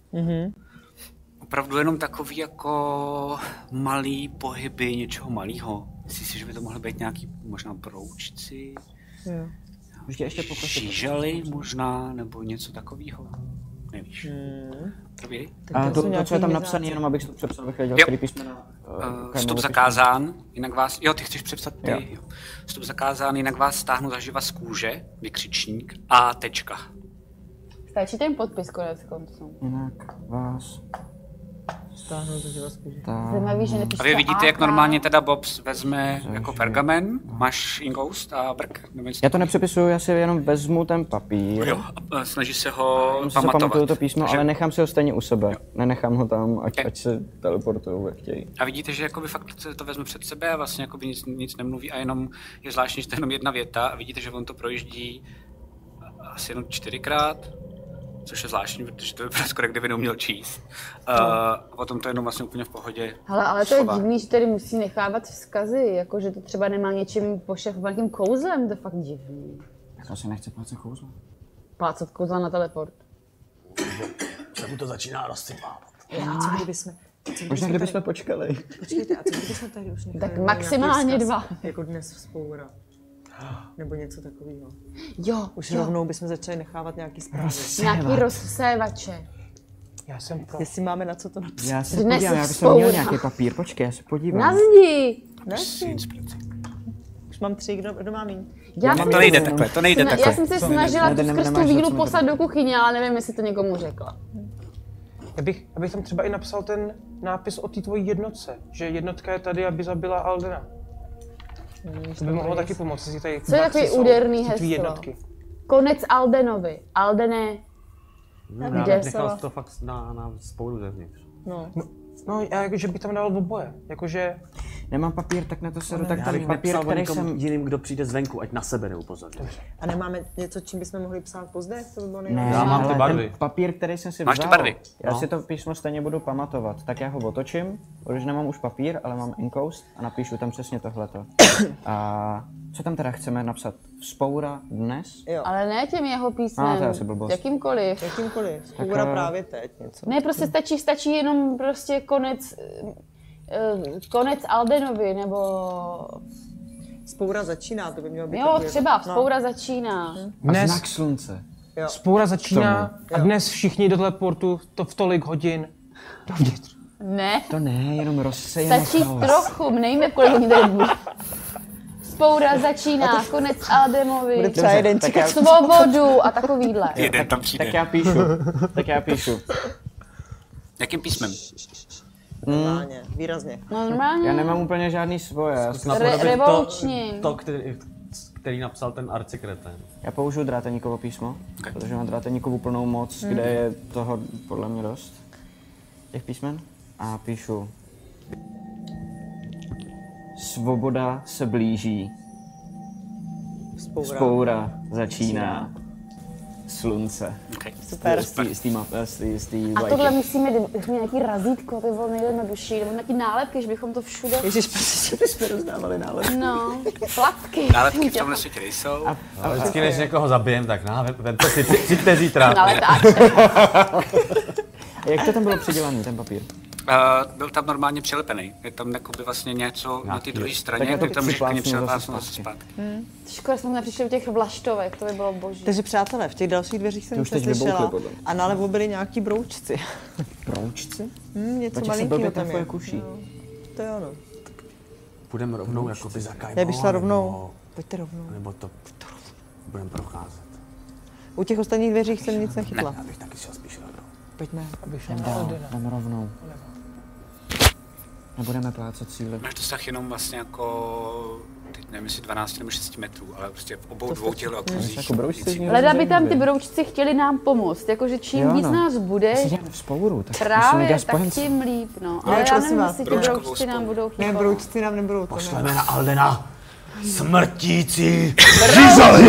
Opravdu jenom takový jako malý pohyby něčeho malého. Myslíš si, že by to mohly být nějaký možná broučci? Jo. Žížaly možná, nebo něco takového? Nevíš. Probírej. A to, co je tam napsané, jenom abych to přepsal, bych věděl, který písmena. Vstup zakázán, jinak vás... Jo, ty chceš přepsat ty. Jo. Vstup zakázán, jinak vás stáhnu zaživa z kůže, vykřičník a tečka. Stačí ten podpis konec konců. Jinak vás... Stáhnu zaživa z kůže. Zajímavý, že nepíšte A vy vidíte, jak normálně teda Bob vezme jako pergamen, máš ingoust a brk? Já to nepřepisuju, já si jenom vezmu ten papír. Jo, a snaží se ho pamatovat. Pamatuju to písmo, ale nechám si ho stejně u sebe. Jo. Nenechám ho tam, ať se teleportují, jak chtějí. A vidíte, že jakoby fakt to vezme před sebe a vlastně jakoby nic nemluví a jenom je zvláštní, že to je jenom jedna věta a vidíte, že on to projíždí asi jenom 4krát. Což je zvláštní, protože to vypadá skoro, kdyby neuměl číst. A potom to je jenom vlastně úplně v pohodě. Hele, ale to je divný, že tady musí nechávat vzkazy, jakože to třeba nemá něčím pošefovaným kouzlem, to je fakt divný. Tak asi nechce plácat kouzlo. Plácat kouzla na teleport. Se mu to začíná rozsypávat. Co kdybychom... Možná kdybychom počkali. Počkejte, a co kdybychom tady už nechali? Tak maximálně 2. Jako dnes vzpoura. Nebo něco takového. Jo, už rovnou bychom začali nechávat nějaký zprávy. Nějaký rozsévače. Já jsem pro. Jestli máme na co to napsat. Já se podívám, já bych měl nějaký papír, počkej, já se podívám. Na zdi! Už mám 3, kdo má míň. To nejde takhle, to nejde takhle. Já jsem se snažila skrz tu vílu poslat do kuchyně, ale nevím, jestli to někomu řekla. Já bych tam třeba i napsal ten nápis o té tvojí jednotce, že jednotka je tady, aby zabila Aldena. To by mohlo taky pomoct, jestli tady co je takový úderný heslo? Jednotky. Konec Aldenovi. Aldene. Nechal to fakt na spouru zevnitř. No, jakože bych tam dal oboje, jakože... Nemám papír, tak na to sedu, tak tady papír, který jsem... jiným, kdo přijde zvenku, ať na sebe neupozorní. A nemáme něco, čím bychom mohli psát později? To by bylo Ne, já mám ty barvy. Ten papír, který jsem si vzal, máš ty barvy? Já si to písmo stejně budu pamatovat, tak já ho otočím, protože nemám už papír, ale mám inkoust a napíšu tam přesně tohleto. A co tam teda chceme napsat? Vzpoura dnes? Jo. Ale ne těm jeho písmem. To je asi blbost. Jakýmkoliv. Vzpoura právě teď něco. Ne, prostě stačí jenom prostě konec Aldenovi, nebo... Vzpoura začíná, to by mělo být... Jo, třeba, vzpoura začíná. A znak slunce. Jo. Vzpoura začíná a dnes všichni do teleportu to v tolik hodin dovnitř. Ne. To ne, jenom rozsejeme Stačí trochu, nevíme, kolik hodin tady bude. Vzpoura začíná, konec Aldenovi, Bude třeba jeden čekat. svobodu a takovýhle. Jeden tam přijde. Tak já píšu. Jakým písmem? Normálně, výrazně. No normálně. Já nemám úplně žádný svoje. Revoluční. To, který napsal ten arcikreten. Já použiju dráteníkovo písmo, protože mám dráteníkovou plnou moc, kde je toho podle mě dost. Těch písmen. A píšu. Svoboda se blíží. Vzpoura začíná. Slunce. Okay. Super. Z té A tohle musíme nějaký razítko, to by bylo nejjednodušší, nebo nějaký nálepky, že bychom to všude... Ježiš, protože bychom rozdávali nálepky. No, platky. Nálepky v tomhle světě nejsou. A vždycky, než někoho zabijem, tak vemte si, přijďte zítra. Na letáče. A jak to tam bylo přidělaný, ten papír? Byl tam normálně přilepený. Je tam jakoby vlastně něco na té druhé straně, kde tam můžeš klidně přilepásnout zase zpátky. Škoda, jsme nepřišli u těch vlaštovek, to by bylo boží. Takže přátelé, v těch dalších dveřích jsem se slyšela a nalevo byli nějaký broučci. Broučci? Něco malinkýho tam je. Kuší. To je ono. Půjdeme rovnou jakoby za Kajmou. Já bych šla rovnou. Pojďte rovnou. Nebo to budeme procházet. U těch ostatních dveřích jsem nic nechytla. Ne, já bych taky šel spíš rovnou. Pojďme. Jdem rovnou. Nebudeme plácat cíle. Máš dosah jenom vlastně jako, teď nevím jestli 12 nebo 6 metrů, ale prostě v obou dvou těle okruzích. Leda by tam ty broučci chtěli nám pomoct, jakože čím víc nás bude, právě tak tím líp, no. Ale já nevím, jestli ty broučci nám budou chytat. Ne, broučci nám nebudou. Pošleme na Aldena smrtící řízali!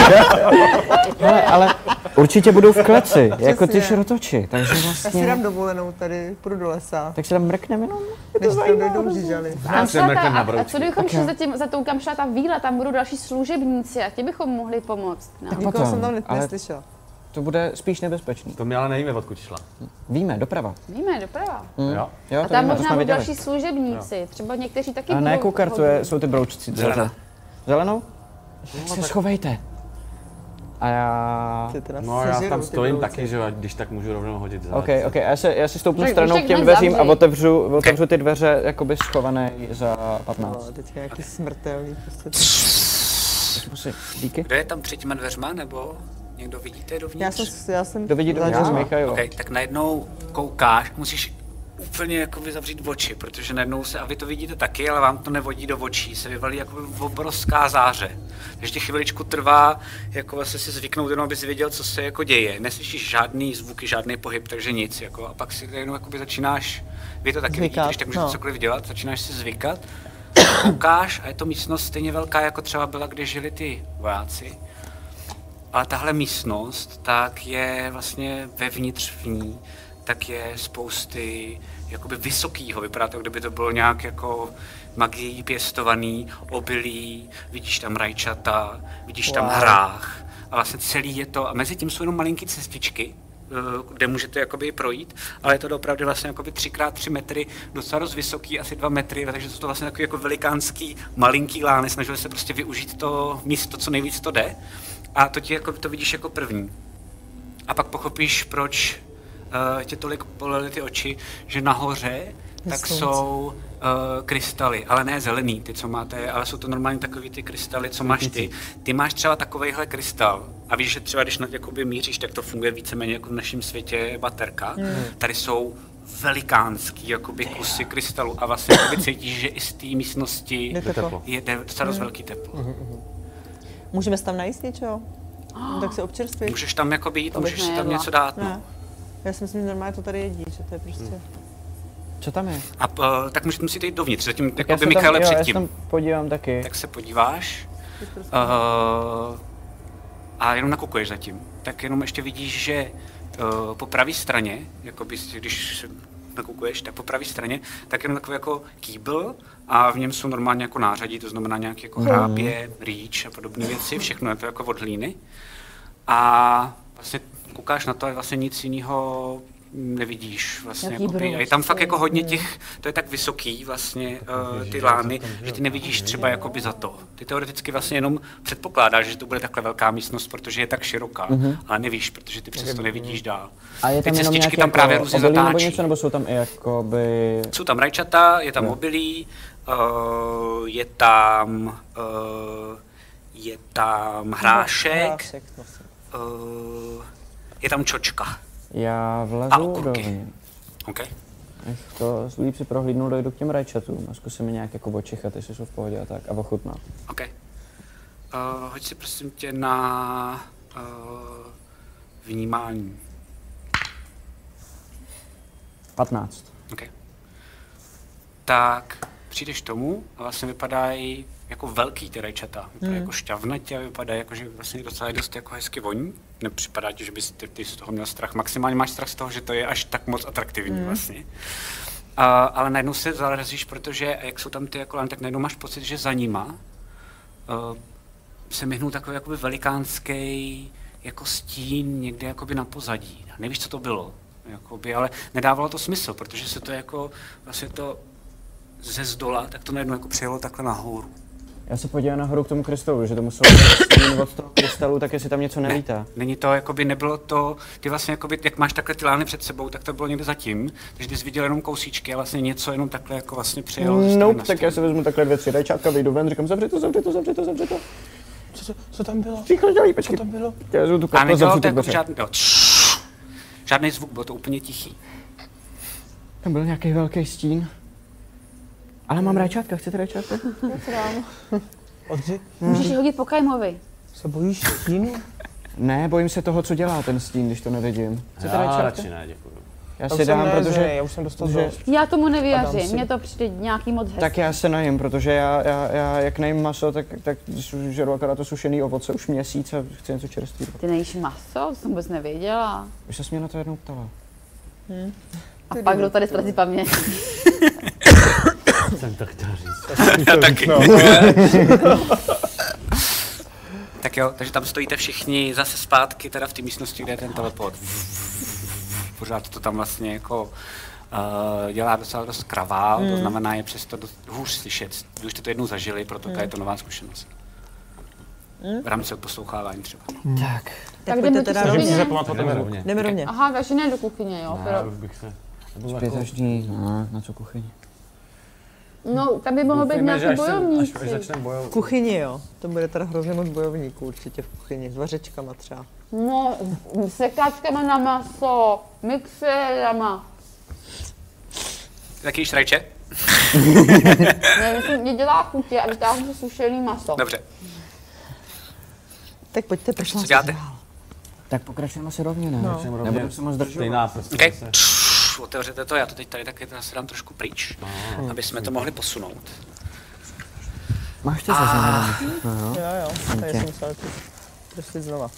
Ale určitě budou v kleci, jako ty šrotoči, takže vlastně... Já si dám dovolenou tady, půjdu do lesa. Tak se tam mrkneme jenom? Než tam dojdou řížali. A co kdybychom šli za tou, kam šla ta víla, tam budou další služebníci a ti bychom mohli pomoct. No. Tak nikoho jsem tam neslyšela. To bude spíš nebezpečný. To my ale nevíme, odkud šla. Víme, doprava. Víme, doprava. Jo, a tam možná budou další služebníci, třeba někteří taky budou... A na jakou kartu jsou ty broučci? Zelenou? Tak se schovejte. A já... No já tam stojím taky, že když tak můžu rovnou hodit za. OK, já si stoupnu stranou k těm dveřím a otevřu ty dveře jakoby schované za 15. No, teď je nějaký smrtelný prostě. Díky. Kdo je tam před těma dveřma, nebo někdo vidíte dovnitř? Já jsem Kdo vidí dovnitř? Michailo. Okay, tak najednou koukáš, musíš úplně jakoby zavřít oči, protože najednou se, a vy to vidíte taky, ale vám to nevodí do očí, se vyvalí jakoby obrovská záře. Takže ti chviličku trvá, jako vlastně si zvyknout, jenom aby si věděl, co se jako děje. Neslyšíš žádný zvuky, žádný pohyb, takže nic. Jako, a pak si jenom jakoby začínáš, vy to taky zvykat, vidíte, když tak můžete cokoliv dělat, začínáš si zvykat. Koukáš a je to místnost stejně velká, jako třeba byla, kde žili ty vojáci. Ale tahle místnost, tak je vlastně vevnitř v ní, tak je spousty jakoby vysokýho, vypadá to, kdyby to bylo nějak jako magií pěstovaný, obilí, vidíš tam rajčata, vidíš tam hrách a vlastně celý je to, a mezi tím jsou jenom malinký cestičky, kde můžete jakoby projít, ale je to opravdu vlastně jakoby 3x3 metry, docela dost vysoký, asi 2 metry, takže jsou to vlastně takový jako velikánský malinký lány, snažili se prostě využít to místo, co nejvíc to jde a to ti jako, to vidíš jako první. A pak pochopíš, proč tě tolik polily ty oči, že nahoře tak jsou krystaly, ale ne zelený, ty, co máte, ale jsou to normálně takový ty krystaly, co máš ty. Ty máš třeba takovejhle krystal a víš, že třeba když na jakoby míříš, tak to funguje víceméně jako v našem světě baterka. Tady jsou velikánský jakoby kusy krystalu a vlastně jakoby cítíš, že i z té místnosti je docela dost velký teplo. Můžeme se tam najíst něčeho? Tak se občerstvit. Můžeš tam jakoby jít, můžeš si tam něco dát. No. Já si myslím, že normálně to tady jedí, že to je prostě... Co tam je? A tak musíte jít dovnitř, zatím jakoby Michaele předtím. Já se tam podívám taky. Tak se podíváš a jenom nakukuješ zatím. Tak jenom ještě vidíš, že po pravé straně, jakoby, když nakukuješ, tak po pravé straně, tak jenom takový jako kýbl a v něm jsou normálně jako nářadí, to znamená nějaké jako hrábě, rýč a podobné věci, všechno je to jako od hlíny. A vlastně koukáš na to a vlastně nic jiného nevidíš vlastně, jakoby, a je tam fakt jako hodně těch, to je tak vysoký vlastně ty lány, že ty nevidíš třeba jakoby za to. Ty teoreticky vlastně jenom předpokládáš, že to bude takhle velká místnost, protože je tak široká, ale nevíš, protože ty přesto nevidíš dál. A je tam jenom nějaké tam právě různě zatáčí. Nebo něco, nebo jsou tam i jakoby... Jsou tam rajčata, je tam obilí, je tam hrášek, je tam čočka. Já vlezu dovnitř. Okay. Až to líp si prohlídnu, dojdu k těm rajčatům a zkusím je nějak jako očichat, jestli jsou v pohodě a tak a ochutnat. OK. Hoď si prosím tě na vnímání. 15. OK. Tak přijdeš tomu a vlastně vypadají jako velký ty rajčata. Vypadají jako šťavnatě a vypadají jako, že vlastně docela dost jako hezky voní. Nepřipadá ti, že bys ty z toho měl strach. Maximálně máš strach z toho, že to je až tak moc atraktivní vlastně. Ale najednou se zarazíš, protože jak jsou tam ty jako lány, tak najednou máš pocit, že za nima se myhnul takový jakoby velikánský jako stín někde jakoby na pozadí. Nevíš, co to bylo, jakoby, ale nedávalo to smysl, protože se to jako vlastně to ze zdola, tak to najednou jako přijelo takhle nahoru. Já se podívám nahoru k tomu krystalu, že to muselo být od toho krystalu, tak jestli tam něco nelítá. Ne, není to, jakoby nebylo to, ty vlastně jakoby, jak máš takhle ty lány před sebou, tak to bylo někde zatím, takže ty jsi viděl jenom kousíčky a vlastně něco jenom takhle jako vlastně přijelo. Nope, tak já si vezmu takhle 2-3 rajčátka, vyjdu ven, říkám zavři to. Co tam bylo? Ticho, počkej. Co tam bylo? Já tu a nedělal to jako žádný zvuk, bylo to úplně tichý. Tam byl nějaký velký stín. Ale mám rajčátka, chcete rajčátka? Já to dám. Můžeš ji hodit po Kajmovi. Se bojíš stínu? Ne, bojím se toho, co dělá ten stín, když to nevidím. Chcete rajčátka? Radši ne, děkuju. Já si dám, protože... Já už jsem dostal dost. Já tomu nevěřím, mně to přijde nějaký moc hezký. Tak já se najím, protože já jak nejím maso, tak žeru akorát to sušený ovoce už měsíc a chci něco čerstvého. Ty nejíš maso? To jsem vůbec nevěděla. Už se mě na to jednou ptala. A pak kdo tady ztratí paměť? Jsem to chtěl říct. Já taky. Tak jo, takže tam stojíte všichni zase zpátky teda v té místnosti, kde je ten teleport. Pořád to tam vlastně jako dělá docela dost kravál, to znamená je přesto hůř slyšet. Vy už jste to jednou zažili, proto je to nová zkušenost. V rámci poslouchávání třeba. Tak jdeme teda rovně. Jdeme rovně. Aha, takže ne do kuchyně, jo? Ne, už bych se... Zpětažný, na co kuchyni? No, tam by mohlo být nějaký bojovníci. Až začneme bojovat. V kuchyni, jo. To bude teda hrozně moc bojovníků určitě v kuchyni, s vařečkama třeba. No, sekáčkama na maso, mixérama. Taky jíš rajče? Ne, myslím, mě dělá chutě a vytáhnu si sušený maso. Dobře. Tak pojďte, prosím. Co děláte? Tak pokračujeme asi rovně, ne? No. Nebudeme se moc držet. Stejná prostě. Okay. Otevřete to, já to teď tady taky se dám trošku pryč, aby jsme to mohli posunout. Máš to zaznamenat? Jo, tady jsem se proslit znova.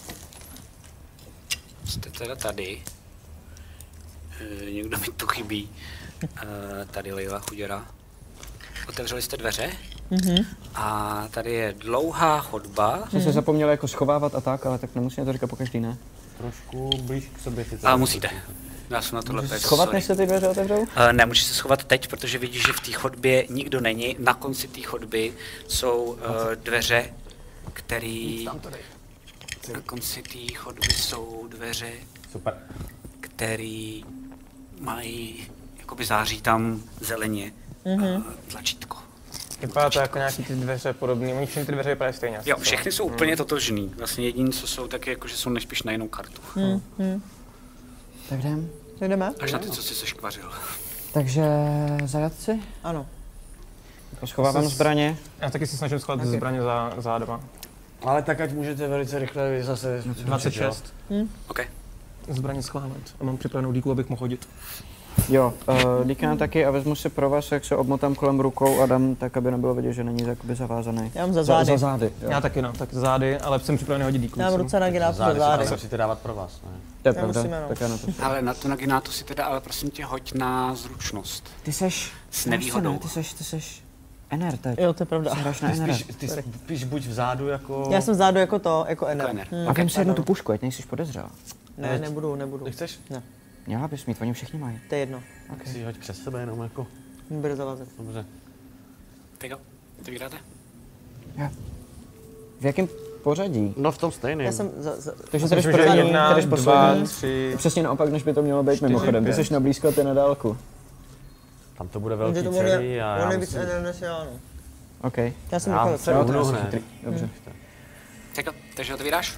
Jste teda tady. Někdo mi tu chybí. Tady Leila Chuděra. Otevřeli jste dveře a tady je dlouhá chodba. Jsem se zapomněl jako schovávat a tak, ale tak nemusíme to říkat pokaždý, ne? Trošku blíž k sobě. Ale musíte. Já jsem na tohle pět. Schovat, než se ty dveře otevřou? Ne, můžeš se schovat teď, protože vidíš, že v té chodbě nikdo není. Na konci té chodby jsou dveře, které... Na konci té chodby jsou dveře, které mají, jakoby září tam zeleně tlačítko. Vypadá to jako nějaký ty dveře podobný, oni všechny ty dveře vypadají stejně. Jo, všechny jsou úplně totožný. Vlastně jediný, co jsou taky, jako, že jsou nejspíš na jinou kartu. Tak jdem. Tak jdeme? Až na ty, co jsi seškvařil. Takže zajatci? Ano. Schovávám zbraně. Já taky se snažím schovat zbraně za zádama. Ale tak ať můžete velice rychle zase... 26. OK. Zbraně schválit. A mám připravenou díku, abych mohl hodit. Jo, díkám taky a vezmu si pro vás, jak se obmotám kolem rukou a dám tak, aby nebylo vidět, že není jakoby zavázaný. Já mám za zády. Za zády, jo. Já taky no, tak zády, ale jsem připravený hodit díku. Já mám ruce na ginátu za zády. Musíte dávat pro vás, ne? To je pravda, musíme, no. tak já na to. Ale na tu naginátu si teda, ale prosím tě, hoď na zručnost. Ty seš... S nevýhodou. Ty seš... NR teď. Jo, to je pravda. Hraješ na NR. Ty spíš buď vzadu jako... Já jsem vzadu jako to, jako NR. A vem si jednu tu pušku, ať nejsiš podezřel. Ne, nebudu. Nechceš? Ne, Měla bys mít, oni všichni mají. to je jedno. Tak si hoď přes sebe jenom jako... Bude zavazet. Dobře. Tak jo, otevíráte? Jo. V jakém pořadí? No v tom stejném. Já jsem Takže ty jdeš Myslím, že první, jedna, ty jdeš dva, poslední. tři. Přesně naopak, než by to mělo být mimochodem. Ty pět. jsi na blízko a ty na dálku. Tam to bude velký to celý a já on je musím... víc NR než já, no. OK. Já jsem Já vypadal. se Jo, uhnu to je hned. chytrý. Dobře. Tak jo, takže otevíráš.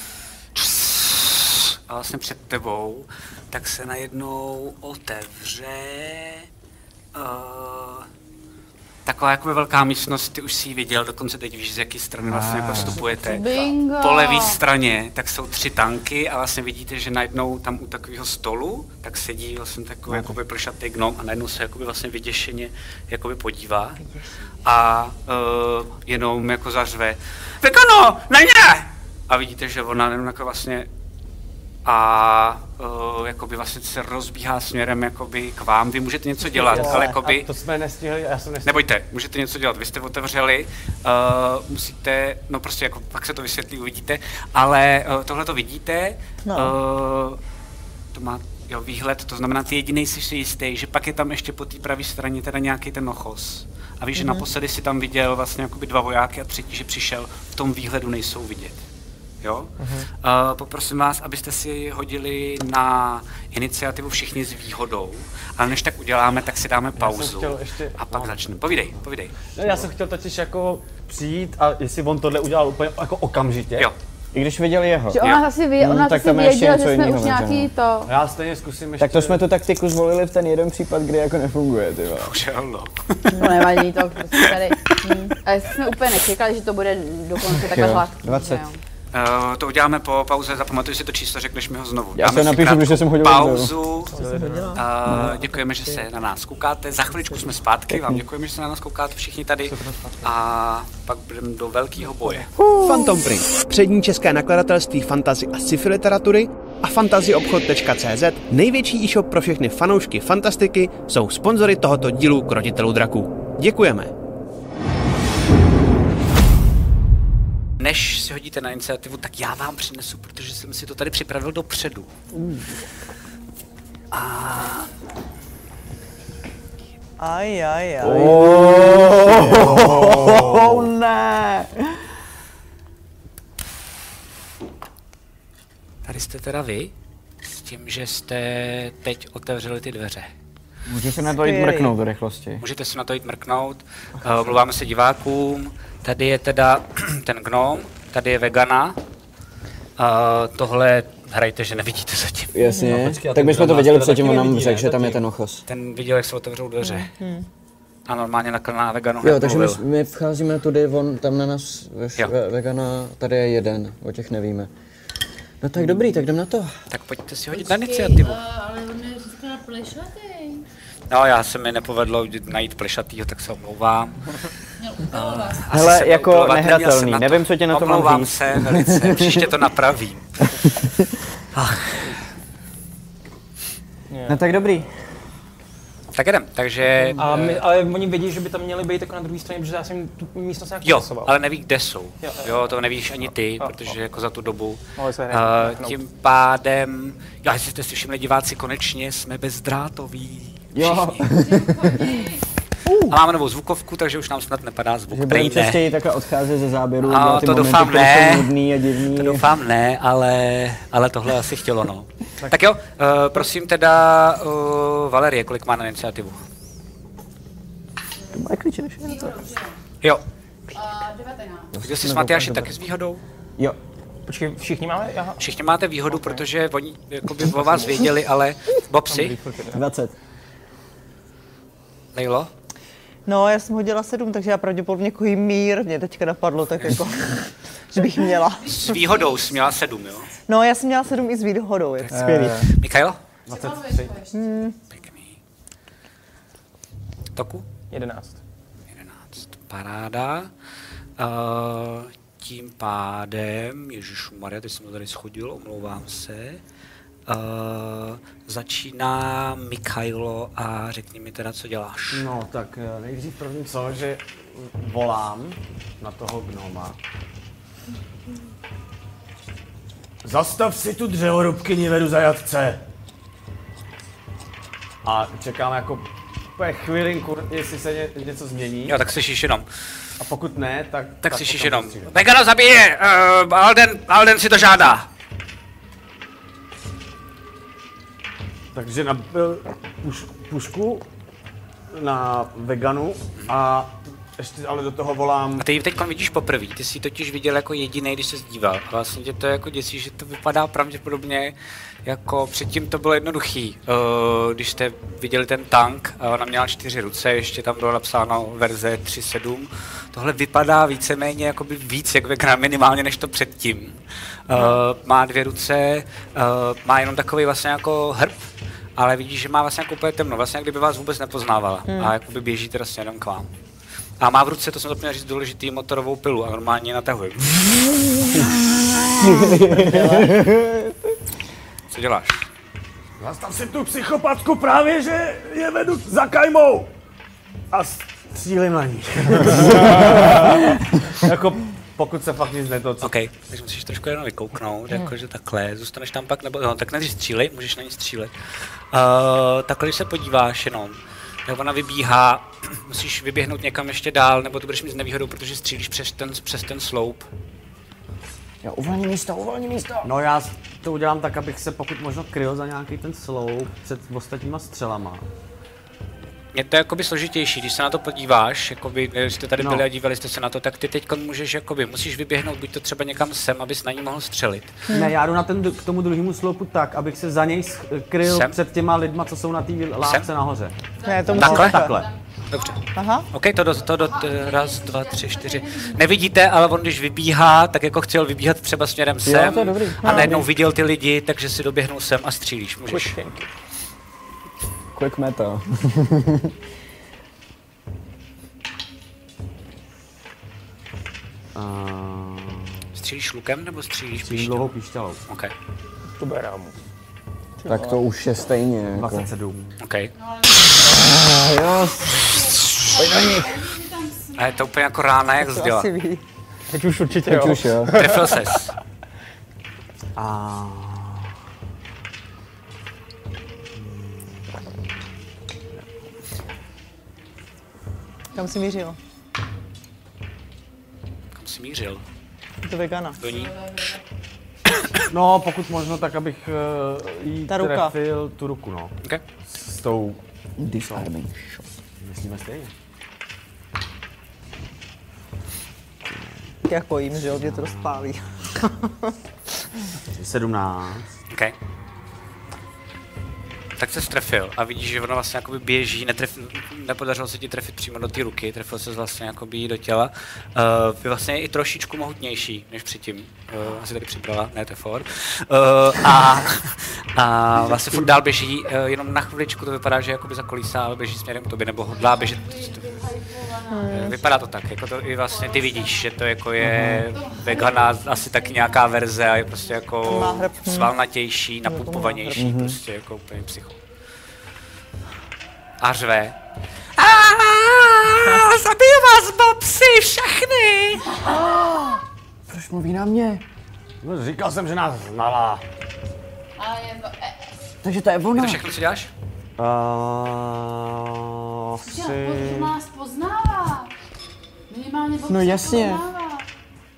A vlastně před tebou, tak se najednou otevře taková jakoby velká místnost, ty už si ji viděl, dokonce teď víš, z jaký strany vlastně jako vstupujete. Bingo! Po levé straně tak jsou 3 tanky a vlastně vidíte, že najednou tam u takového stolu tak sedí vlastně takový jakoby plšatý gnom a najednou se jakoby vlastně vyděšeně jakoby podívá a jenom jako zařve Vegano, ne! A vidíte, že ona jenom jako vlastně a jakoby vlastně se rozbíhá směrem jakoby k vám. Vy můžete něco dělat, ale jakoby... To jsme nestihli, já jsem nestihl. Nebojte, můžete něco dělat. Vy jste otevřeli, musíte, no prostě jako pak se to vysvětlí, uvidíte, ale tohle to vidíte, to má výhled, to znamená, ty jedinej jsi jistý, že pak je tam ještě po té pravé straně teda nějaký ten nochos. A víš, že naposledy si tam viděl vlastně jakoby 2 vojáky a třetí, že přišel, v tom výhledu nejsou vidět. Jo? Poprosím vás, abyste si hodili na iniciativu všichni s výhodou, ale než tak uděláme, tak si dáme pauzu a pak začneme. Povídej. No, já jsem chtěl totiž jako přijít a jestli on tohle udělal úplně jako okamžitě. Jo. I když viděl jeho. Že ona asi věděla, že jsme už nějaký to... Já stejně zkusím ještě... Tak to jsme tu taktiku zvolili v ten jeden případ, kdy jako nefunguje, ty vole. Bohužel, no. No nevadí to, prostě tady. Ale jsme úplně nečekali, že to bude dokonce takhle hladký. 20. To uděláme po pauze, zapamatuj si to číslo, řekneš mi ho znovu. Já se napíšu, protože jsem hodil pauzu. Děkujeme, že se na nás koukáte. Za chviličku jsme zpátky, vám děkujeme, že se na nás koukáte všichni tady. A pak budeme do velkého boje. Phantom Print, přední české nakladatelství fantasy a sci-fi literatury a fantazyobchod.cz, největší e-shop pro všechny fanoušky fantastiky, jsou sponzory tohoto dílu Krotitelů draků. Děkujeme. Než si hodíte na iniciativu, tak já vám přinesu, protože jsem si to tady připravil dopředu. Aj. Ne! Tady jste teda vy, s tím, že jste teď otevřeli ty dveře. Můžu se na to jít mrknout do rychlosti. Můžete se na to jít mrknout, omlouváme se divákům. Tady je teda ten gnom, tady je vegana. Tohle hrajte, že nevidíte zatím. Jasně, tak bychom to viděli předtím, on nám řekl, že tam je ten ochos. Ten viděl, jak se otevřou dveře. A normálně na veganu Jo, takže my vcházíme tudy, on tam na nás vegana, tady je jeden, o těch nevíme. No tak dobrý, tak jdem na to. Tak pojďte si hodit na iniciativu. Ale on je říkala plešatý. No, já se mi nepovedlo najít plešatýho, tak se omlouvám. Hele, jako nehratelný, nevím, co tě na to mám říct. Omlouvám se velice, příště to napravím. No tak dobrý. Tak jdem, takže... Ale oni vědí, že by tam měli být jako na druhé straně, protože já jsem tu místnost nějak popisoval. Ale neví, kde jsou. Jo, to nevíš ani ty, protože jako za tu dobu. Tím pádem, jestli jste si všimli diváci, konečně jsme bezdrátoví. Jo. A máme novou zvukovku, takže už nám snad nepadá zvuk. Že budeme častěji takhle odcházet ze záběru, no, ty to momenty, doufám které jsou nudný a divný. To doufám ne, ale tohle asi chtělo, no. Tak jo, prosím teda Valerie, kolik má na iniciativu? Moje klíče než je to. Jo. 19. Viděl jsi s Matyáši taky s výhodou? Jo. Počkej, všichni máme? Aha. Všichni máte výhodu, protože oni jakoby o vás věděli, ale Bobsi? 20. Lejlo? No, já jsem hodila 7, takže já pravděpodobně kojím mír, mě teďka napadlo, tak jako, že bych měla. S výhodou jsi měla 7, jo? No, já jsem měla 7 i s výhodou, je to skvělý. Mikael? 23. Pěkný. Toku? 11. Paráda. Tím pádem, ježišmarja, teď jsem to tady schodil, omlouvám se. Začíná Mikailo a řekni mi teda, co děláš. No, tak nejdřív první co, že volám na toho gnoma. Zastav si tu dřevorubkyni, vedu zajatce. A čekám jako chvilinku, jestli se něco změní. Jo, tak slyšíš jenom. A pokud ne, tak slyšíš jenom. Vegana zabije! Alden si to žádá. Takže nabil pušku na Veganu a ještě ale do toho volám... A ty ji teď vidíš poprvé, ty jsi totiž viděl jako jediný, když se zdíval. A vlastně tě to jako děsí, že to vypadá pravděpodobně jako předtím to bylo jednoduchý. Když jste viděli ten tank, ona měla 4 ruce, ještě tam bylo napsáno verze 3.7. Tohle vypadá víceméně jakoby víc jak Vegana minimálně než to předtím. Má 2 ruce, má jenom takový vlastně jako hrb, ale vidíš, že má vlastně jako úplně temno, vlastně jak kdyby vás vůbec nepoznávala a jakoby běží teda směrem k vám. A má v ruce, to jsem zapomněl říct, důležitý motorovou pilu a normálně ji natahuje. Co děláš? Zastav si tu psychopatku právě, že je vedu za kajmou. A střílím na ní. Jako pokud se fakt nic neto. OK, takže musíš trošku jenom vykouknout, jakože takhle, zůstaneš tam pak, nebo no, tak nejdřív střílej, můžeš na ní střílet. Takhle, když se podíváš jenom, tak ona vybíhá, musíš vyběhnout někam ještě dál, nebo to budeš mít nevýhodou, protože střílíš přes ten sloup. Jo, uvolni místo. No já to udělám tak, abych se pokud možno kryl za nějaký ten sloup před ostatníma střelama. Je to jakoby složitější, když se na to podíváš, jakoby, když jste tady byli a dívali jste se na to, tak ty teď můžeš, jakoby, musíš vyběhnout buď to třeba někam sem, abys na ní mohl střelit. Ne, já jdu k tomu druhému sloupu tak, abych se za něj kryl před těma lidma, co jsou na té lávce nahoře. Ne, to takhle. Dobře. Aha. OK, to 1, 2, 3, 4. Nevidíte, ale on když vybíhá, tak jako chtěl vybíhat třeba směrem sem a najednou viděl ty lidi, takže si doběhnul sem a střílíš, můžeš. Quick meta. Střílíš lukem nebo střílíš dlouhou píšťalou. OK. To berám. Tak to už je stejně. 27. OK. Jo. Pojď na nich. A je to úplně jako rána, jak jsi dělal. Teď už určitě jo. Trefil ses. Kam jsi mířil? Kam jsi mířil? Do Vegana. Do ní. No, pokud možno, tak abych jí trefil tu ruku, no. Okay. S tou... Disarming. Myslíme stejně. Jako jim, že jo, mě to rozpálí. 17. OK. Tak se strefil a vidíš, že ona vlastně jakoby běží, nepodařilo se ti trefit přímo do té ruky, trefil se vlastně jakoby do těla. Je vlastně i trošičku mohutnější než předtím. Asi tady přibrala, ne, to je for. A vlastně furt dál běží, jenom na chviličku to vypadá, že jakoby zakolísá, ale běží směrem k tobě, nebo hodlá běžet. Vypadá to tak, jako to i vlastně ty vidíš, že to jako je Vegana, asi taky nějaká verze a je prostě jako svalnatější, napumpovanější, prostě jako úplně psycho. A řve. Zabiju vás, Bobsi, všechny! Proč mluví na mě? No, říkal jsem, že nás znala. Ale je to... Takže to je ona. Je to všechno, co děláš? Že nás poznává. Minimálně Bobsi no jasně. poznává.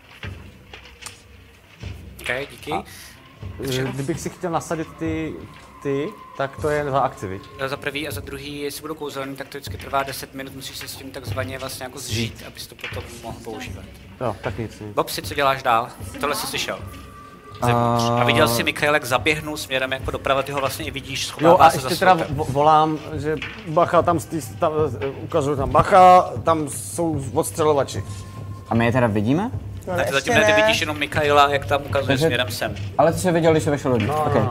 OK, díky. Kdybych si chtěl nasadit ty ty, tak to je 2 akci, viď? Za prvý a za druhý, jestli budou kouzelný, tak to vždycky trvá 10 minut, musíš se s tím takzvaně vlastně jako zžít, abys to potom mohl používat. Jo, tak nic. Bobsi, co děláš dál? Tohle jsi slyšel. A viděl jsi Mikael, jak zaběhnul směrem jako doprava, ty ho vlastně i vidíš, schovává se za ještě teda volám, že bacha, tam ukazuju tam bacha, tam jsou odstřelovači. A my je teda vidíme? Tak ty zatím ty vidíš jenom Mikaela, jak tam ukazuje směrem sem. Ale ty jsi viděl, když jsi vešel do okay.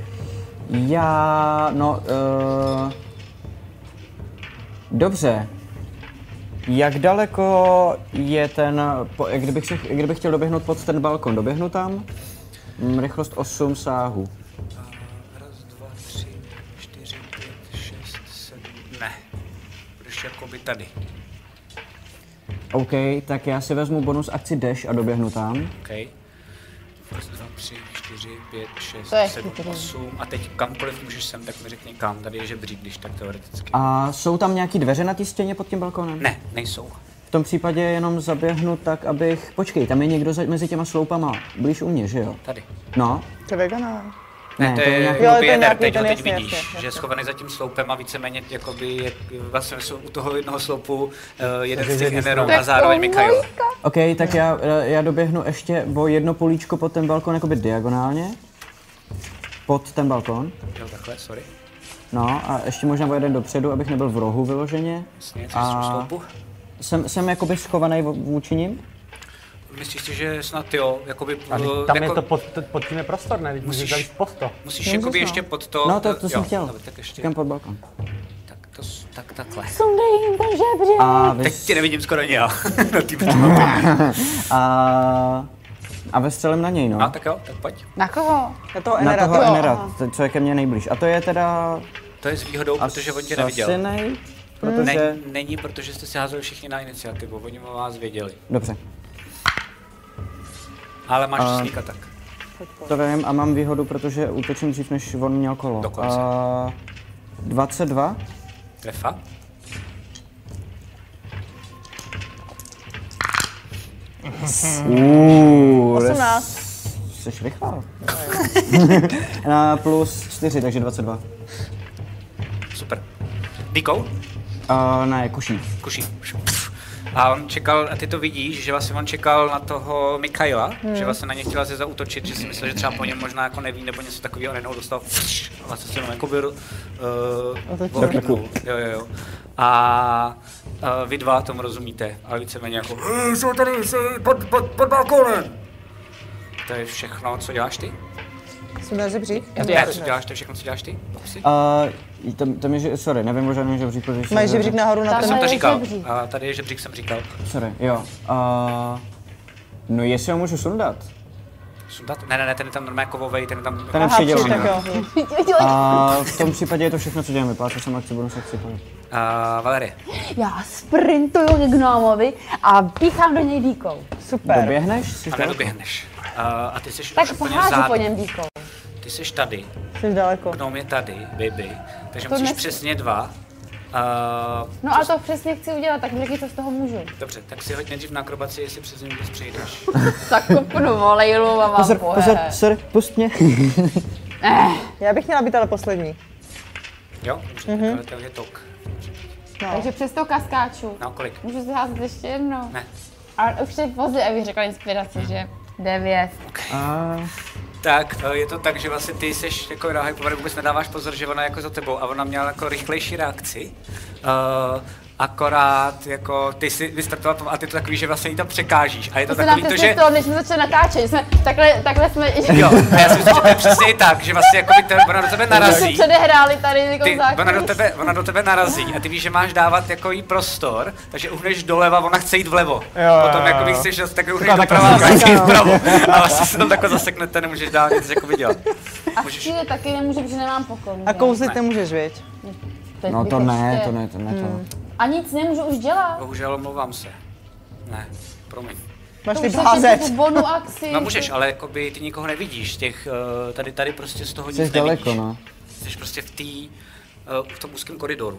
Dobře. Jak daleko je ten, kdybych chtěl doběhnout pod ten balkon, doběhnu tam? Rychlost 8 sáhů. 1, 2, 3, 4, 5, 6, 7, ne. Budeš jakoby tady. OK, tak já si vezmu bonus akci dash a doběhnu tam. OK. 1, 2, 3, 4, 5, 6, 7, 8 a teď kamkoliv můžeš sem, tak mi řekni kam, tady je žebřík, když tak teoreticky. A jsou tam nějaký dveře na té stěně pod tím balkonem? Ne, nejsou. V tom případě jenom zaběhnu tak, abych... Počkej, tam je někdo mezi těma sloupama, blíž u mě, že jo? Tady. No. To je vegana. Ne, to je nějaký... Ender, teď ho teď vidíš, že je schovaný za tím sloupem a víceméně jakoby vlastně jsou u toho jednoho sloupu jeden z těch Enderů a zároveň Mikael. OK, tak já doběhnu ještě o jedno políčko pod ten balkon, jakoby diagonálně. Pod ten balkon. Jo, takhle, sorry. No a ještě možná o jeden dopředu, abych nebyl v rohu vyloženě. Jasně, co jsi u sloupu? Jsem jakoby schovaný vůči ním? Myslíš si, že snad jo, jakoby... Tam jako, je to pod tím je prostor, ne? Musíš jít pod to. Musíš jakoby ještě pod to... No to jsem chtěl. Tak ještě... Říkám pod balkon. Tak takhle. Sundej jim ten žebřík. Teď tě nevidím skoro ani já. A vystřelím na něj, no. A tak jo, tak pojď. Na koho? Na toho Enera, co je ke mně nejblíž. A to je teda... To je s výhodou, protože on tě neviděl. Asinej, protože... Není, protože jste si házeli všichni na iniciativu, oni o vás věděli. Dobře. Ale máš sneak attack. To vím a mám výhodu, protože útočím dřív, než on měl kolo. Dokonce. 22. Trefa. Yes. 18. Jsi rychlá. Plus 4, takže 22. Super. Díkou? Ne, kuší. Kuší. A on čekal, a ty to vidíš, že vlastně on čekal na toho Mikaela, že vlastně na ně chtěla se zaútočit, že si myslel, že třeba po něm možná jako neví, nebo něco takového, nejednou dostal a vlastně se jenom jako jo. A vy dva tomu rozumíte, ale víceméně jako jsou tady, pod balkónem. To je všechno, co děláš ty? Sundáš žebřík? Ne, co děláš, to je všechno, co děláš ty? Tam je, sorry, nevím o žádném žebříku. Máš žebřík nahoru na ten? Jsem to říkal, a tady je žebřík, jsem říkal. Sorry, jo. No jestli ho můžu sundat. Sundat? Ne, ten je tam normálně kovovej, ten je tam... Ten je přidělaný. A v tom případě je to všechno, co dělám, vyplácel jsem akci, budu se akci pojít. Valerie. Já sprintuju k gnomovi a píchám do něj dýkou. Super. Doběhneš? A nedoběhneš. A ty jsi tak pohážu po něm dýkou. Ty jsi tady. Jsi daleko. Gnom je tady, baby. Takže to musíš přesně 2. No a to přesně chci udělat, tak řekni, co z toho můžu. Dobře, tak si hoď nejdřív na akrobaci, jestli přes něj vůbec přejdeš. Tak kopnu volejlu a mám Pozor, sorry, pust mě. Já bych měla být ale poslední. Jo, dobře, tak je tok. No. Takže přes to kaskáču. No, kolik? Můžu si házet ještě jedno? Ne. Ale už je pozdě, abych řekla inspiraci, že 9. Okay. Tak, je to tak, že vlastně ty seš jako hypover, vůbec nedáváš pozor, že ona jako za tebou a ona měla jako rychlejší reakci. Akorát jako ty si vystartoval a ty to takový, že vlastně jí to překážíš a je to takový to, že... To, než jsme začali natáčet, jsme takhle jsme... Jo, a já si myslím, že to je přesně i tak, že vlastně jako ona do tebe narazí. My jsme předehráli tady jako ona do tebe narazí a ty víš, že máš dávat jako jí prostor, takže uhneš doleva, ona chce jít vlevo. Potom jako víš, že tak uhneš doprava a chce jít vpravo. A vlastně se tam takhle zaseknete, nemůžeš dál nic jako vydělat. A chvíli taky nemůžu, protože nemám pokoj. A kouzlit nemůžeš, viď? No to ne, to. A nic nemůžu už dělat. Bohužel, omlouvám se. Ne, promiň. Máš ty házet. Bonu akci. No můžeš, ale jakoby ty nikoho nevidíš, těch, tady prostě z toho nic nevidíš. Daleko, no. Jsi prostě v tom úzkém koridoru.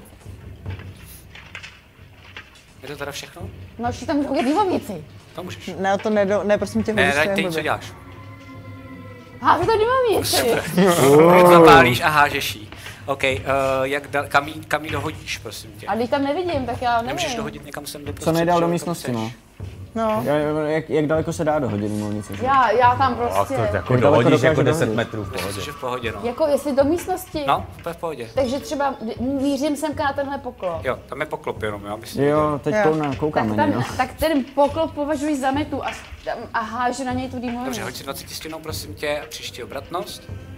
Je to teda všechno? No ještě tam můžu udělat vývovnici. To můžeš. Ne, to ne, prosím tě, ne, teď co děláš? A vy to nemám ještě. Super. Zapálíš a hážeš jí. OK, kam jí dohodíš, prosím tě? A když tam nevidím, tak já nevím. Nemůžeš dohodit někam sem do Co nejdál do místnosti, no. No. Jak daleko se dá dohodit mimo nic? Já tam prostě. To jako dohodíš jako 10 metrů v pohodě. Jsi v pohodě, no. Jako jestli do místnosti? No, to je v pohodě. Takže třeba mířím semka na tenhle poklop. Jo, tam je poklop jenom, já bych Jo, teď koukáme, tak, no. tak ten poklop považuji za metu a hážu na něj tu dýmu. Dobře, hoď si 20 stěnou, prosím tě, a příští obratnost.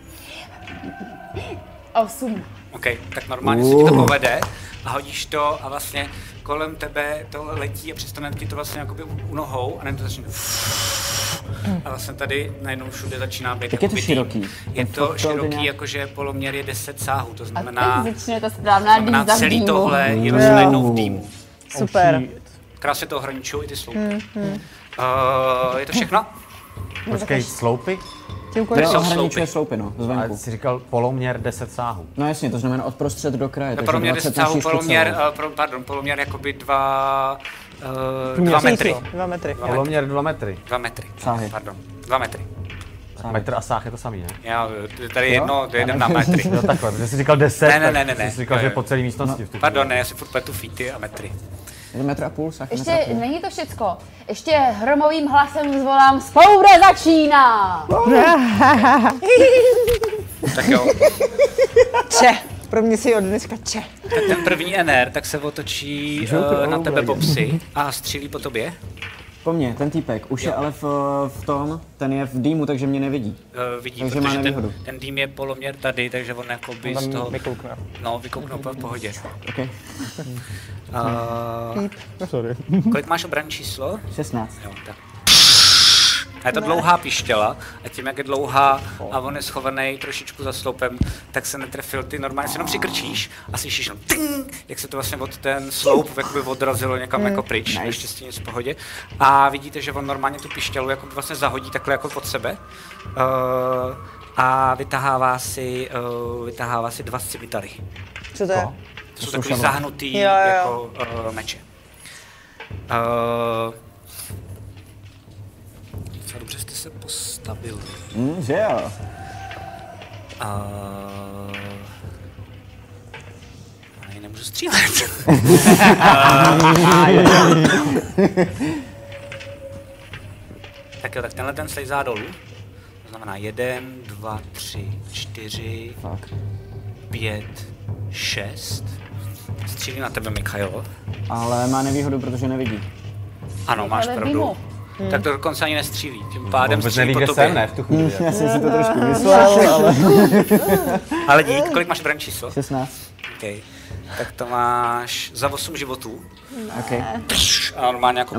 8. OK, tak normálně se ti to povede a hodíš to a vlastně kolem tebe to letí a přestane ti to vlastně jakoby u nohou a ne to začne a vlastně tady najednou všude začíná být. Jak je to široký? Je to široký, jakože poloměr je 10 sáhů, to znamená... A teď začne ta správná dýmza v dýmu. Celý tohle je vlastně najednou v dýmu. Super. Krásně to ohraničují i ty sloupy. Je to všechno? Počkej, sloupy? To ohraničuje sloupy, no, zvenku. Ale jsi říkal poloměr 10 sáhů. No jasně, to znamená od prostřed do kraje. Poloměr 10 sáhů, poloměr jakoby 2 metry. 2 metry. Poloměr 2 metry. 2 metry, sáhy. Pardon, 2 metry. Metr a sáh je to samý, ne? Já, tady jedno, to jeden na metry. No takhle, protože jsi říkal 10, ne. tak jsi říkal, že po celé místnosti. Pardon, ne, já si furt pletu feety a metry. 1,5 metru, sáh. Ještě není to všecko. Ještě hromovým hlasem zvolám vzpoure začíná! Tak jo. Če. Pro mě si od dneska če. Tak ten první NR, tak se otočí na tebe Bobsy a střílí po tobě. Po mně, ten týpek, už je ale v tom, ten je v dýmu, takže mě nevidí. Vidí, takže protože ten dým je poloměr tady, takže on jakoby z toho... vykoukne. No, vykouknou v pohodě. Okay. Sorry. Kolik máš obranné číslo? 16. Jo, tak. A je to dlouhá pištěla a tím, jak je dlouhá a on je schovaný trošičku za sloupem, tak se netrefil ty normálně, si jenom přikrčíš a slyšíš jenom ting, jak se to vlastně od ten sloup jakoby odrazilo někam jako pryč, nice. Naštěstí nic v pohodě. A vidíte, že on normálně tu pištělu jako vlastně zahodí takhle jako pod sebe a vytahává si 2 cimitary. Co to je? To jsou takový zahnutý jako meče. Dobře jste se postavili. Že jo. Já nemůžu střílet. Tak jo, tak tenhle ten slejzá dolů. To znamená 1, 2, 3, 4, 5, 6. Střílí na tebe, Mikhailo. Ale má nevýhodu, protože nevidí. Ano, máš pravdu. Tak to dokonce ani nestřílí. Tím pádem střílí po tobě. Jsem, ne, v tu chvíli. Já jsem si to trošku myslel, ale... Ale dík, kolik máš obranné číslo? 16. Okay. Tak to máš za 8 životů. Okay. A normálně jako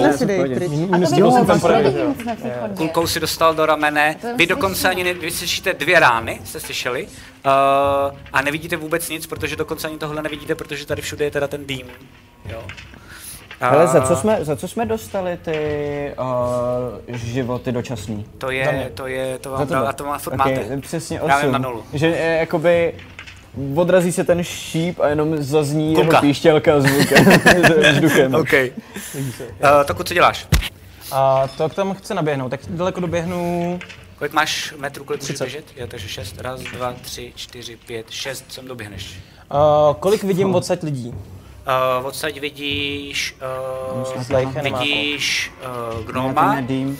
kulkou si dostal do ramene. Vy dokonce ani vy slyšíte 2 rány, jste slyšeli. A nevidíte vůbec nic, protože dokonce ani tohle nevidíte, protože tady všude je teda ten dým. Jo. Ale za co jsme dostali ty životy dočasný? To vám dal, a to má furt máte. Přesně 8. Že jakoby odrazí se ten šíp a jenom zazní jeho píšťalka vzduchem. OK. Toku, co děláš? To tam chce naběhnout, tak daleko doběhnu... Kolik máš metrů, kolik můžeš běžet? Jo, takže 6. 1, 2, 3, 4, 5, 6, sem doběhneš. Kolik vidím odsaď lidí? Odsaď vidíš gnoma,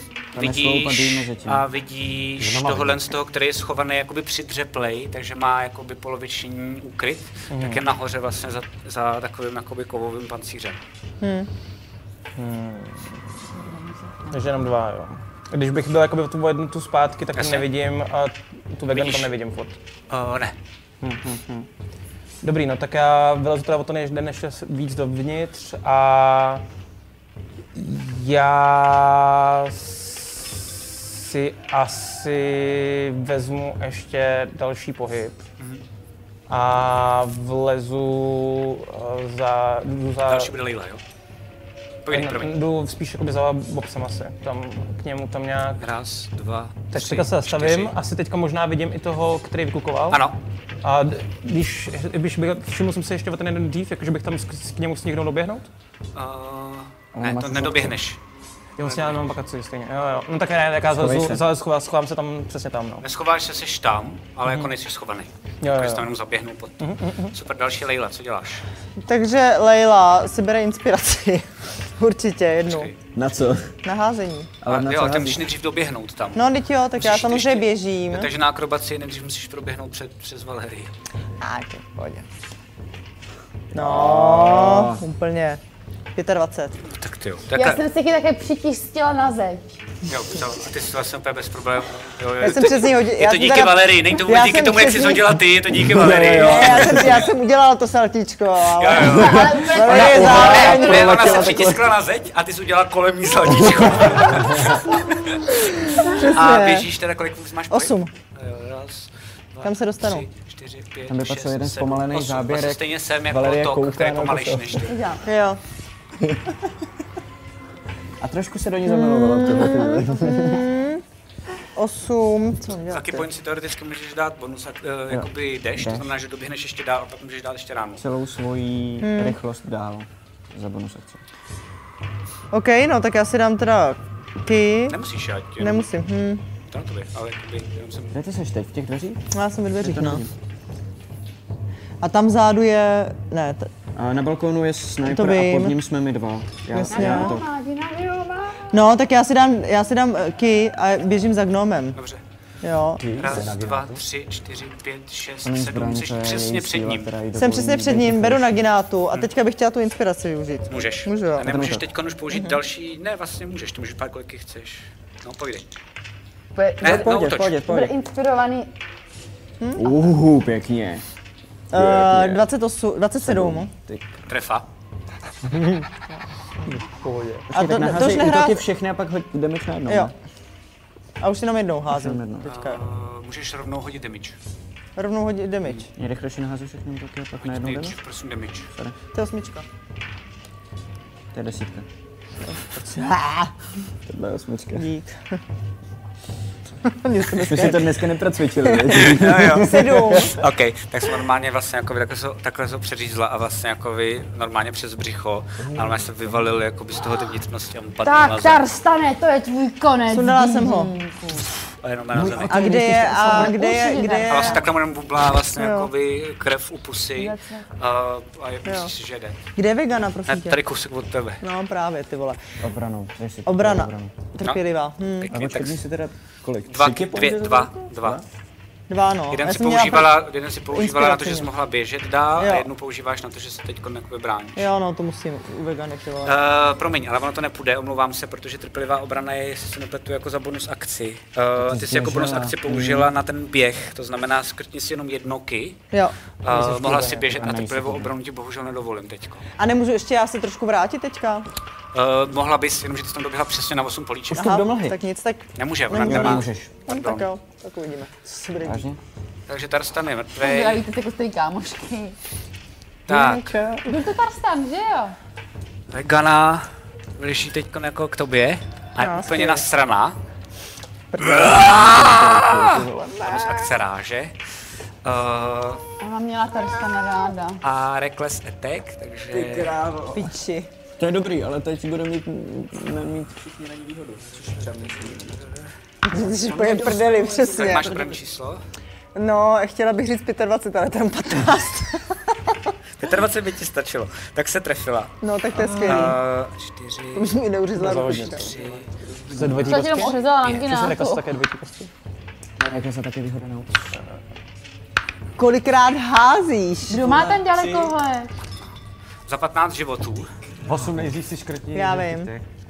vidíš tohle z toho, který je schovaný jakoby přidřeplej, takže má jakoby poloviční úkryt, tak je nahoře vlastně za takovým jakoby kovovým pancířem. Takže jenom 2, jo. Když bych byl jakoby tu jednu tu zpátky, tak nevidím a tu vegan tam nevidím furt. Ne. Dobrý, no tak já vylezu teda o to než víc dovnitř a já si asi vezmu ještě další pohyb a vlezu za... Další bude Lila, jo? Jdu spíš jakoby za Bobsem asi, tam k němu tam nějak... 1, 2, 3, tak se zastavím, asi teďka možná vidím i toho, který vykukoval. Ano. A když všiml jsem se ještě o ten jeden dřív, jakože bych tam k němu stihnul doběhnout? Ne, to nedoběhneš. Jo, vlastně já mám bakaci stejně, jo. No tak ne, tak já schovám se tam přesně tam, no. Neschováš se, seš tam, ale jako nejsi schovaný. Jo. Jako jsi tam jenom zaběhnul pod. Super, další Leila, co děláš? Takže Leila si bere inspiraci. Určitě, jednu. Na co? Na házení. Ale na jo, co ty musíš nejdřív doběhnout tam. No, teď jo, tak já samozřejmě běžím. Jo, takže na akrobaci nejdřív musíš proběhnout přes Valerii. Tak, pohodě. No, úplně. 25. Tak ty jo. Já jsem si také přitístila na zeď. Jo, a ty jsi vlastně úplně bez problémů. Já jsem přes něj hodila. Je to díky Valerii, není to vůbec díky tomu, jak jsi hodila ty, je to díky Valerii. Já jsem udělala to saltíčko, ale... Ona se přitiskla na zeď a ty jsi udělala kolem ní saltíčko. A běžíš teda, kolik máš? 8. Raz, dva, Kam se dostanu? 3, 4, 5, Tam by patřil jeden zpomalený záběrek. Stejně jsem jako tok, který je pomalejší než ty. Jo. A trošku se do ní zamilovala v této chvíli. 8, co děláte? Taky point si teoreticky můžeš dát bonus, jakoby dash, to znamená, že doběhneš ještě dál a pak můžeš dát ještě ránu. Celou svoji rychlost dál za bonus akci. OK, no tak já si dám teda key. Nemusíš, já ti Nemusím, To na tobě, ale jakoby, jenom jsem... Kde ty seš teď? V těch dveřích? Já jsem ve dveřích, no. A tam vzadu je... Ne, A na balkónu je sniper a pod ním jsme my dva. Jasně. No, tak já si dám key a běžím za gnomem. Dobře. Jo. Raz, 2, 3, 4, 5, 6, 7, jsi přesně před ním. Jsem přesně před ním, beru naginátu a teďka bych chtěla tu inspiraci využít. Můžeš. Můžu, jo. A nemůžeš teď už použít další, ne, vlastně můžeš, ty můžeš pár kolik chceš. No, pojdej. Ne, Bude inspirovaný. Pěkně. 27. Trefa. A to už nehrá... útoky všechny a pak jdeme na jednou. Jo. A už si jenom jednou házím. Teďka. Můžeš rovnou hodit damage. Rovnou hodit damage. Nejrychlejší nahází všechny útoky a pak na jednou jdeme? Nejdřív prosím damage. Sorry. To je 8. To je 10. Tohle je 8. Dík. My si to dneska nepracvičili. 7. OK, tak jsem normálně vlastně jako takhle se přeřízla a vlastně jako vy normálně přes břicho, ale mě se vyvalil jako z toho ty vnitřnosti a mu padl na Tak, zem. Tarstane, to je tvůj konec. Sundala jsem ho. A jenom na zemi. A kde je? A vlastně takhle mu jenom bublá vlastně jakoby krev u pusy a je myslíš si, že jde. Kde je vegana, prosím tě? Tady kousek od tebe. No právě, ty vole. Obranou. Obrana. Trpělivá. A počkej si teda kolik? 2. 2, no. Jeden si používala na to, že jsi mohla běžet dál a jednu používáš na to, že se teď bráníš. Jo, no to musím u vegany, ty vole. Promiň, ale ono to nepůjde, omlouvám se, protože trpělivá obrana je, jestli se nepletu, jako za bonus akci. Ty jsi jako bonus akci použila na ten běh, to znamená skrtni si jenom jedno key. Jo. Mohla si běžet na trpělivou obranu, ti bohužel nedovolím teďko. A nemůžu ještě já se trošku vrátit teďka? Mohla bys, jenomže ty jsi tam doběhla přesně na 8 políček. Tak nic, tak... Nemůže, ona nemůžeš. Tak jo, tak uvidíme. Co se bude dít. Takže Tarstan je mrtvej. Zdravíte se jako starý kámošky. Tak. Byl to Tarstan, že jo? Vegana blíží teď jako k tobě a je úplně nasraná. Bonus akce ráže. Ona měla Tarstana ráda. A Reckless Attack, takže... Ty krávo. Piči. To je dobrý, ale teď budeme mít všichni na ní výhodu, což třeba Ty jsi úplně prdeli, přesně. Tak máš první číslo? No, chtěla bych říct 25, ale tam 15. 25 by ti stačilo. Tak se trefila. No, tak to je skvělý. 4, to už mi neuřezla ruku. 3. Za dvojitý kostky. Jenom ořezala Ty jsi langinátu. řekla, také dvojitý kostky. Jaká se také výhoda na Kolikrát házíš? Kdo má ten dalekohled? Za 15 životů. 8 nejdřív si škrtni. Já vím.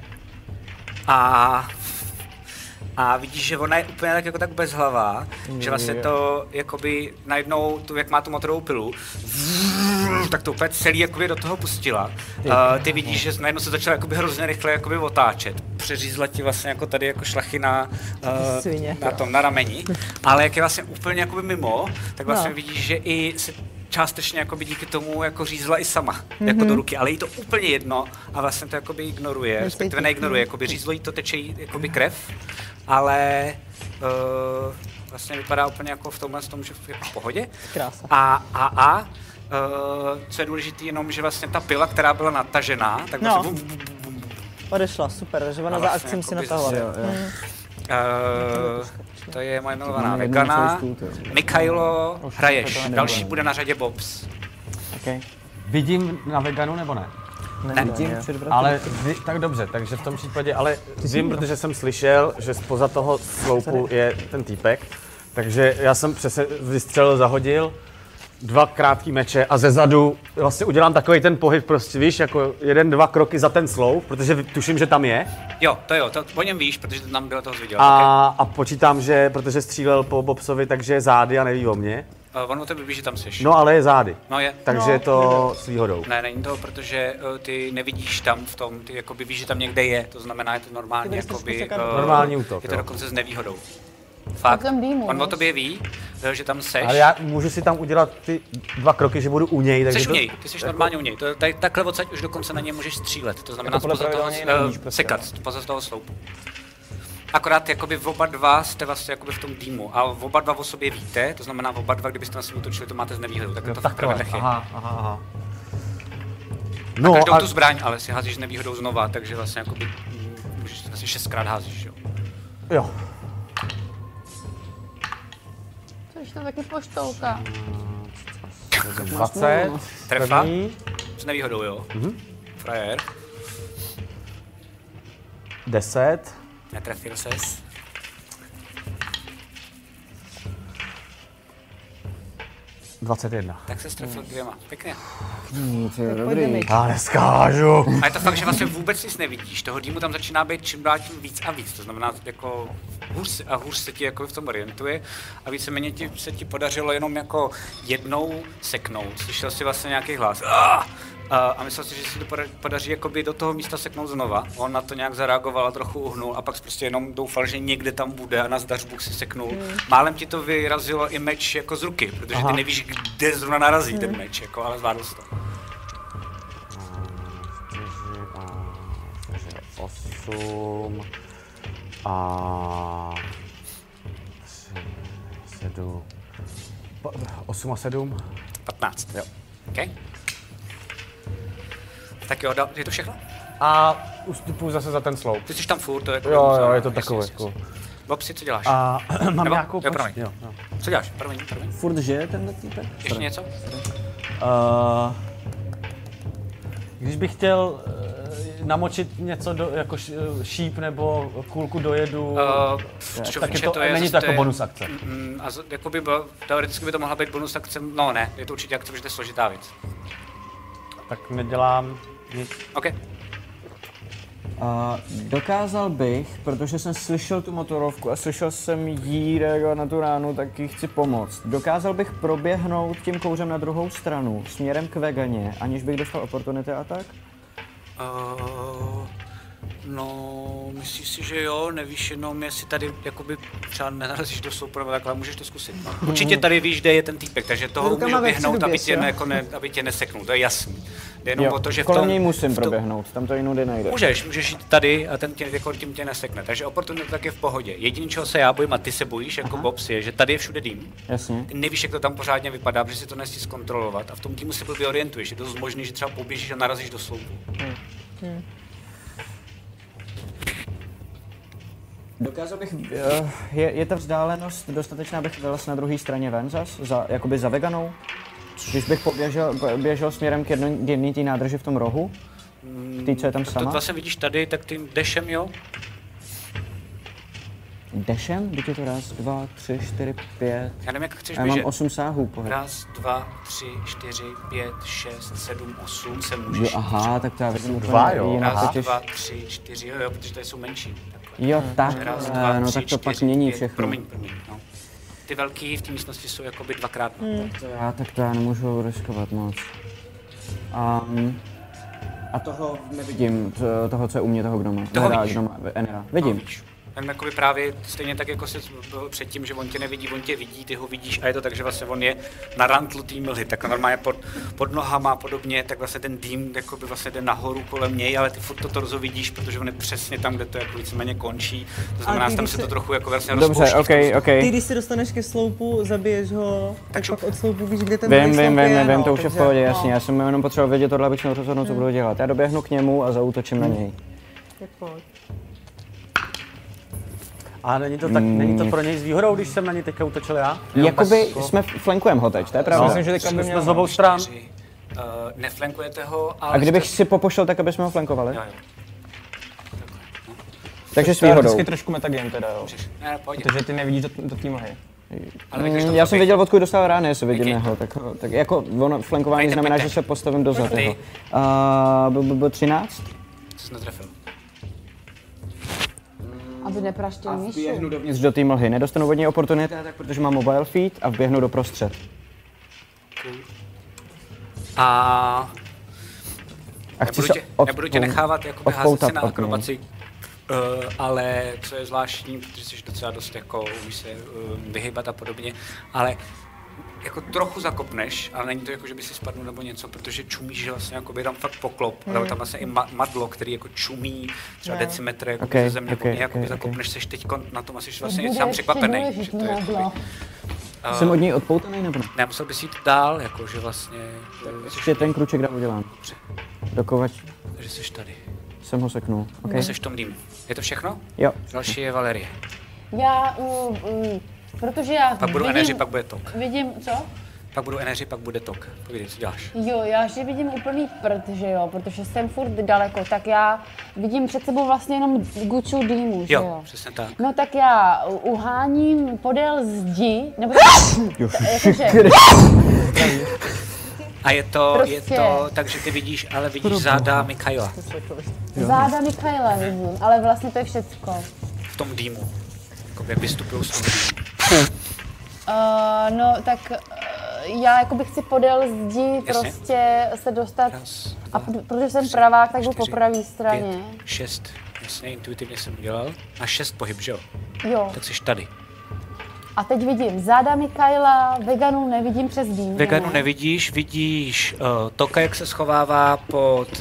A vidíš, že ona je úplně tak bezhlavá, že vlastně to jakoby najednou, jak má tu motorovou pilu, tak to úplně celý jakoby do toho pustila. Ty vidíš, že najednou se začala jakoby hrozně rychle jakoby otáčet. Přeřízla ti vlastně jako tady jako šlachy na rameni, ale jak je vlastně úplně jakoby mimo, tak vlastně vidíš, že i se částečně jakoby díky tomu jako řízla i sama, jako do ruky, ale jí to úplně jedno a vlastně to jakoby ignoruje, respektive neignoruje, jakoby řízlo jí to, teče jí jakoby krev, ale vlastně vypadá úplně jako v tomhle tom, že jako v pohodě. Krása. Co je důležité jenom, že vlastně ta pila, která byla natažená, tak vlastně Odešla, super, že ona za akcím si natahla. To je moje milovaná vegana. Mikhailo, hraješ. Další bude na řadě Bobs. Okay. Vidím na veganu nebo ne? Ne. Ale tak dobře, takže v tom případě, ale vím, protože jsem slyšel, že spoza toho sloupu je ten týpek, takže já jsem přesně vystřelil, zahodil 2 krátký meče a zezadu vlastně udělám takový ten pohyb prostě, víš, jako 1-2 kroky za ten sloup, protože tuším, že tam je. Jo, to o něm víš, protože to tam bylo toho viděl. A počítám, že protože střílel po Bobsovi, takže je zády a neví o mě. On o tebe ví, že tam jsi. No, ale je zády. No je. Takže je to s výhodou. Ne, není to, protože ty nevidíš tam v tom, ty jakoby víš, že tam někde je, to znamená, je to normálně jakoby... normální útok, je to dokonce s nevýhodou. Fakt. On o tobě ví, že tam seš. Ale já můžu si tam udělat ty 2 kroky, že budu u něj. Takže jsi u něj, ty jsi normálně u něj. Takhle odsaď už dokonce na něj můžeš střílet, to znamená spoza toho sekat, spoza toho sloupu. Akorát jakoby oba dva jste vlastně jakoby v tom týmu a oba dva o sobě víte, to znamená oba dva, kdybyste na sebe útočili, to máte z nevýhodou, tak to v pravidlech je. Aha. No, a každou tu zbraň, ale si házíš nevýhodou znova, takže vlastně jakoby můžeš asi 6krát házíš, jo. Jo. Což to taky poštolka. 20. Trefa. S nevýhodou, jo. Frajer. 10. Netrefil ses. 21. Tak se strefil 2. Pěkně. Dobrý. Já neskážu. A je to fakt, že vlastně vůbec nic nevidíš. Toho dýmu tam začíná být čím dál tím víc a víc. To znamená, jako hůř se ti jako v tom orientuje a víceméně se ti podařilo jenom jako jednou seknout. Slyšel jsi vlastně nějaký hlas. A myslel si, že si to podaří jakoby do toho místa seknout znova. On na to nějak zareagoval a trochu uhnul a pak prostě jenom doufal, že někde tam bude a na zdařbuk si seknul. Málem ti to vyrazilo i meč jako z ruky, protože ty nevíš, kde zrovna narazí ten meč, jako, ale zvládl jsi to. 8 a 7. 8 a 7. 15. Jo. OK. Tak jo, je to všechno? A ustupuji zase za ten sloup. Ty jsi tam furt, to je jako... Jo, je to takové jako... Bobsi, co děláš? A mám nějakou... Jo. Co děláš? Promiň. Furt žije tenhle týpek? Ještě něco? Když bych chtěl namočit něco jako šíp nebo kulku do jedu, tak není to jako bonus akce. Jakoby teoreticky by to mohla být bonus akce, no ne, je to určitě akce, protože to je složitá věc. Tak nedělám nic. OK. Dokázal bych, protože jsem slyšel tu motorovku a slyšel jsem jí reagovat na tu ránu, tak jí chci pomoct. Dokázal bych proběhnout tím kouřem na druhou stranu, směrem k veganě, aniž bych dostal opportunity attack? No, myslíš si, že jo, nevíš jenom, jestli tady jakoby třeba nenarazíš do sloupu nebo takhle, můžeš to zkusit. Určitě tady víš, kde je ten týpek, takže toho můžu běhnout, aby tě neseknul, to je jasný. Jde jenom o to, že v tom... kolem něj musím proběhnout, tam to jinudy nejde. Můžeš jít tady a ten tě, jako tím tě nesekne, takže oportunita tak je v pohodě. Jediný, čeho se já bojím a ty se bojíš jako Bobs, je, že tady je všude dým. Jasně. Ty nevíš, jak to tam pořádně vypadá, protože si to nestí zkontrolovat a v tom týmu se blbě orientuješ, je dost možný, že třeba poběžíš a narazíš do sloupu. Dokázal bych, je ta vzdálenost dostatečná, abych vylez na druhé straně ven zas, jakoby za veganou? Když bych běžel směrem k jedné té nádrži v tom rohu? Ty, co je tam sama? To vlastně vidíš tady, tak tím dešem, jo? Dešem? Teď je to 1, 2, 3, 4, 5. Já nevím, jak chceš běžet. Já mám 8 sáhů pohyb. 1, 2, 3, 4, 5, 6, 7, 8 se můžeš. Jo, aha, tak to já vidím 2, jo. 1, 2, 3, 4, jo, protože tady jsou menší. Jo, tak, no tak to pak mění všechno. Promiň, no. Ty velký v té místnosti jsou jakoby 2x. Tak to já nemůžu riskovat moc. A toho nevidím, toho, co je u mě, toho gnoma. Enera. Vidím. Ten jakoby právě stejně tak, jako jsi byl předtím, že on tě nevidí, on tě vidí, ty ho vidíš a je to tak, že vlastně on je na rantlu té mlhy, tak normálně pod nohama a podobně, tak vlastně ten dým jakoby vlastně jde nahoru kolem něj, ale ty furt to torzo vidíš, protože on je přesně tam, kde to jako víceméně končí, to znamená, tam se to trochu jako vlastně rozpouští. Dobře, okay. Ty, když se dostaneš ke sloupu, zabiješ ho, tak pak od sloupu víš, kde ten Vím, to už je v pohodě, jasně, já jsem jenom potřeboval vědět tohle, abych měl rozhodnout, co budu dělat. Já doběhnu k němu a zaútočím na něj. A není to pro něj s výhodou, když jsem na něj teďka útočil já? Jakoby jsme flankujeme ho teď, to je pravda. Myslím, že teďka by jsme z obou stran. Neflankujete ho, ale... A kdybych si popošel, tak abychom ho flankovali? Jo. Takže s výhodou. Vždycky trošku metagame teda, jo. Ne, pojď. Protože ty nevidíš do té mlhy. Já jsem věděl, odkud dostal rány, jestli vidím ho. Tak jako ono flankování znamená, že se postavím dozadu. Byl 13? Jsi netrefil. Aby nepraštil A Míšu. vběhnu dovnitř do té mlhy. Nedostanu od něj oportunity, tak protože mám mobile feed a vběhnu do prostřed. A chci nebudu tě nechávat jakoby házet si na akrobaci, ale co je zvláštní, protože jsi docela dost jako umíš se vyhybat a podobně, ale jako trochu zakopneš, ale není to jako, že by si spadl nebo něco, protože čumíš, že vlastně jako by tam fakt poklop, ale tam vlastně i madlo, který jako čumí třeba decimetr jako ze země, jako zakopneš, seš teď na tom asi vlastně sám překvapený, že to je jakoby, jsem od něj odpoutaný nebo ne? Ne, musel bys jít dál, jako že vlastně... Ještě ten kruček dál udělám. Dokovač. Takže jsi tady. Jsem ho seknul. Okay. Jsi v tom dýmu. Je to všechno? Jo. Další je Valerie. Já, protože já pak budu energy, pak bude tok. Vidím, co? Pak budu energy, pak bude tok. Povídej, co děláš? Jo, já že vidím úplný prd, že jo, protože jsem furt daleko, tak já vidím před sebou vlastně jenom guču dýmu, že jo? Jo, přesně tak. No tak já uháním podél zdi, nebo jakože... A je to, takže ty vidíš, ale vidíš záda Mikaela. Záda Mikaela vidím, ale vlastně to je všecko. V tom dýmu. Jako jak vystupují z toho dýmu. No tak já jakoby chci podél zdi prostě se dostat, a protože jsem pravák, tak jdu po pravé straně. 5, 6, jasně, intuitivně jsem udělal. A 6 pohyb, že jo? Jo. Tak jsi tady. A teď vidím záda Mikaela, Veganu nevidím přes dým. Veganu nevidíš, vidíš Toka, jak se schovává pod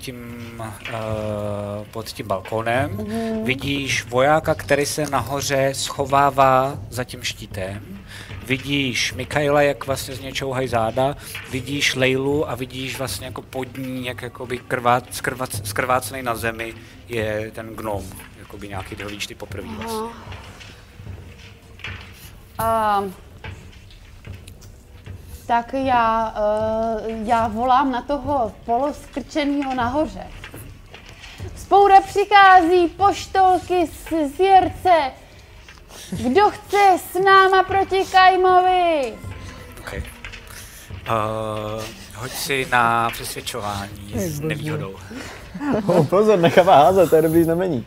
tím balkónem. Vidíš vojáka, který se nahoře schovává za tím štítem. Vidíš Mikaela, jak vlastně z něj čouhají záda. Vidíš Lejlu a vidíš vlastně jako pod ní, jak jakoby skrvácený na zemi je ten gnom. Jakoby nějaký, ty ho vidíš ty poprvé vlastně. Tak já volám na toho poloskrčenýho nahoře. Vzpoura přichází poštolky z Jerce. Kdo chce s náma proti Kajmovi? Okay. Hoď si na přesvědčování s nevýhodou. Pozor, nechává házet, to je dobrý znamení.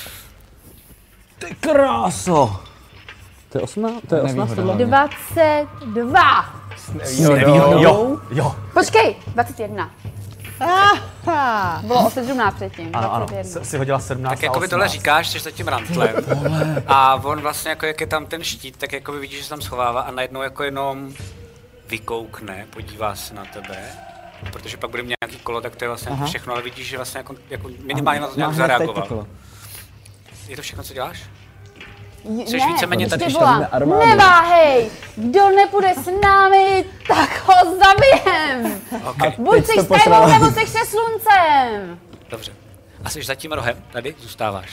Ty kráso! To je 18? To je 18? 22! S nevýhodou? Jo. Počkej, 21. Bylo o 17 předtím. Ano, si hodila 17 tak jako by tohle říkáš, jsi za tím rantlem. A on vlastně, jako jak je tam ten štít, tak jako by vidíš, že se tam schovává a najednou jako jenom vykoukne, podívá se na tebe. Protože pak bude mít nějaký kolo, tak to je vlastně všechno, ale vidíš, že vlastně jako minimálně na to nějak zareagoval. Je to všechno, co děláš? Jsi víceméně tady, když neváhej! Kdo nepůjde s námi, tak ho zabijem! Okay. Buď jsi s Kajmou, nebo jsi se sluncem! Dobře. A jsi za tím rohem? Tady zůstáváš?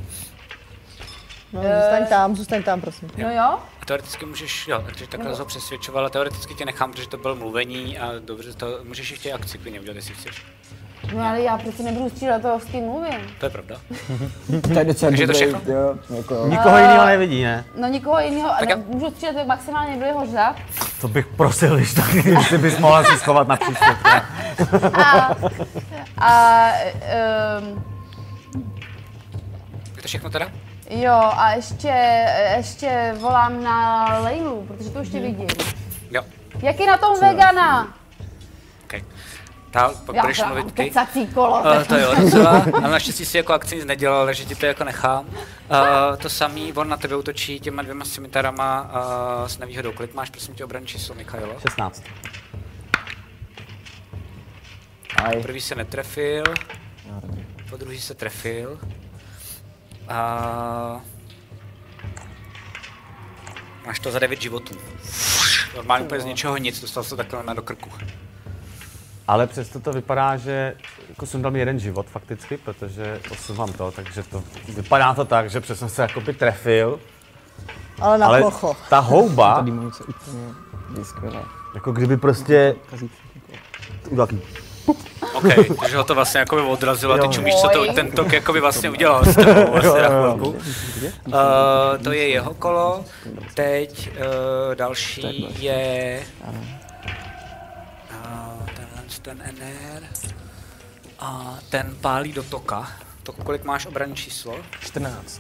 No, zůstaň tam, prosím. No jo? A teoreticky můžeš, jo, takže takhle ho přesvědčoval, ale teoreticky tě nechám, protože to bylo mluvení a dobře, to můžeš ještě akci klidně udělat, jestli chceš. No ale já přeci nebudu střílet toho, s kým mluvím. To je pravda. To je docela takže dobrý, to všechno. Jo, jako... Nikoho jiného nevidí, ne? No nikoho jiného, můžu střílet maximálně do jeho řad. To bych prosil, když tak, jestli bys mohla si schovat na příště. Je to všechno teda? Jo, a ještě volám na Lejlu, protože to ještě vidím. Jo. Jak je na tom Vegana? Okay. Dál, pak budeš mluvit ty. Kecací kolo. To jo, docela. Ale naštěstí si jako akci nic nedělal, takže ti to jako nechám. To samý, on na tebe útočí těma 2 scimitarama s nevýhodou. Kolik máš, prosím tě, obranné číslo, Mikaelo? 16. První se netrefil, po druhý se trefil. Máš to za 9 životů. Normálně úplně z ničeho nic, dostal se takhle do krku. Ale přesto to vypadá, že jako sundal mi jeden život fakticky, protože posouvám to, takže to vypadá to tak, že přesně se jakoby trefil. Ale na plocho. Ta houba, Ta demonice úplně skvělá. jako kdyby prostě udělal takový. OK, takže ho to vlastně jakoby odrazilo a ty čumíš, co to ten tok jakoby vlastně udělal s tebou vlastně na chvilku. To je jeho kolo, teď další je ten NR a ten pálí do toka. To kolik máš obranné číslo? 14.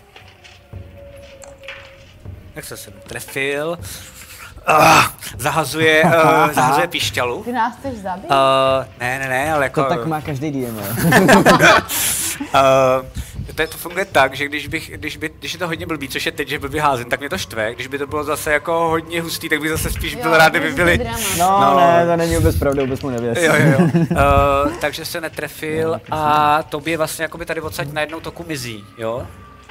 Jak se trefil. Zahazuje píšťalu. Ty nás chceš zabít? Ne, ale jako... To tak má každý DM. To funguje tak, že když je to hodně blbý, což je teď, že blbý házím, tak mě to štve. Když by to bylo zase jako hodně hustý, tak bych zase spíš byl rád, kdyby byli... No, ne, to není vůbec pravda, vůbec mu nevěř. Jo. Takže se netrefil a tobě vlastně jakoby tady odsaď najednou toku mizí, jo?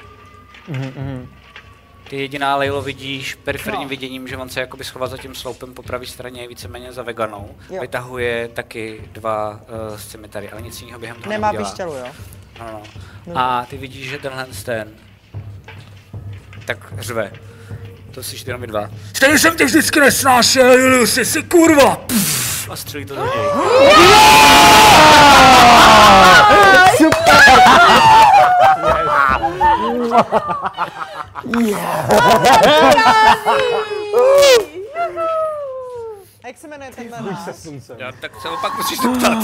Ty jediná Lejlo vidíš periferním viděním, že on se jakoby schová za tím sloupem po pravé straně, víceméně za veganou. Jo. Vytahuje taky 2 scimitary, ale nic jiného během toho nemá neudělá. píšťalu, jo? No. A ty vidíš, že tenhle tak řve. To jsi jenom 2. Stejně jsem tě vždycky nesnášel, Julius, jsi kurva! Pff, a střelí to do něj. A jak se jmenuje ten Já tak se opak musíš zeptat.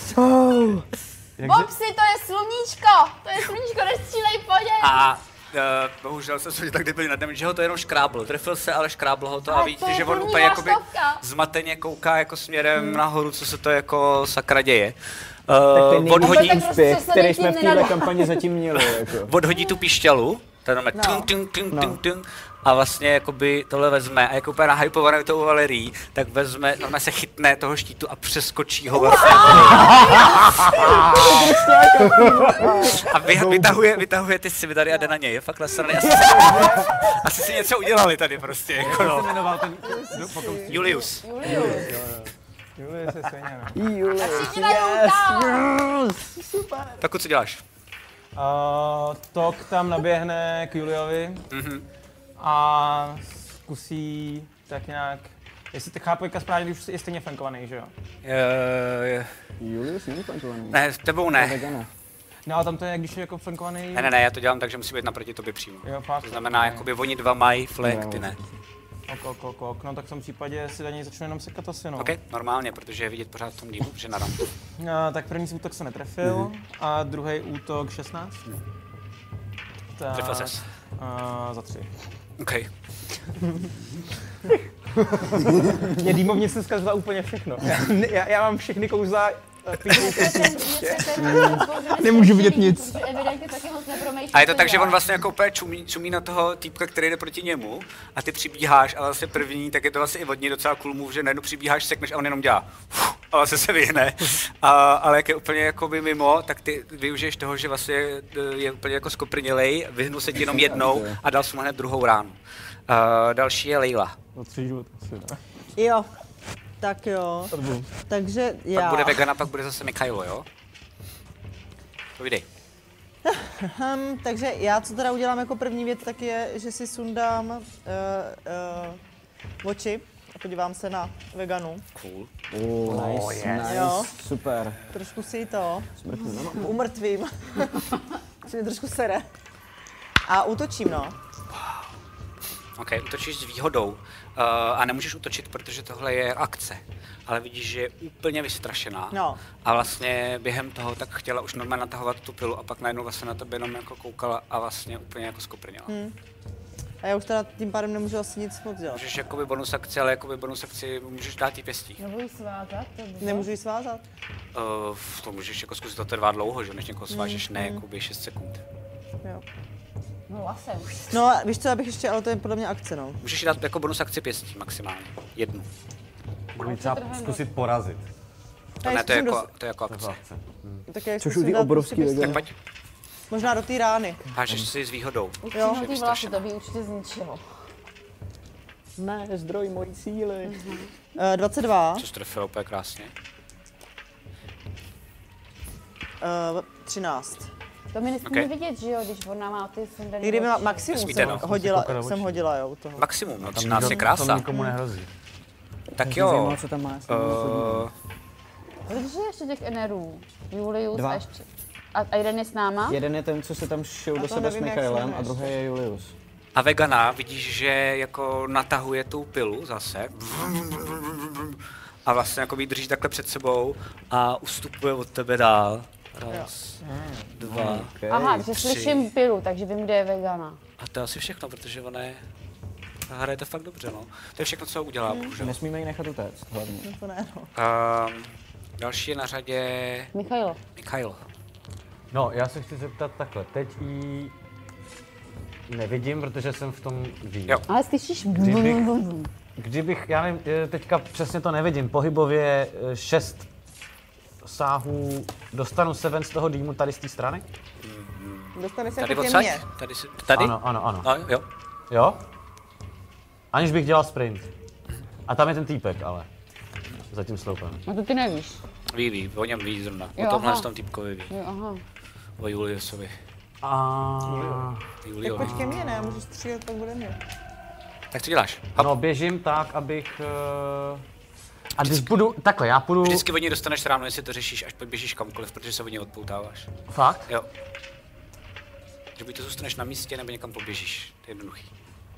Bobsi, to je sluníčko! To je sluníčko, nestřílej po něm! A bohužel jsem se tak kdyby nad že ho to jenom škrábl. Trefil se, ale škrábl ho to a vidíte, že on úplně jakoby zmateně kouká jako směrem nahoru, co se to jako sakra děje. Tak ten největší úspěch, který jsme v této kampani zatím měli. Jako. Odhodí tu píšťalu, ten tung, a vlastně jakoby tohle vezme a jako úplně nahypovaný tou Valerií, tak vezme, normálně se chytne toho štítu a přeskočí ho vlastně. A vytahuje ty civitary a jde na něj, je fakt nasraný. Asi si něco udělali tady prostě, jako no. Julius. Julius je svině. Super. Tak co děláš? Tok tam naběhne k Juliovi a zkusí tak nějak, jestli ty chápu, Jaka správně, už je stejně flankovaný, že jo? Julius není flankovaný. Ne, s tebou ne. No a tam to je, když je jako flankovaný... Ne, já to dělám tak, že musí být naproti tobě přímo. Jo, fakt. To znamená, jakoby oni 2 mají flank, ty ne. No tak v tom případě si na něj začnu jenom sekat asi, no. OK, normálně, protože je vidět pořád v tom dílu, že nadám. Tak první útok se netrefil a druhý útok 16. Trefil ses. Za 3. OK. Mě dýmovně se zkazila úplně všechno. Já mám všechny kouzla. Nemůžu vidět nic. A je to tak, že on vlastně jako úplně čumí na toho týpka, který jde proti němu a ty přibíháš a vlastně první, tak je to vlastně i od něj docela cool move, že najednou přibíháš, sekneš a on jenom dělá a vlastně se vyhne. Ale jak je úplně jakoby mimo, tak ty využiješ toho, že vlastně je úplně jako skoprnělej, vyhnul se ti jenom jednou a dal jsem mu hned druhou ránu. Další je Lejla. O 3 životy asi, ne? Jo. Tak jo, takže já... Pak bude Vegana, pak bude zase Mikhailo, jo? Povídej. Takže já, co teda udělám jako první věc, tak je, že si sundám oči a podívám se na Veganu. Cool. Nice, jo. Super. Trošku si to umrtvím. Si mě trošku sere. A útočím, no. OK, útočíš s výhodou a nemůžeš útočit, protože tohle je akce, ale vidíš, že je úplně vystrašená a vlastně během toho tak chtěla už normálně natahovat tu pilu a pak najednou vlastně na tebe jenom jako koukala a vlastně úplně jako skoprněla. A já už teda tím pádem nemůžu asi nic moc dělat. Můžeš jakoby bonus akci, ale jakoby bonus akci můžeš dát jí pěstí. Nebo ji svázat? Nemůžu ji svázat? To můžeš jako zkusit, to trvá dlouho, že než někoho svážeš, ne jakoby 6 sekund. Jo. No lasem. No víš co, abych ještě, ale to je podle mě akce, no. Můžeš dát jako bonus akci pěstí maximálně, 1. Můžu třeba zkusit porazit. To ne, to je jako akce. Což u ty obrovský tak pojď. Možná do té rány. Hážeš si s výhodou. Jo, ty vlasy, to ví určitě z ničeho. Ne, zdroj mojí síly. 22. Což trefilo úplně krásně. 13. To mi nesmíme vidět, že jo, když ona má ty sundaný. Kdyby maximum jsem hodila, jo, toho. Maximum, no 13 je krása. To nikomu nehrozí. Tak jo. Co tam má? Kolik je ještě těch NRů? Julius 2. a ještě. A jeden je s náma? Jeden je ten, co se tam šel do sebe s Michaelem a druhý je Julius. A vegana, vidíš, že jako natahuje tu pilu zase. A vlastně jako drží takhle před sebou a ustupuje od tebe dál. Raz, 2, Aha, že slyším pilu, takže vím, kde je vegana. A to je asi všechno, protože ona je... Hrajete fakt dobře, no. To je všechno, co udělá, bohužel. Nesmíme ji nechat utéct, hlavně. To ne, no. Další je na řadě... Michail. No, já se chci zeptat takhle. Teď ji nevidím, protože jsem v tom víc. Jo. Ale slyšíš Kdybych, já nevím, teďka přesně to nevidím, pohybově 6 sáhů, dostanu se ven z toho dýmu tady z té strany? Dostane se tady jako ke odsaď? mně. Tady? Ano. No, jo. Jo? Aniž bych dělal sprint. A tam je ten týpek, ale. Za tím sloupem. No to ty nevíš. Ví, o něm ví zrovna. Jo, O tomhle aha. z tom týpkovi ví. Jo, aha. O Juliusovi. Tak Juliovi. pojď ke mně, ne? Já můžu střílet, pak bude mě. Tak co děláš? Hop. No, běžím tak, abych... A když budu, takhle, já půjdu... Vždycky od něj dostaneš ráno, jestli to řešíš, až běžíš kamkoliv, protože se od něj odpoutáváš. Fakt? Jo. Že buď to zůstaneš na místě, nebo někam poběžíš. To je jednoduchý.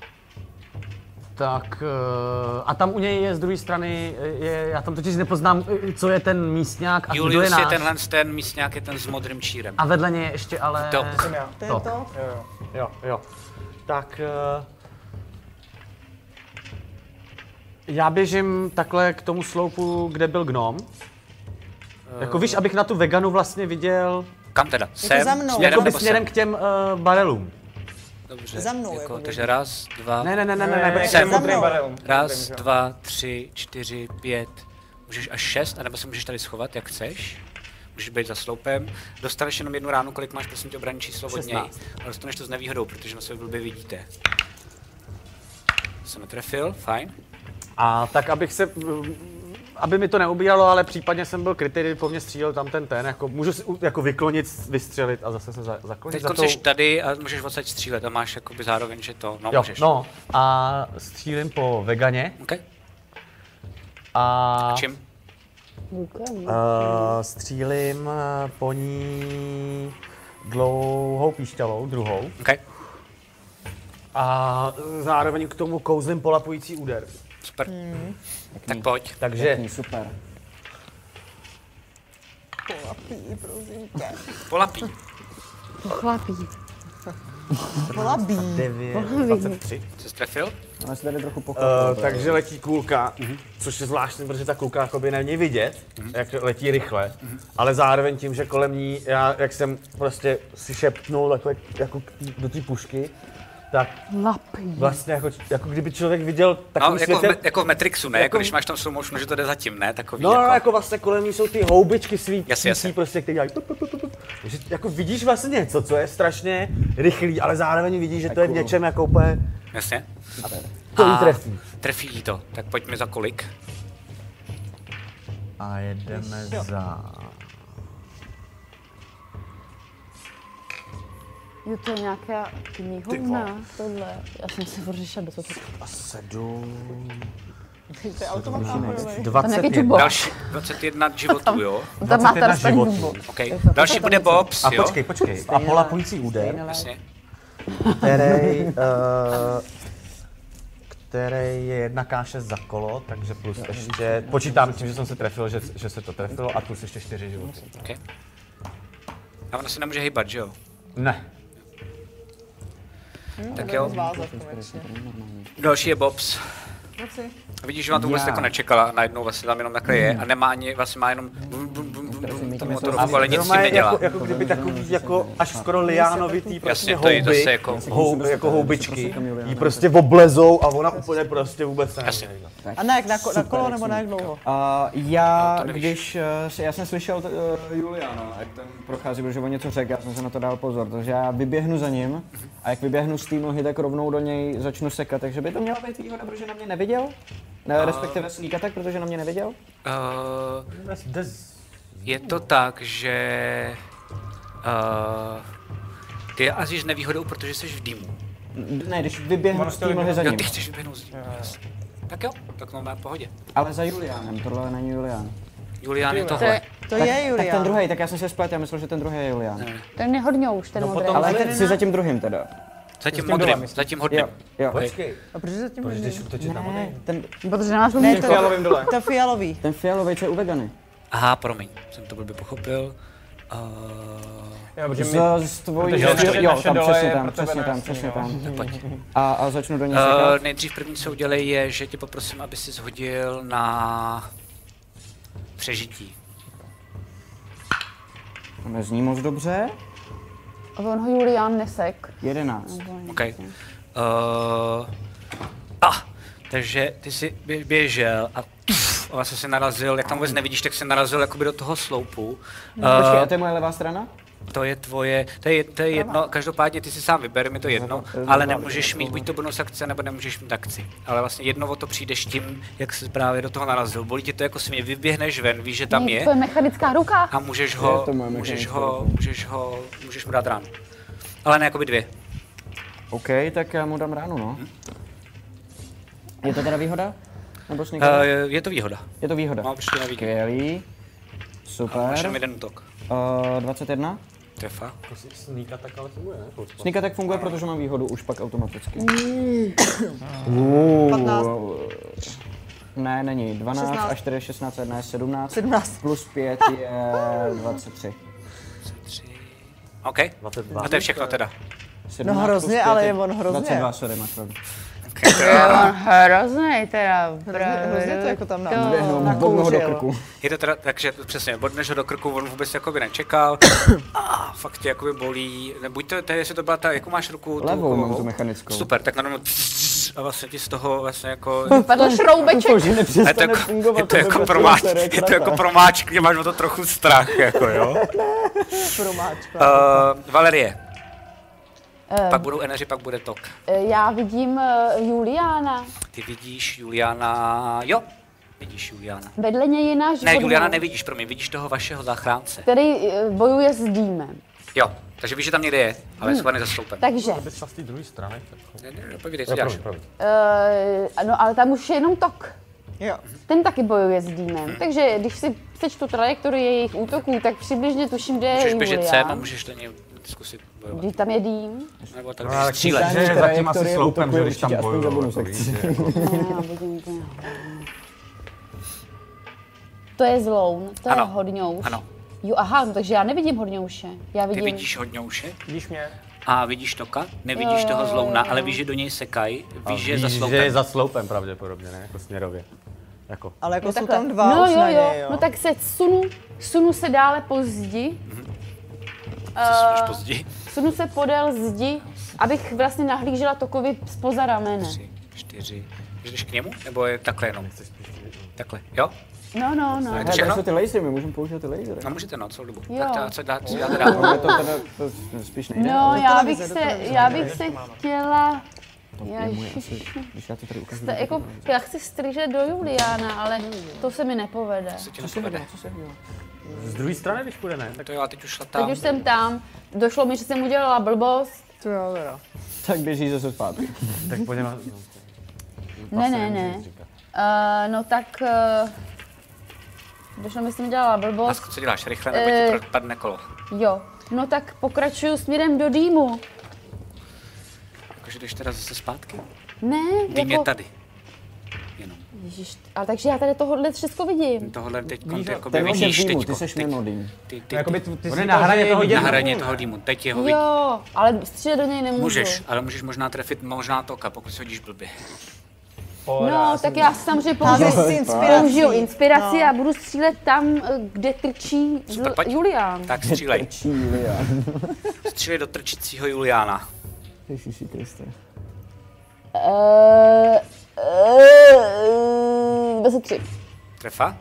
Tak a tam u něj je z druhé strany, já tam totiž nepoznám, co je ten místňák a kdo je Julius náš. je tenhle ten místňák, je ten s modrým čírem. A vedle něj ještě ale... To. To je to? Jo. Tak... Já běžím takhle k tomu sloupu, kde byl gnom. Jako víš, abych na tu veganu vlastně viděl... Kam teda? Sem? za mnou. Jakoby směrem k těm barelům. Dobře. Za mnou, jako takže raz, dva... Ne, Sem. za mnou. Raz, dva, 3, 4, 5... Můžeš až 6, anebo se můžeš tady schovat, jak chceš. Můžeš být za sloupem. Dostaneš jenom jednu ránu, kolik máš, prosím tě, obranné číslo od něj. Ale dostaneš to s nevýhodou, protože na sebe blbě vidíte. Jsem netrefil, fajn. A tak abych se... Aby mi to neubíralo, ale případně jsem byl krytý, kdyby po mně střílel tam ten, jako můžu si jako vyklonit, vystřelit a zase se zaklonit. Teď jsi tady a můžeš odsaď střílet a máš jakoby zároveň, že to, no jo, můžeš. No a střílím po veganě. Okay. A čím? Střílím po ní dlouhou píšťalou, druhou. Okay. A zároveň k tomu kouzlím polapující úder. Super. Tak pojď. Takže... Super. Polapí, prosím tě. Polapí. Pochlapí. Polapí. 9, 23. Jsi trefil? Ale se tady trochu pochopil. Takže letí kulka, což je zvláštní, protože ta kulka jakoby není vidět, jak letí rychle, ale zároveň tím, že kolem ní, já, jak jsem prostě si šeptnul takhle jako do té pušky, tak vlastně jako kdyby člověk viděl takový světel... jako v Matrixu, ne? Jako když máš tam slow motion, že to jde zatím, ne? Takový No, jako vlastně kolem ní jsou ty houbičky svítící prostě, které dělají Takže jako vidíš vlastně něco, co je strašně rychlý, ale zároveň vidíš, že to je v něčem jako úplně... Jasně. To jí trefí. Trefí jí to. Tak pojďme za kolik. A jedeme za... Jo, to je nějaká knihovna, tohle. Já jsem se pořešila do toho. A 7... To je automat náhodovej. 21. Další 21 životů, jo? Tam má ta životů. Okay. Další bude Bobs, jo? A počkej. A polapující úder, Jasně. který je 1K6 za kolo, takže plus ještě, počítám tím, že jsem se trefil, že se to trefilo a plus ještě 4 životy. Okay. A ona se nemůže hýbat, že jo? Ne. Tak jo. Další je Bobs. A vidíš, že ona to vůbec jako nečekala a najednou vlastně tam jenom takhle je a nemá ani, vlastně má jenom tu motorovku, ale nic s tím nedělá. Jako kdyby takový jako až skoro liánovitý prostě houby, jako houbičky, jí prostě oblezou a ona úplně prostě vůbec nevím. A na jak, na kolo nebo na jak dlouho? Já jsem slyšel Juliana, jak ten prochází, protože on něco řekl, já jsem se na to dal pozor, takže já vyběhnu za ním a jak vyběhnu z té nohy, tak rovnou do něj začnu sekat, takže by to mělo být výhoda, protože na mě neviděl? Ne, respektive slíka tak, protože na mě neviděl? Je to tak, že Ty je asi s nevýhodou, protože jsi v dýmu. Ne, když vyběhnu s tím mlhy za ním. Ty chceš vyběhnout s tím. Tak jo, tak máme v pohodě. Ale za Juliánem, tohle není Julián. Julián je tohle. To je Julián. Tak ten druhý, tak já jsem se splet, já myslel, že ten druhý je Julián. Ne. Ten je hodňouš, ten modrý. Ale jsi za tím druhým teda. Za tím hodným. Jo. Počkej. A proč za tím Proč jdeš útočit na vody? Protože nás Ne, umí fialovým dole. To fialový. Ten fialový, co je u vegany. Aha, promiň, jsem to blbě pochopil. Jo, protože Z tvojí... protože Jo, naše tam, dole přesně je tam, pro tebe přesně tam, ne, přesně jo. tam. Pojď. A začnu do něj sekat. Nejdřív první, co udělej, je, že tě poprosím, aby si shodil na přežití. To nezní moc dobře. A on ho Julián nesek. 11. OK. Takže ty jsi běžel a vlastně si narazil, jak tam vůbec nevidíš, tak si narazil jakoby do toho sloupu. Počkej, a to je moje levá strana? To je tvoje, to je jedno, každopádně ty si sám vyber, mi to jedno, ale nemůžeš mít buď to bonus akce, nebo nemůžeš mít akci. Ale vlastně jedno o to přijdeš tím, jak jsi právě do toho narazil. Bolí tě to jako směr, vyběhneš ven, víš, že tam je. To je mechanická ruka. A můžeš mu dát ránu. Ale ne jakoby 2. OK, tak já mu dám ránu, no. Je to teda výhoda? Nebo je to výhoda. Je to výhoda. Mám prostě na výhodu. Skvělý. Super. Máš jenom jeden útok. 21. Trefa. Sneak attack ale funguje, ne? Sneak attack funguje, protože mám výhodu už pak automaticky. 15. Ne, není. 12 16. a 4 je 16, 1 je 17. 17. Plus 5 je 23. OK. 22. A to je všechno teda. 17 No hrozně, plus 5 ale je on hrozně. 22, sorry, máš pravdu. Je on hrozný teda. Hrozně to jako tam Bodnu ho do krku. Je to teda, takže přesně, bodneš ho do krku, on vůbec jakoby nečekal. Fakt tě jakoby bolí. Buď to, jestli to byla ta, jakou máš ruku? Levou mám tu mechanickou. Super, tak najednou a vlastně ti z toho vlastně jako... Padl šroubeček. Že nepřestane fungovat. Je to jako promáčk, kde máš o to trochu strach, jako jo. Promáčka. Valerie. Pak budou energy, pak bude tok. Já vidím Juliána. Ty vidíš Juliána, jo, vidíš Juliána. Vedle něj je náš Ne, Juliána nevidíš, promiň, vidíš toho vašeho záchránce. který bojuje s dýmem. Jo, takže víš, že tam někde je, ale je schovaný za sloupem. Takže, Aby šla z té druhé strany. Ne, povídej, co děláš. no ale tam už je jenom tok. Jo. Ten taky bojuje s dýmem. Takže když si přečtu trajektorii jejich útoků, tak přibližně tuším, kde je Můžeš Julián. běžet sem a můžeš do něj zkusit bojovat. Když tam je dým. Nebo tak No, ale střílet. že je zatím asi sloupem, že když tam bojují. To je zloun, to je Ano. hodňouš. Ano. Jo, aha, no, takže já nevidím hodňouše. Já Ty vidím... vidíš hodňouše Vidíš mě? a vidíš toka, nevidíš toho zlouna, ale víš, že do něj sekají, víš, že je za Že je sloupem. za sloupem pravděpodobně, ne? Jako směrově. Jako. Ale jako Jo, jsou takhle. tam dva no, už jo, na jo. něj, jo. No tak se sunu se dále po zdi. Co suneš později? Sunu se podél zdi, abych vlastně nahlížela Tokovi zpoza ramene. 3, 4. Jdeš k němu? Nebo je takhle jenom? Takhle, jo? No. Tak To všechno? jsou ty lasery, my můžeme použít ty lasery. No můžete, no, celou dobu. Jo. Tak co dáte dál? Ale to teda to spíš nejde. No, ale já bych se chtěla... Když já to tady ukážu. Jako, já chci střížet do Juliána, ale to se mi nepovede. Co ti nepovede? Co se dělá? Z druhé strany, když půjde, ne? Tak to jo, a teď už šla tam. Teď už jsem tam, došlo mi, že jsem udělala blbost. To jo, teda. Tak běží zase zpátky. Tak pojďme. Ne. No tak... došlo mi, že jsem udělala A blbost. co děláš? Rychle, nebo ti padne kolo? Jo. No tak pokračuju směrem do dýmu. Jakože jdeš teda zase zpátky? Ne, Dým je tady. Jenom. Ježiš, ale takže já tady tohohle všechno vidím. Tohle teď jakoby Ten vidíš je teďko. ty seš mimo dým. Ty Jakoby ty On jsi je na hraně toho na jednoho. hraně toho dýmu, teď jeho vidíš. Jo, ale střílet do něj nemůžu. Můžeš, ale můžeš možná trefit možná toka, pokud se hodíš blbě. No, tak já samozřejmě použiju inspiraci a budu střílet tam, kde trčí Super, pojď. Julián. Tak střílej. Julián. Střílej do trčícího Juliána. Ježiši Kriste. 23. Trefa?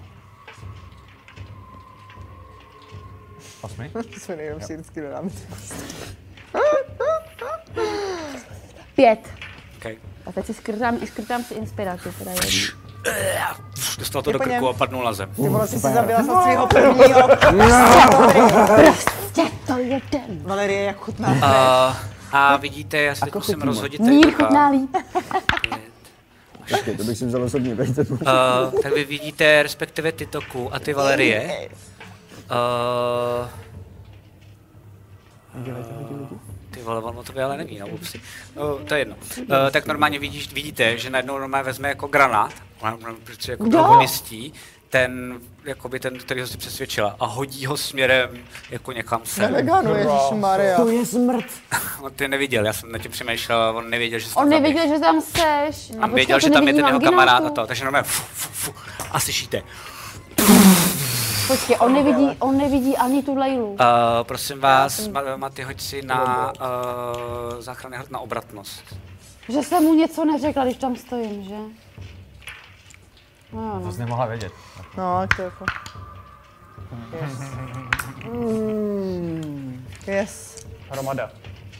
8? To se nejenom si vždycky dodáme. 5. Okay. A teď si škrtám si inspiraci. Teda Dostal to do krku a padnul na zem. Ty vole, jsi si zabila za svého prvního. Prostě to je ten. Valerie, jak chutná. A vidíte, já se teď musím rozhodit. Mír chutná líp. Počkej, to bych si vzal osobně, dejte mu. Tak vy vidíte, respektive ty Toku a ty Valerie. Ty vole, ono to ale neví, no, upsi. To je jedno. Tak normálně vidíte, že najednou normálně vezme jako granát, protože jako progonistí, který ho si přesvědčila a hodí ho směrem jako někam sem. Veganu, ježišmarja. To je smrt. On ty neviděl, já jsem na tím přemýšlel, on nevěděl, že jsi On nevěděl, že tam seš. A věděl, že tam je ten jeho kamarád a to, takže normálně a slyšíte. Počkej, on nevidí ani tu Lejlu. Prosím vás, Maty, hoď si na záchranný hrd na obratnost. Že jsem mu něco neřekla, když tam stojím, že? No. To jsi nemohla vědět. No, to jako... Yes. Hromada.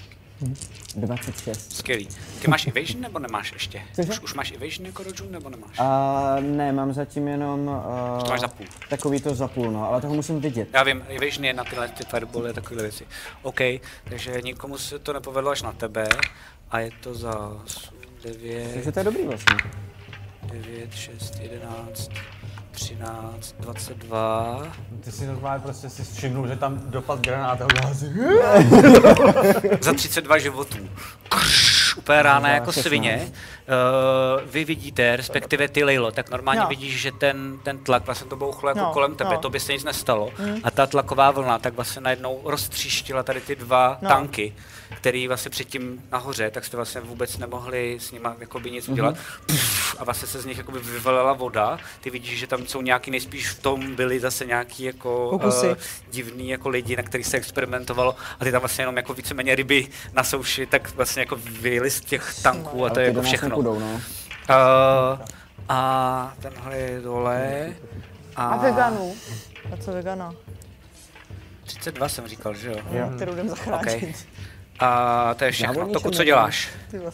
26. Skvělý. Ty máš evasion nebo nemáš ještě? Už máš evasion jako Rojun nebo nemáš? Ne, mám zatím jenom to máš za půl. Takový to za půl, no, ale toho musím vidět. Já vím, evasion je na tyhle firebally a takovéhle věci. OK, takže nikomu se to nepovedlo až na tebe a je to za 9... Takže to je dobrý vlastně. 9, 6, 11, 13, 22... Ty si normálně prostě si všimnul, že tam dopad granát a udělal si... Za 32 životů. Úplně rána jako svině. Vy vidíte, respektive ty Lejlo, tak normálně vidíš, že ten tlak vlastně to bouchlo jako kolem tebe, to by se nic nestalo. A ta tlaková vlna tak vlastně najednou roztříštila tady ty dva tanky, který vlastně předtím nahoře, tak jste vlastně vůbec nemohli s nima jakoby nic udělat. A vlastně se z nich jakoby vyvalila voda. Ty vidíš, že tam jsou nějaký, nejspíš v tom byli zase nějaký jako divný jako lidi, na kterých se experimentovalo. A ty tam vlastně jenom jako víceméně ryby na souši, tak vlastně jako vyjeli z těch tanků a to je jako všechno. Nepůjdou, no. A tenhle je dole. A veganů. A co vegana? 32 jsem říkal, že jo? Kterou jdem zachránit. Okay. A to je všechno. Toku, co děláš?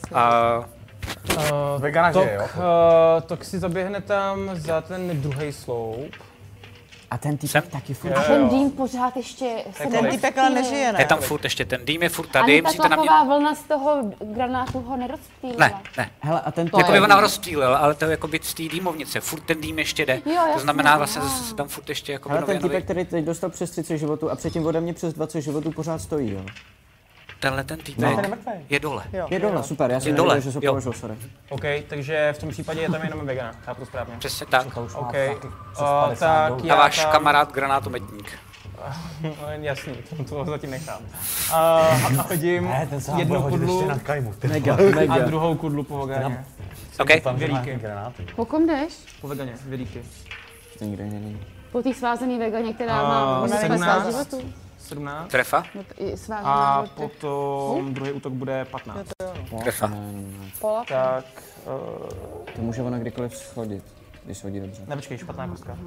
Vegana že jo? Tok si zaběhne tam za ten druhý sloup. A ten týpek taky furt. A ten dým pořád ještě se Ten týpek ale nežije, ne? Je tam furt ještě, ten dým je furt tady. Ani ta tlaková vlna z toho granátu ho nerozptýlila. Ne. Hele, a ten Jako by ona rozptýlil, ale to je jako by z té dýmovnice, furt ten dým ještě jde. To znamená vlastně tam furt ještě jako hele, ten týpek, který teď dostal přes 30 životů a předtím ode mě přes 20 životů pořád stojí, jo? Tenhle ten týpek je dole. Je dole, super, já jsem nevěděl, že se považil, sorry. OK, takže v tom případě je tam jenom vegana, chápu to správně. Přesně tak. OK, tak a váš kamarád granátometník. Jasný, to zatím nechám. A hodím jednu kudlu a druhou kudlu po veganě. OK. Vělíky. Po kom jdeš? Po veganě, vělíky. Nikde není. Po té svázené veganě, která má 17 životů. 17. Trefa. A potom druhý útok bude 15. Trefa. Tak... To může ona kdykoliv schodit, když hodí dobře. Nepočkej, špatná kostka.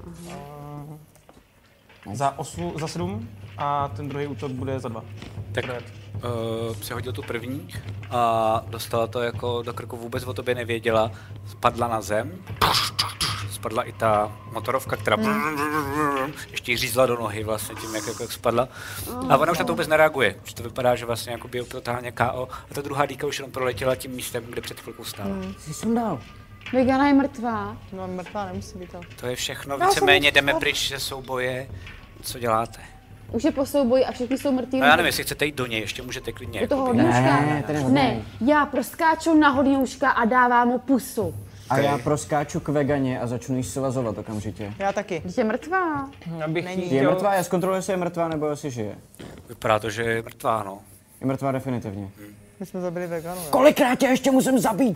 Za 7 a ten druhý útok bude za 2. Tak přehodil tu první a dostala to jako do krku, vůbec o tobě nevěděla, spadla na zem. Spadla i ta motorovka, která ještě jí řízla do nohy vlastně tím, jak spadla. A ona už na to vůbec nereaguje, že to vypadá, že vlastně jako by jo totálně KO. A ta druhá dýka už jenom proletěla tím místem, kde před chvilkou stála. Jsi sundal. Vegana je mrtvá. No, mrtvá nemusí být to. To je všechno, víceméně jdeme pryč ze souboje. Co děláte? Už je po souboji a všichni jsou mrtví. No já nevím, jestli chcete jít do něj, ještě můžete klidně. Do toho hodňouška? Ne, já proskáču na hodňouška a dávám mu pusu. A já proskáču k veganě a začnu jí svazovat okamžitě. Já taky. Je mrtvá. Je mrtvá, já zkontroluji, jestli je mrtvá nebo jestli žije. Vypadá to, že je mrtvá, no. Je mrtvá definitivně. My jsme zabili veganu. Kolikrát tě ještě musím zabít?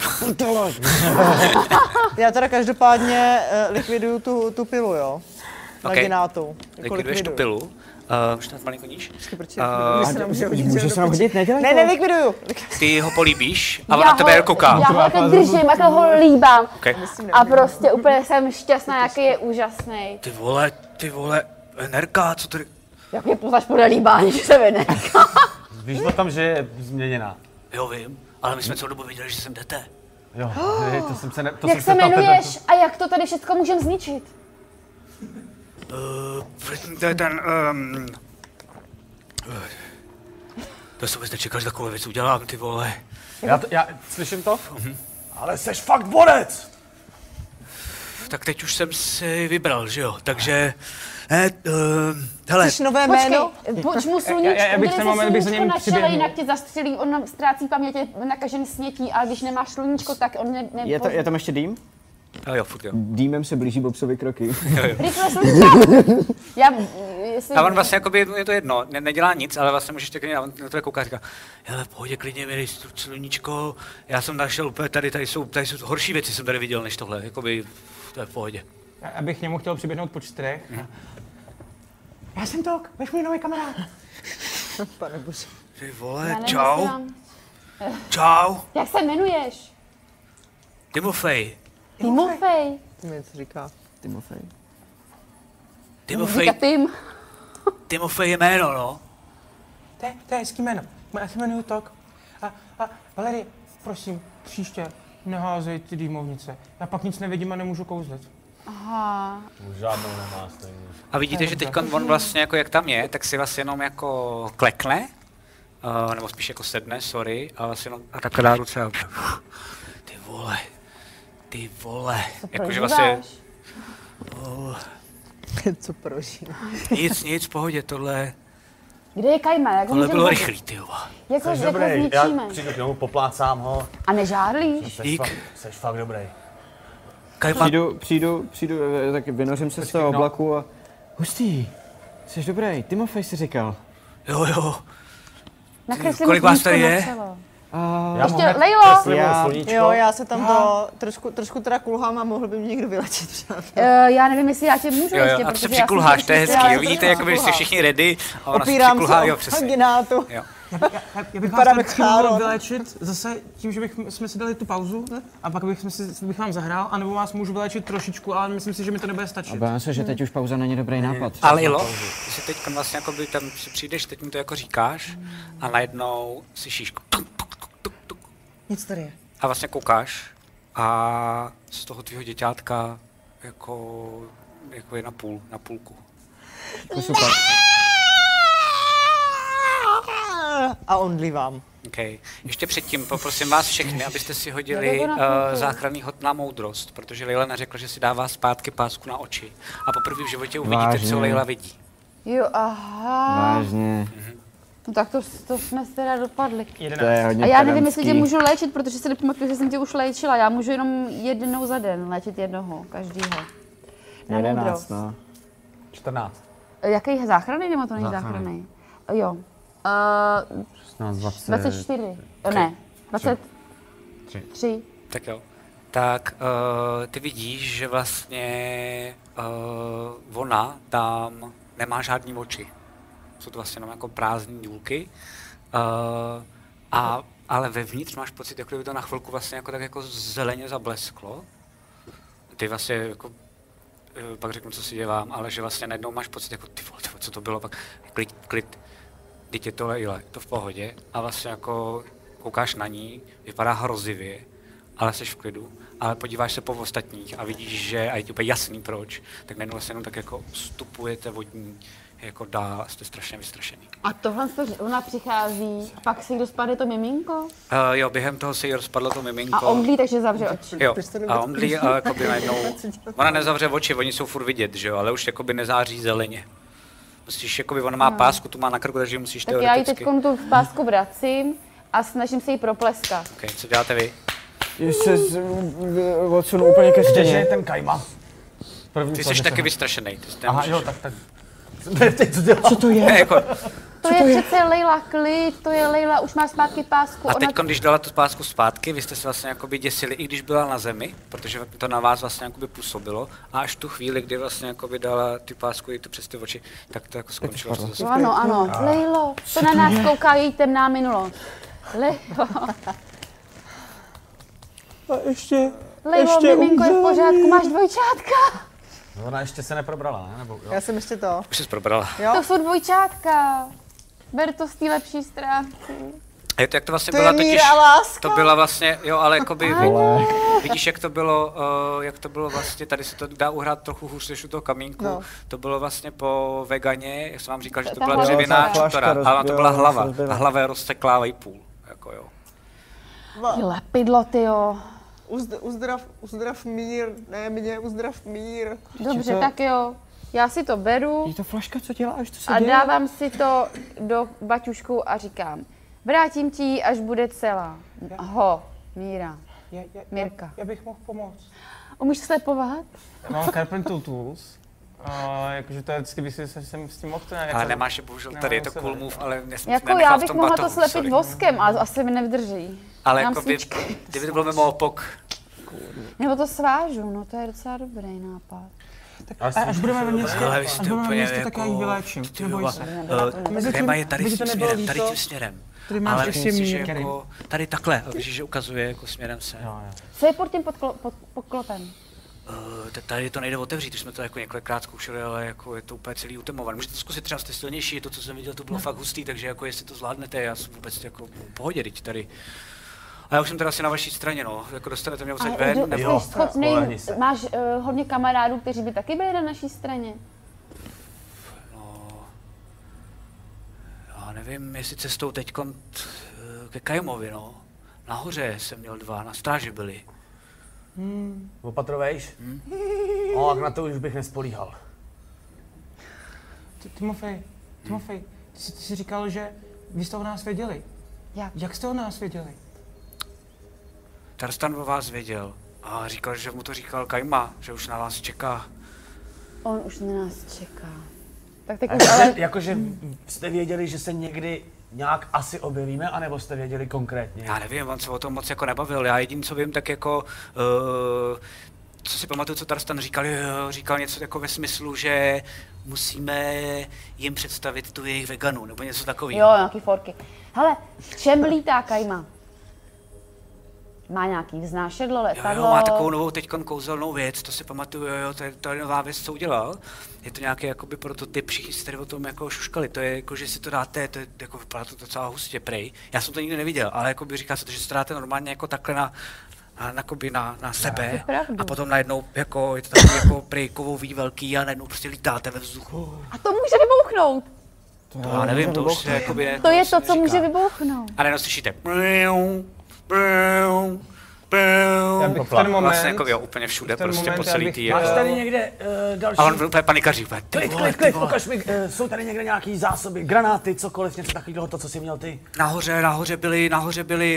Já teda každopádně likviduju tu pilu, jo? Laginátu. Likviduješ tu pilu. Už tam malinko níž. Můžeš se nám hodit, nedělej to. Ne, nelikviduju. Ty ho políbíš a on na tebe kouká. Já ho tak držím, jak ho líbám. Okay. A prostě úplně jsem šťastná, jaký je úžasný. Ty vole, Enerka, co tady? Jak mě poznáš podle líbání, že se Enerka. Víš o tom, že je změněná? Jo, vím, ale my jsme celou dobu věděli, že jsem jdete. Jo, to jsem se ne... Jak se jmenuješ a jak to tady všechno můžeme zničit? To je ten... To jsem vůbec nečekal, že takové věc udělám, ty vole. Já slyším to? Ale seš fakt borec! Tak teď už jsem si vybral, že jo, takže... hele. Jsi nové jméno? Pojď mu sluníčko, když se sluníčko na čele, jinak tě zastřelí, on ztrácí paměť, je nakažen snětí, a když nemáš sluníčko, tak on Je tam ještě dým? Jo, furt jo. Dýmem se blíží Bobsovi kroky. Rychle sluníčko! A on vlastně jakoby, je to jedno, nedělá nic, ale vlastně můžeš klidně, on na to kouká a říká, hele, v pohodě, klidně mi dej sluníčko, já jsem našel úplně tady jsou horší věci, jsem tady viděl než tohle, jakoby, to je v pohodě. Abych němu chtěl přiběhnout po 4. Já jsem Tok, veš můj nový kamarád. Pane bože. Ty vole, čau. Čau. Jak se jmenuješ? Timofej. Timofej. To mi něco říká. Timofej. Timofej. Tim. Timofej je jméno, no. To je hezký jméno. Já se jmenuji Tok. A Valerie, prosím, příště neházej ty dýmovnice. Já pak nic nevidím a nemůžu kouzlit. Aha. Žádnou nemá stejně. A vidíte, že teď on vlastně jako jak tam je, tak si vlastně jenom jako klekne, nebo spíš jako sedne, sorry, a vlastně jenom a takhle dá ruce a ty vole, jakože vlastně... Co prožívá? Nic, v pohodě, tohle... Kde je Kajma? Tohle bylo rychlý, tyjo. Jak ho dobrý, já zničíme? přijdu k němu, poplácám ho. A nežárlíš? Seš fakt dobrý. Kajma... Přijdu, tak vynořím se z toho oblaku a... Hustý, jsi dobrý, Timofej si říkal. Jo. Kolik vás tady je? Ještě Lejlo! Jo, já se tam trošku teda kulhám a mohl by mě někdo vylečit. Já nevím, jestli já tě můžu ještě, protože se přikulháš, to je hezký. Vidíte, jako jste všichni ready a ona se přikulhá, jo, přesně. Ginátu. Já bych vás taky mohl vylečit zase tím, že jsme si dali tu pauzu a pak bych vám zahrál, anebo vás můžu vylečit trošičku, ale myslím si, že mi to nebude stačit. Obávám se, že teď už pauza není dobrý nápad. Ale Ilo, když si teď vlastně jakoby tam přijdeš, teď mi to jako říkáš a najednou slyšíš nic tady je. A vlastně koukáš a z toho tvýho děťátka jako je na půlku. Super. A omdlívám. Okay. Ještě předtím poprosím vás všechny, abyste si hodili záchranný hod na moudrost, protože Lejla neřekla, že si dává zpátky pásku na oči. A poprvé v životě uvidíte, vážně. Co Lejla vidí. Jo, aha. Vážně. No tak to jsme se teda dopadli. A já nevím, jestli tě můžu léčit, protože si nepamatuju, že jsem tě už léčila. Já můžu jenom jednou za den léčit jednoho, každýho. 11, no. 14. Jaký je záchranný, nebo to není záchranný? Jo. 16, 20. 24. Ne, 23. Tak jo. Tak ty vidíš, že vlastně ona tam nemá žádný oči. Jsou to vlastně jenom jako prázdné důlky. Ale vevnitř máš pocit, jako by to na chvilku vlastně jako tak jako zeleně zablesklo. Ty vlastně jako pak řeknu, co si dělám, ale že vlastně najednou máš pocit, jako ty vole, co to bylo, pak klid. Teď je to Lejla, je to v pohodě a vlastně jako koukáš na ní, vypadá hrozivě, ale jsi v klidu, ale podíváš se po ostatních a vidíš, že, a je ti úplně jasný proč, tak najednou vlastně jenom tak jako vstupujete vodní jako dál, jste strašně vystrašený. A tohle ona přichází, pak si rozpadne to miminko? Jo, během toho se jí rozpadlo to miminko. A omdlí, takže zavře oči. Jo, a omdlí, ale jakoby najednou, ona nezavře oči, oni jsou furt vidět, že jo, ale už jakoby nezáří zeleně. Musíš, jakoby, ona má pásku, tu má na krku, takže musíš tak teoreticky. Tak já jí teď tu pásku vracím a snažím se jí propleskat. Okay, co děláte vy? Se odsunu úplně ke stěně. Kde je ten Kajma? Ty jsi taky vystrašený. Aha, jo, tak. Co to je? Ne, jako... To je přece Lejla, klid, to je Lejla, už má zpátky pásku. A teď, když dala tu pásku zpátky, vy jste se vlastně jakoby děsili, i když byla na zemi, protože to na vás vlastně jakoby působilo. A až tu chvíli, kdy vlastně jakoby dala ty pásku i to přes ty oči, tak to jako skončilo. Ano. Lejlo, to na nás kouká její temná minulost. Lejlo. A ještě miminko je v pořádku, máš dvojčátka. No, ona ještě se neprobrala, ne? Nebo, jo? Já jsem ještě to. Už jsi probrala. Jo? To jsou dvojčátka. Ber to z té lepší stránky. A je to, jak to vlastně to byla je mír totiž, a láska. to byla vlastně, jo, ale jakoby, vidíš, jak to bylo vlastně, tady se to dá uhrát trochu hůř než u toho kamínku, to bylo vlastně po veganě, jak jsem vám říkal, že to byla dřevěná čutora, ale to byla hlava, a hlava je rozteklá vejpůl, jako jo. Lepidlo, tyjo. Uzdrav mír, ne mě, uzdrav mír. Dobře, tak jo. Já si to beru. Je to flaška, co děláš, to se a děje? dávám si to do baťušku a říkám, vrátím ti ji, až bude celá. Míra. Mirka. Já bych mohl pomoct. Umíš slepovat? Mám Carpenter Tools. Jakože to je vždycky by si jsem s tím mohl to nějak... Ale nemáš, bohužel, tady je to cool move, ale jako já bych mohla to slepit voskem, ale asi mi nevydrží. Ale jako kdyby to bylo mimo opok. Nebo to svážu, no to je docela dobrý nápad. Tak až budeme ve městě, tak já ji vyléčím, neboj se. Krema je tady tím směrem, tady tím směrem. Ale myslím si, že jako tady takhle, víš, že ukazuje jako směrem se. Co je pod tím podklopem? Tady to nejde otevřít, už jsme to jako několikrát zkoušeli, ale jako je to úplně celý utemované. Můžete to zkusit, třeba jste silnější, to, co jsem viděl, to bylo fakt hustý, takže jako jestli to zvládnete, já jsem vůbec jako v pohodě, teď tady. A já už jsem teda asi na vaší straně, no, jako dostanete mě odsaď ven, nebo... Máš hodně kamarádů, kteří by taky byli na naší straně? No... Já nevím, jestli cestou teďkon ke Kajmovi, no. Nahoře jsem měl 2, na stráži byli. Opatrovejš? No, tak na to už bych nespolíhal. Timofej, ty jsi říkal, že vy jste o nás věděli. Jak jste o nás věděli? Tarstan o vás věděl a říkal, že mu to říkal Kajma, že už na vás čeká. On už na nás čeká. Tak teď už ale... Jakože jste věděli, že se někdy nějak asi objevíme, anebo jste věděli konkrétně? Já nevím, on se o tom moc jako nebavil. Já jediný, co vím, tak jako, co si pamatuju, co Tarstan říkal něco jako ve smyslu, že musíme jim představit tu jejich veganu, nebo něco takového. Jo, nějaký forky. Hele, v čem lítá Kajma? Má nějaký vznášedlo, letadlo? Jo, má takovou novou teďkon kouzelnou věc, to si pamatuju, jo, to je nová věc, co udělal. Je to nějaký jakoby prototyp, všichni si tady o tom jako šuškali, to je jako, že si to dáte, to je, jako vypadá to docela hustě prej. Já jsem to nikdy neviděl, ale jakoby říká se to, že si to dáte normálně jako takhle na sebe a potom najednou jako, je to takový jako prej kovový velký a najednou prostě lítáte ve vzduchu. A to může vybouchnout. To já nevím, to už je jakoby... To je to, co může vybouchnout. A najednou slyšíte. Já bych v ten moment, vlastně jako jo, úplně všude, prostě po celý tý. Máš tady někde další... A on úplně panikaří, úplně, Klid, ukaž mi, jsou tady někde nějaký zásoby, granáty, cokoliv, něco takového, to, co jsi měl ty? Nahoře byli,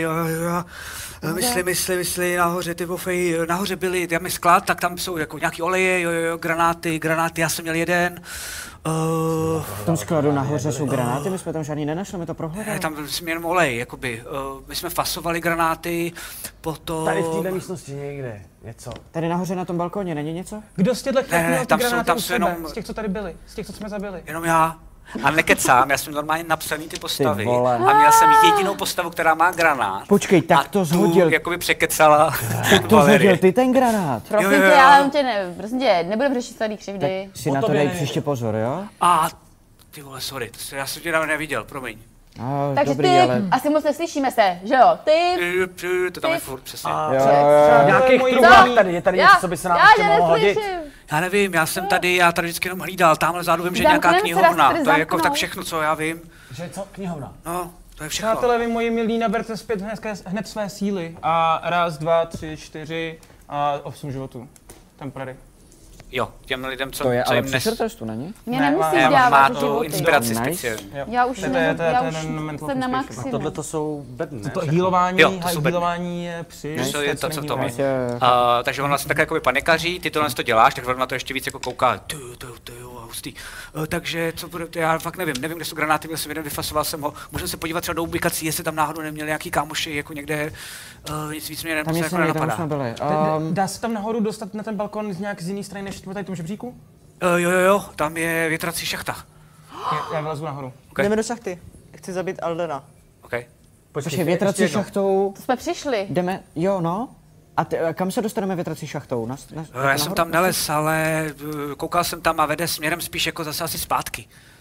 mysli, nahoře byli, tam je sklad, tak tam jsou jako nějaký oleje, granáty, já jsem měl jeden. V tom skladu nahoře jsou granáty, my jsme tam žádný nenašli, my to prohledali. Tam jsme jenom olej, jakoby. My jsme fasovali granáty, potom... Tady v této místnosti někde, něco. Tady nahoře na tom balkóně není něco? Kdo z těchto měl ty granáty u sebe? Jenom... Z těch, co tady byli, z těch, co jsme zabili? Jenom já. A nekecám, já jsem normálně napsaný ty postavy a měl jsem jedinou postavu, která má granát. Počkej, tak to zhodil. A tu jakoby překecala Tak to zhodil ty ten granát. Prosím tě, já prosím tě, nebudem řešit starý křivdy. Tak si na to dej příště pozor, jo? A ty vole, sorry, já jsem tě dávno neviděl, promiň. Takže dobrý, ty, ale... asi moc neslyšíme se, že jo? To tam je furt, přesně. Nějakých trubách tady, je tady něco, co by se nám ještě mohlo hodit? Já nevím, já tady vždycky jenom hlídal, tamhle zádu vím, že je nějaká knihovna, to je jako tak všechno, co já vím. Že co, knihovna? No, to je všechno. Přátelé, vy moji milí, naberte zpět hned své síly a 1, 2, 3, 4 a 8 životů. Temporary. Jo, těm lidem, co to je, ale jim při to není? Mě nemusíš dávat má životy. tu inspiraci speciálně. Já už jsem na maximum. Tohle to jsou bedny, ne? To healování je při... To je to, co to je. Takže on vlastně tak jakoby panikaří, ty tohle to děláš, tak on na to ještě víc jako kouká. Hustý. Takže co bude, já fakt nevím, kde jsou granáty, měl jsem jeden, vyfasoval jsem ho. Můžeme se podívat třeba do ubikací, jestli tam náhodou neměli nějaký kámoši jako někde, nic víc mě nenapadá. Dá se tam nahoru dostat na ten balkon z nějak z jiné strany než tady tomu žebříku? Jo, tam je větrací šachta. Já vylezu nahoru. Okay. Jdeme do šachty, chci zabít Aldena. Okay. Počkej, větrací šachtou... To jsme přišli. Jdeme, jo no. A kam se dostaneme větrací šachtou? Já jsem tam nelez, ale koukal jsem tam a vede směrem spíš jako zase asi zpátky.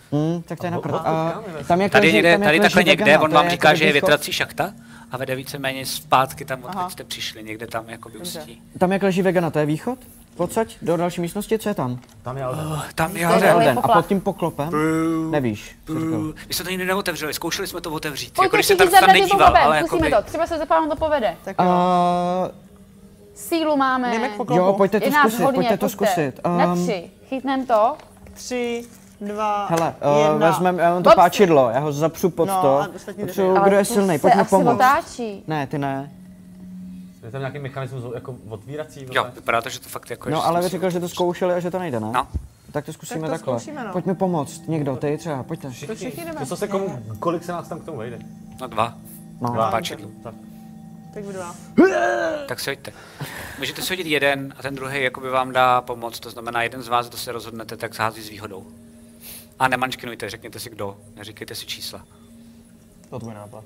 Tak to je naprd. Tady takhle někde, on vám říká, že je větrací šachta a vede víceméně zpátky tam, odkud jste přišli, někde tam jakoby ustí. Tam jak leží vegana, to je východ? Odsaď do další místnosti, co je tam? Tam je Alden. Tam je Alden. A pod tím poklopem? Nevíš. My jsme to nikdy neotevřeli, zkoušeli jsme to otevřít. Pojďte jako když se všichni tam zabrat nedíval, ven, ale zkusíme jakoby... to, třeba se zeptám, to povede. Sílu máme. Jo, pojďte to zkusit, Na 3, chytnem to. 3, 2, hele, 1. vezmeme to páčidlo, já ho zapřu pod to. Kdo je silnej, pojďme pomoct. Otáčí. Ne, ty ne. Je tam nějaký mechanismus jako otvírací? Jo, vypadá to, že to fakt jako... No, ale vy říkal, že to zkoušeli a že to nejde, ne? No. Tak to zkusíme takhle. Pojďme pomoct, někdo, ty třeba, pojďte. Všichni jdeme. Kolik se nás tam k tomu vejde? No 2. No. 2 páčidlo. Tak 2. Tak se hoďte. Můžete se hodit jeden a ten druhý jakoby vám dá pomoc, to znamená jeden z vás, kdo se rozhodnete, tak hází s výhodou. A nemančkinujte, řekněte si kdo, neříkejte si čísla. To tvůj nápad.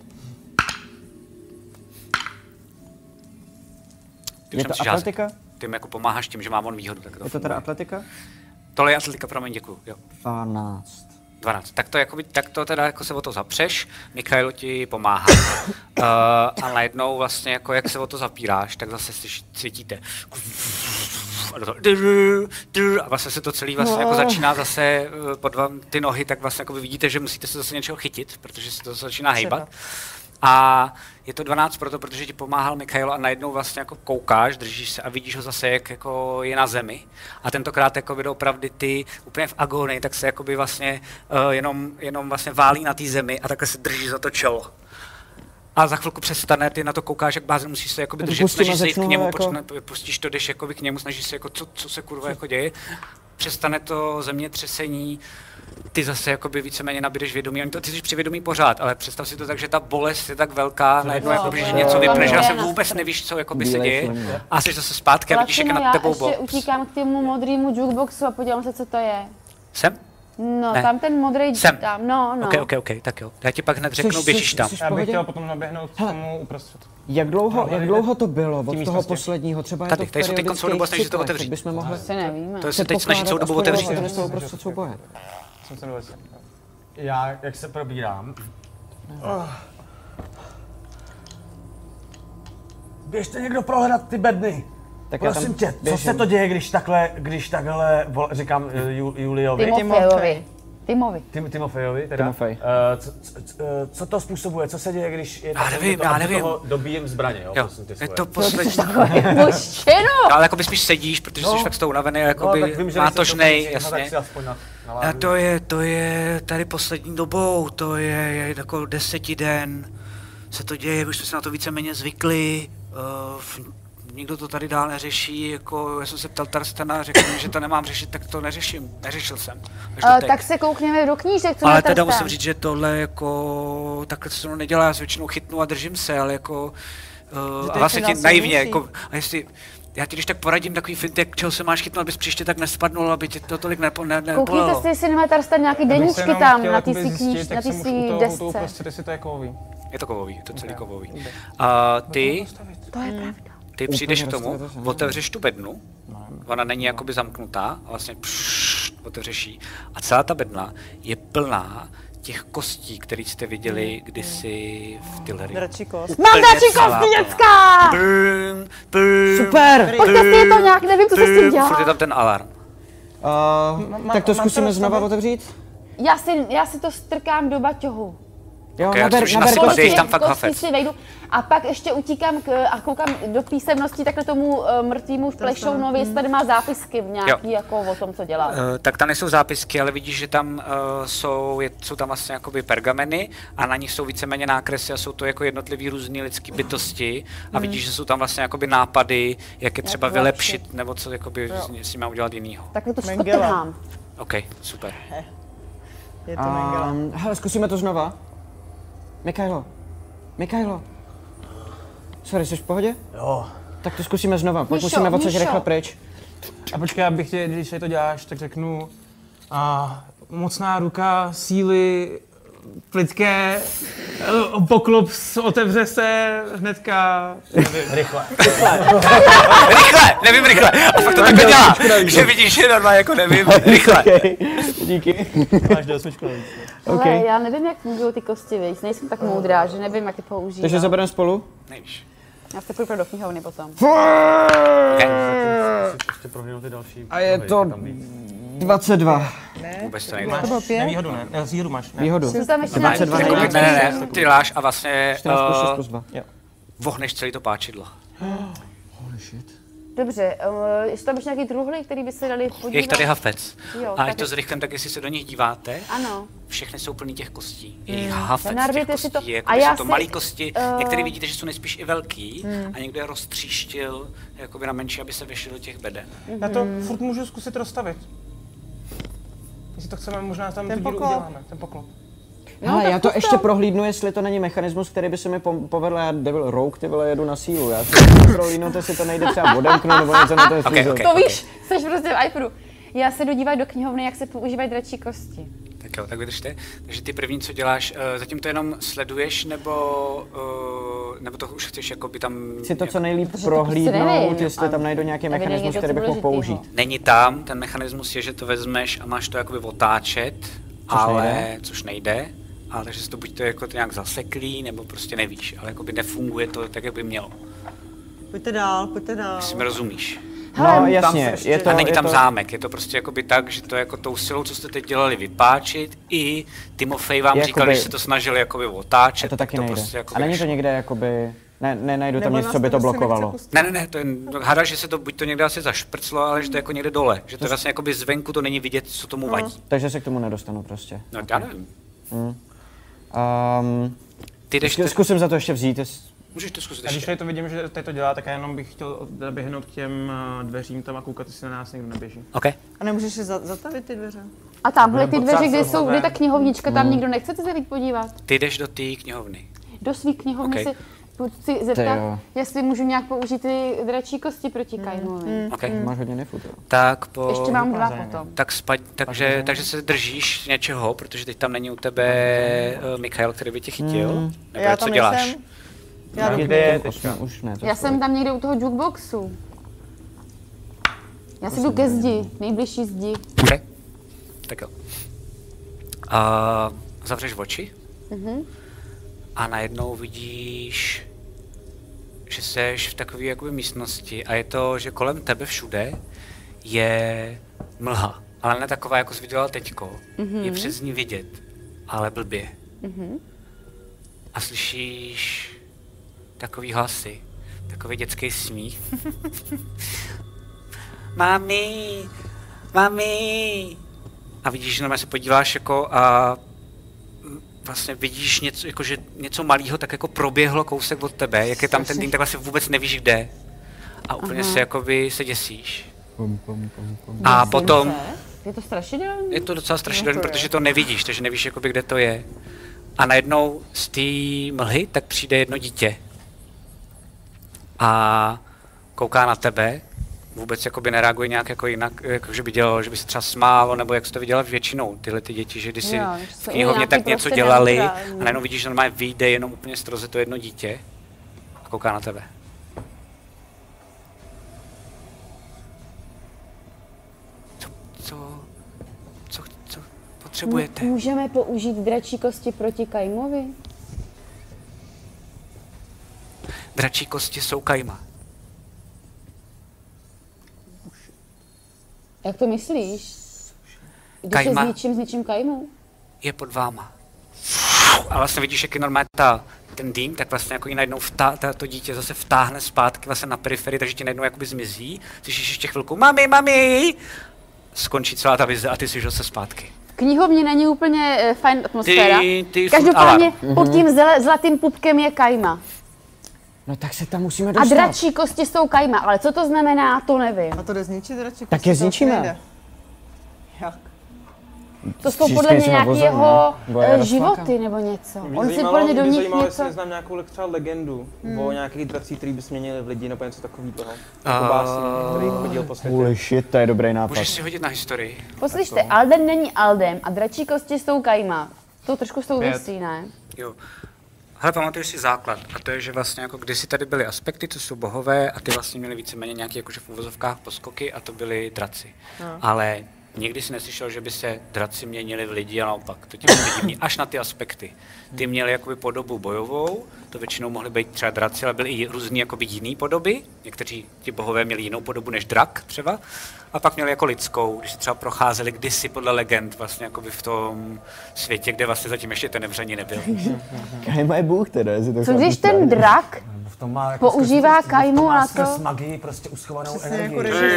Je to atletika? Ty mi jako pomáháš tím, že mám on výhodu. Tak je to teda atletika? Tohle je atletika, promiň, děkuju. Jo. 12. Tak to teda jako se o to zapřeš, Mikhailo ti pomáhá. A najednou vlastně jako jak se o to zapíráš, tak zase cítíte. A vlastně se to celé vlastně jako začíná zase pod vám ty nohy, tak vlastně jako vidíte, že musíte se zase něčeho chytit, protože se to začíná hejbat. A je to 12 protože ti pomáhal Mikhailo a najednou vlastně jako koukáš, držíš se a vidíš ho zase, jak jako je na zemi. A tentokrát jako opravdu ty úplně v agonii, tak se jakoby vlastně jenom vlastně válí na té zemi a takhle se drží za to čelo. A za chvilku přestane, ty na to koukáš, jak blázen, musíš se jakoby držet, snažíš se jít k němu, jako... pustíš to, jdeš jakoby k němu, snažíš se jako, co se kurva jako děje. Přestane to zemětřesení, ty zase jakoby víceméně nabídeš vědomí, ty jsi při vědomí pořád, ale představ si to tak, že ta bolest je tak velká, najednou jakoby, že něco vypne, že asi vůbec nevíš, co jakoby se děje a jsi zase zpátky a vidíš, jak je nad tebou bol. Já ještě utíkám k tomu modrému jukeboxu a podívám se, co to je. Sem? No, ne. Tam ten modrý tam, no. Ok, tak jo. Já ti pak hned řeknu, běžíš tam. Já bych chtěl potom naběhnout k tomu uprostřed. Jak dlouho to bylo od toho posledního? Třeba je to v periodických cyklech, tak bychom mohli... Se nevíme. To se teď snaží celou dobu otevřít. Já, jak se probírám... Běžte někdo prohledat ty bedny. Tak prosím tě, co se to děje, když takhle říkám Juliovi? Timofejovi, teda. Timofej. Co to způsobuje? Co se děje, když je já nevím. Toho dobíjem zbraně, jo? Je to poslední. Ale jakoby spíš sedíš, protože jsi fakt z toho unavený, jakoby mátožnej, jasně. A to je tady poslední dobou, to je jako 10 den. Se to děje, už jsme se na to víceméně zvykli. Nikdo to tady dál neřeší, jako já jsem se ptal Tarstana, řekl mi, že to nemám řešit, tak to neřešil jsem. Tak se koukněme do knížek, co ale teda musím říct, že tohle jako, takhle se to nedělá, já se většinou chytnu a držím se, ale jako, a vlastně ti naivně, jako, a jestli, já ti když tak poradím takový fint, jak čeho se máš chytnout, abys příště tak nespadnul, aby tě to tolik nebolelo. Koukněte si, jestli nemá Tarstan nějaký deníčky tam, na té knížce, na té desce. Jestli to je kovový. Je to kovový, je to celý kovový. A ty... To je pravda. Ty přijdeš k tomu, otevřeš tu bednu, ona není jakoby zamknutá, vlastně otevřeš ji a celá ta bedna je plná těch kostí, které jste viděli kdysi v Tillery. Dračí kost. Mám dračí kost, děcka! Super! Pojďte si to nějak, nevím, co se s tím dělá. Furt je tam ten alarm. Tak to zkusíme znova otevřít? Já si to strkám do baťohu. Jo, naber kosti, tam fakt hafec. A pak ještě utíkám a koukám do písemností takhle tomu mrtvému Flešounovi, jestli tady má zápisky nějaký jako o tom, co dělá. Tak tam nejsou zápisky, ale vidíš, že tam jsou tam vlastně jakoby pergameny a na nich jsou víceméně nákresy a jsou to jako jednotlivý různý lidský bytosti a vidíš, že jsou tam vlastně jakoby nápady, jak je třeba vylepšit nebo co jakoby s nimi udělat jinýho. Takhle to škotrhám. OK, super. Je to Mengele. Hele, zkusíme to znova. Mikhailo. Sorry, jsi v pohodě? Jo. Tak to zkusíme znova, musíme odsaď rychle pryč. A počkej, abych tě, když to děláš, tak řeknu mocná ruka, síly, plitké Poklop otevře se hnedka, nevím, rychle. Nevím rychle. A fakt to takhle dělá, že vidíš, že normálně jako nevím, rychle. Díky. Máš do 8 školy. Ale já nevím, jak fungují ty kosti, víc. Nejsem tak moudrá, že nevím, jak ty používat. Takže zabereme spolu? Nevíš. Já se půjdu do knihovny potom. Ještě prohlédnu ty další. A je to 22. Vůbec to nejde. To bylo 5? Nevýhodu ne, výhodu máš. Ne. Výhodu. Jsem tam ještě 22 nějaký- Ne, ty láš a vlastně 14 plus 6 plus 2. vohneš celý to páčidlo. Holy shit. Dobře, ještě tam ještě nějaký truhly, který by se dali podívat? Je jich tady hafec. Jo, A až tak to zrychlím, tak jestli se do nich díváte, Ano. všechny jsou plný těch kostí. Je jich hafec těch Narvěte si kostí, to. jako A já jsou to si- malé kosti. Některé vidíte, že jsou nejspíš i velký a někdo je roztříštil jakoby na menší, aby se vešly do těch beden. Já to furt můžu zkusit rozstavit. Jestli to chceme, možná tam tu díru uděláme, ten poklop. Hele, já to ještě prohlídnu, jestli to není mechanismus, který by se mi povedl, já Devil Rogue, ty vole, jedu na sílu. Já si prohlídnu, jestli to nejde třeba odemknout nebo něco na ten způsob. To víš, jsi prostě v iPadu. Já se jdu dívat do knihovny, jak se používají dračí kosti. Tak jo, tak vydržte. Takže ty první, co děláš, zatím to jenom sleduješ, nebo to už chceš jakoby tam... Chci to co nejlíp Protože to prohlídnout, prostě nevím. jestli tam najdu nějaký Evidentně mechanismus, to který bych mohl důležitýho. použít. Není tam, ten mechanismus je, že to vezmeš a máš to jakoby otáčet, což nejde. Ale takže si to buď to jako to nějak zaseklý, nebo prostě nevíš, ale jakoby nefunguje to tak, jak by mělo. Pojďte dál, pojďte dál. Jestli mi rozumíš. No jasně, je to... A není je tam to... zámek, je to prostě jakoby tak, že to jako tou silou, co jste teď dělali, vypáčit, i Timofej vám říkal, Jakoby- že se to snažili jakoby otáčet. A to taky tak nejde. prostě jakoby A není to nešlo. někde jakoby... Najdu tam Nebo nic, nás co by to prostě nechce blokovalo. pustit. Ne, to je, hada, že se to buď to někde asi zašprclo, ale že to je jako někde dole. Že to vlastně jakoby zvenku to není vidět, co tomu vadí. Takže se k tomu nedostanu prostě. No já nevím. Ty jdeš, Zkusím za to ještě vzít. můžeš to zkusit A když ještě. tady to vidím, že tady to dělá, tak já jenom bych chtěl běhnout k těm dveřím tam a koukat, jestli na nás někdo neběží. OK. A nemůžeš si zatavit ty dveře? A tamhle ty dveře, kde podsát jsou, kde je ta se knihovnička, tam nikdo nechcete se teď podívat? Ty jdeš do té knihovny. Do svý knihovny Ok. si Ty zeptat, jo. jestli můžu nějak použít ty dračí kosti proti Kaimovi. OK. Máš hodně nefut, jo. Tak po... Ještě mám 2 potom. Tak takže se držíš něčeho, protože teď tam není u tebe Michael, který by tě chytil. Nebo Já co tam děláš? nejsem. Já jdu Kde je Osm, už ne. to Já stojí. jsem tam někde u toho jukeboxu. Já si jdu ke zdi, nejbližší zdi. OK. Tak jo. A zavřeš oči a najednou vidíš, že seš v takové jakoby místnosti a je to, že kolem tebe všude je mlha. Ale ne taková, jako jsi viděla teďko. Je přes ní vidět, ale blbě. A slyšíš takový hlasy, takový dětský smích. Mami, mami. A vidíš, že normálně se podíváš jako a vlastně vidíš něco, jako že něco malého tak jako proběhlo kousek od tebe, jak je tam ten tým, tak vlastně vůbec nevíš kde. A úplně se jakoby se děsíš. A potom Je to strašidelné? je to docela strašidelné, protože to nevidíš, takže nevíš jakoby, kde to je. A najednou z té mlhy tak přijde jedno dítě. A kouká na tebe, vůbec jakoby nereaguje nějak jako jinak, jako že by dělalo, že by se třeba smálo, nebo jak jsi to viděla většinou, tyhle ty děti, že když si Jo, v že jsou knihovně nějaký tak něco prostě dělali a neutrální. najednou vidíš, že normálně vyjde jenom úplně stroze to jedno dítě a kouká na tebe. Co potřebujete? Můžeme použít dračí kosti proti Kaimovi? Dračí kosti jsou kajma. Jak to myslíš? Když Kajma. se s ničím Kaimu? Je pod váma. A vlastně vidíš, jak je normálně ten dým, tak vlastně jako ji najednou to dítě zase vtáhne zpátky vlastně na periferii, takže ti najednou jakoby zmizí. Slyšíš ještě chvilku, mami, mami! Skončí celá ta vize a ty jsi zase zpátky. V knihovně není úplně fajn atmosféra. Ty Každopádně pod tím zlatým pupkem je Kaima. No tak se tam musíme A dostat. dračí kosti jsou Kaima, ale co to znamená, to nevím. A to jde zničit dračí? Tak je zničíme. nejde. Jak? To jsou Vždycky podle mě jsme nějaký vozem, jeho ne? Bo je životy nebo něco. On si podle mě do nich něco... jestli znám nějakou třeba legendu o nějakých dracích, který by směnili v lidi nebo něco takového. Jako básník, který chodil po světě. Holy shit, to je dobrý nápad. Můžeš si hodit na historii. Poslyšte, Alden není Aldem a dračí kosti jsou Kaima. To trošku souvisí, ne? Jo. Hele, pamatuješ si základ, a to je, že vlastně jako kdysi tady byly aspekty, co jsou bohové, a ty vlastně měly víceméně nějaké jakože v uvozovkách poskoky, a to byly draci. Ale nikdy si neslyšel, že by se draci měnili v lidi a naopak. To ti bylo divný, až na ty aspekty. Ty měli jakoby podobu bojovou, to většinou mohly být třeba draci, ale byly i různý jakoby jiný podoby. Někteří ti bohové měli jinou podobu než drak třeba. A pak měli jako lidskou, když třeba procházeli kdysi podle legend vlastně jakoby v tom světě, kde vlastně zatím ještě ten nevření nebyl. Kajma je bůh teda, jestli to co když ten drak používá kajmu na to? Skrz magii prostě uschovanou energii.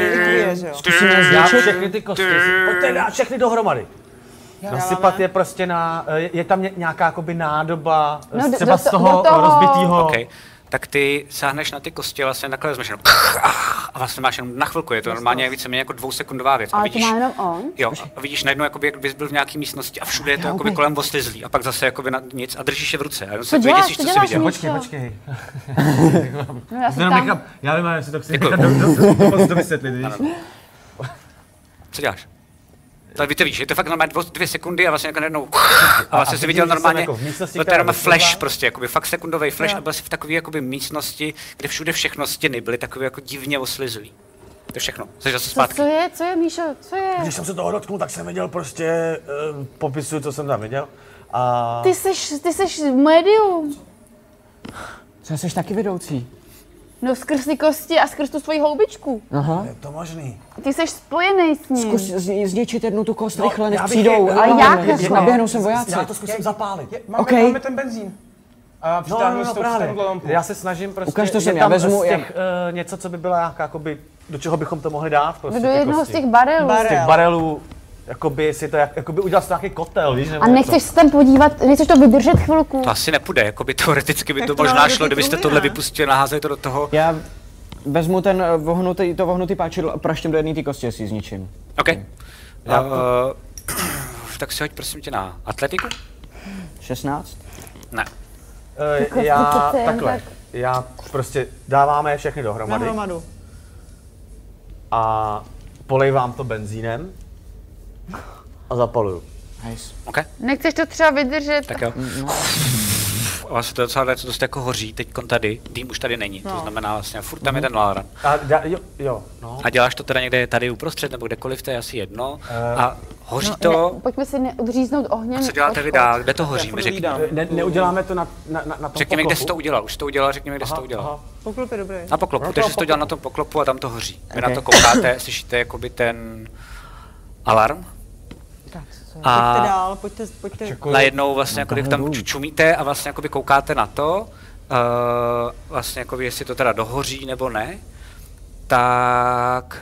Já všechny ty kosti, pojďte dát všechny dohromady. Nasypat je prostě je tam nějaká jakoby nádoba, třeba z toho rozbitýho. Okay. Tak ty sáhneš na ty kosti, vlastně takhle vezmeš jenom a vlastně máš jenom na chvilku, je to normálně víceméně jako 2sekundová věc. Ale to má jenom on? Jo, a vidíš najednou, jakoby, jak bys byl v nějaké místnosti a všude je to jakoby kolem oslizlý a pak zase jakoby na nic a držíš je v ruce. A se vyděsíš, co jsi viděl. Počkej. No, já nevím, jestli to chci to vysvětlit, Co děláš? Tak víte, víš, je to fakt normálně 2 sekundy a vlastně jako najednou a vlastně si viděl normálně, jako byl to jenom flash prostě, jakoby fakt sekundový flash a byl si v takové jakoby místnosti, kde všude všechno stěny byly takové jako divně oslizlý. To je všechno, jsi zase zpátky. Co je, Míšo, co je? Když jsem se toho dotknul, tak jsem viděl prostě, popisuju, co jsem tam viděl a... Ty seš médium. Co jsi taky vedoucí? No skrz ty kosti a skrz tu svoji houbičku. Aha. Je to možný. Ty seš spojený s ním. Zkus zničit jednu tu kost rychle, než přijdou. A jak? Naběhnou sem vojáci. Já to zkusím zapálit. Máme ten benzín. A přitáhnu s tou lampu. Já se snažím prostě, ukaž to sem, já vezmu z těch, něco, co by bylo jakoby, do čeho bychom to mohli dát. Prostě, do jednoho z těch barelů. Z těch barelů, jakoby si to, jakoby udělal si nějaký kotel, víš? A nechceš se tam podívat, nechceš to vydržet chvilku? To asi nepůjde, jakoby teoreticky by to možná šlo, kdybyste tohle vypustili, naházeli to do toho. Já vezmu to vohnutý páčidlo a praštím do jedné ty kosti, jestli zničím. OK. Tak si hoď prosím tě na atletiku. 16? Ne. Já prostě dáváme všechny dohromady. A polejvám to benzínem a zapaluju. Nice. Okay. Nechceš to třeba vydržet? Tak jo. Vlastně to docela dost jako hoří teďkon tady, dým už tady není, to znamená vlastně furt tam je ten láran. A děláš to teda někde tady uprostřed nebo kdekoliv, to je asi jedno. A hoří to... Ne, pojďme si odříznout ohněm. A co děláte vy dál? Kde to hoří, mi řekni. Neuděláme to na tom řekni mi, kde jsi to udělal, už jsi to udělal, řekni mi, kde jsi to udělal. Poklop je dobrý. Na poklopu, takže jsi to dělal na tom poklopu a tam to hoří. Vy na to koukáte, slyšíte jakoby ten alarm. Pojďte dál, pojďte. Najednou vlastně jako když tam čumíte a vlastně jako koukáte na to, vlastně jako jestli to teda dohoří nebo ne, tak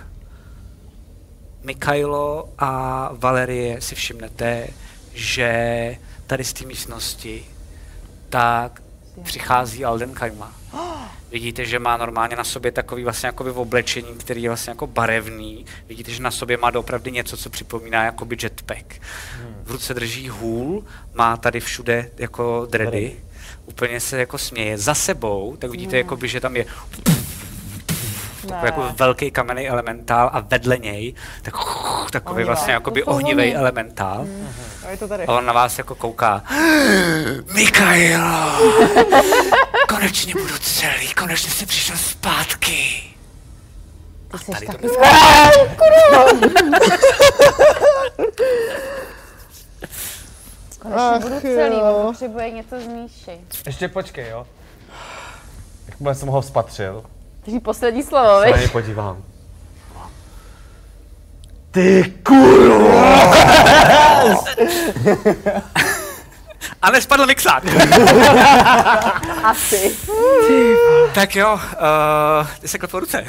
Mikhailo a Valerie si všimnete, že tady z té místnosti tak přichází Alden Kajma. Vidíte, že má normálně na sobě takový vlastně jakoby oblečení, který je vlastně jako barevný. Vidíte, že na sobě má doopravdy něco, co připomíná jakoby jetpack. V ruce drží hůl, má tady všude jako dready. Úplně se jako směje. Za sebou, tak vidíte, jakoby, že tam je takový jako velký kamenný elementál a vedle něj takový vlastně jakoby ohnivý elementál. A on na vás jako kouká. Mikhailo! Konečně budu celý, konečně jsi přišel zpátky. Ty jsi taky konečně budu celý, on potřebuje něco z Míši. Ještě počkej, jo. Jak jsem ho spatřil. Takže poslední slovo, víš? Se na něj podívám. Ty kurvo! A nespadl mixák. Asi. Tak jo, ty se klepou ruce.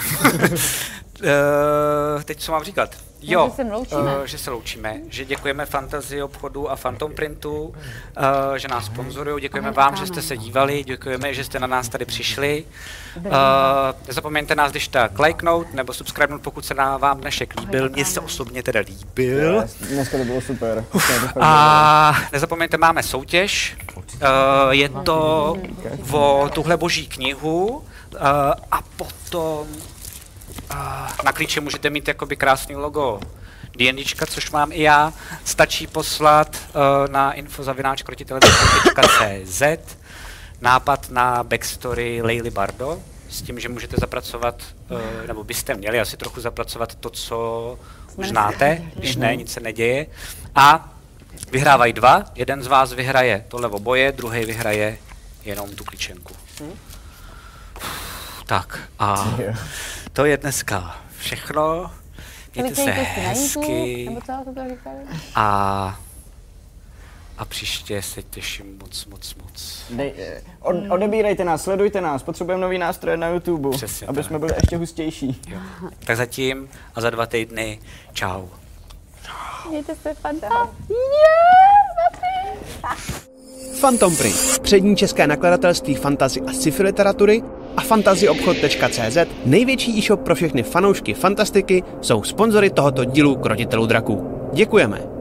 Teď co mám říkat? Jo, že se loučíme, že děkujeme Fantasy obchodu a Phantom Printu, že nás sponzorují, děkujeme vám, že jste se dívali, děkujeme, že jste na nás tady přišli. Nezapomeňte nás když tak lajknout nebo subscribenout, pokud se vám dnešek líbil, mně se osobně teda líbil. Dneska to bylo super. A nezapomeňte, máme soutěž, je to o tuhle boží knihu a potom na klíče můžete mít jakoby krásný logo D&Dčka, což mám i já. Stačí poslat na info@krotitele.cz nápad na backstory Leily Bardo, s tím, že můžete zapracovat, nebo byste měli asi trochu zapracovat to, co už znáte, když ne, nic se neděje. A vyhrávají 2, jeden z vás vyhraje tohle oboje, druhý vyhraje jenom tu klíčenku. Tak a to je dneska všechno. Mějte se hezky a příště se těším moc. Odebírejte nás, sledujte nás, potřebujeme nový nástroje na YouTube, přesně aby jsme byli ještě hustější. Jo. Tak zatím a za 2 týdny čau. Mějte se fantasticky. Phantom Print, přední české nakladatelství fantasy a sci-fi literatury a fantazyobchod.cz, největší e-shop pro všechny fanoušky fantastiky, jsou sponzory tohoto dílu Krotitelů draků. Děkujeme.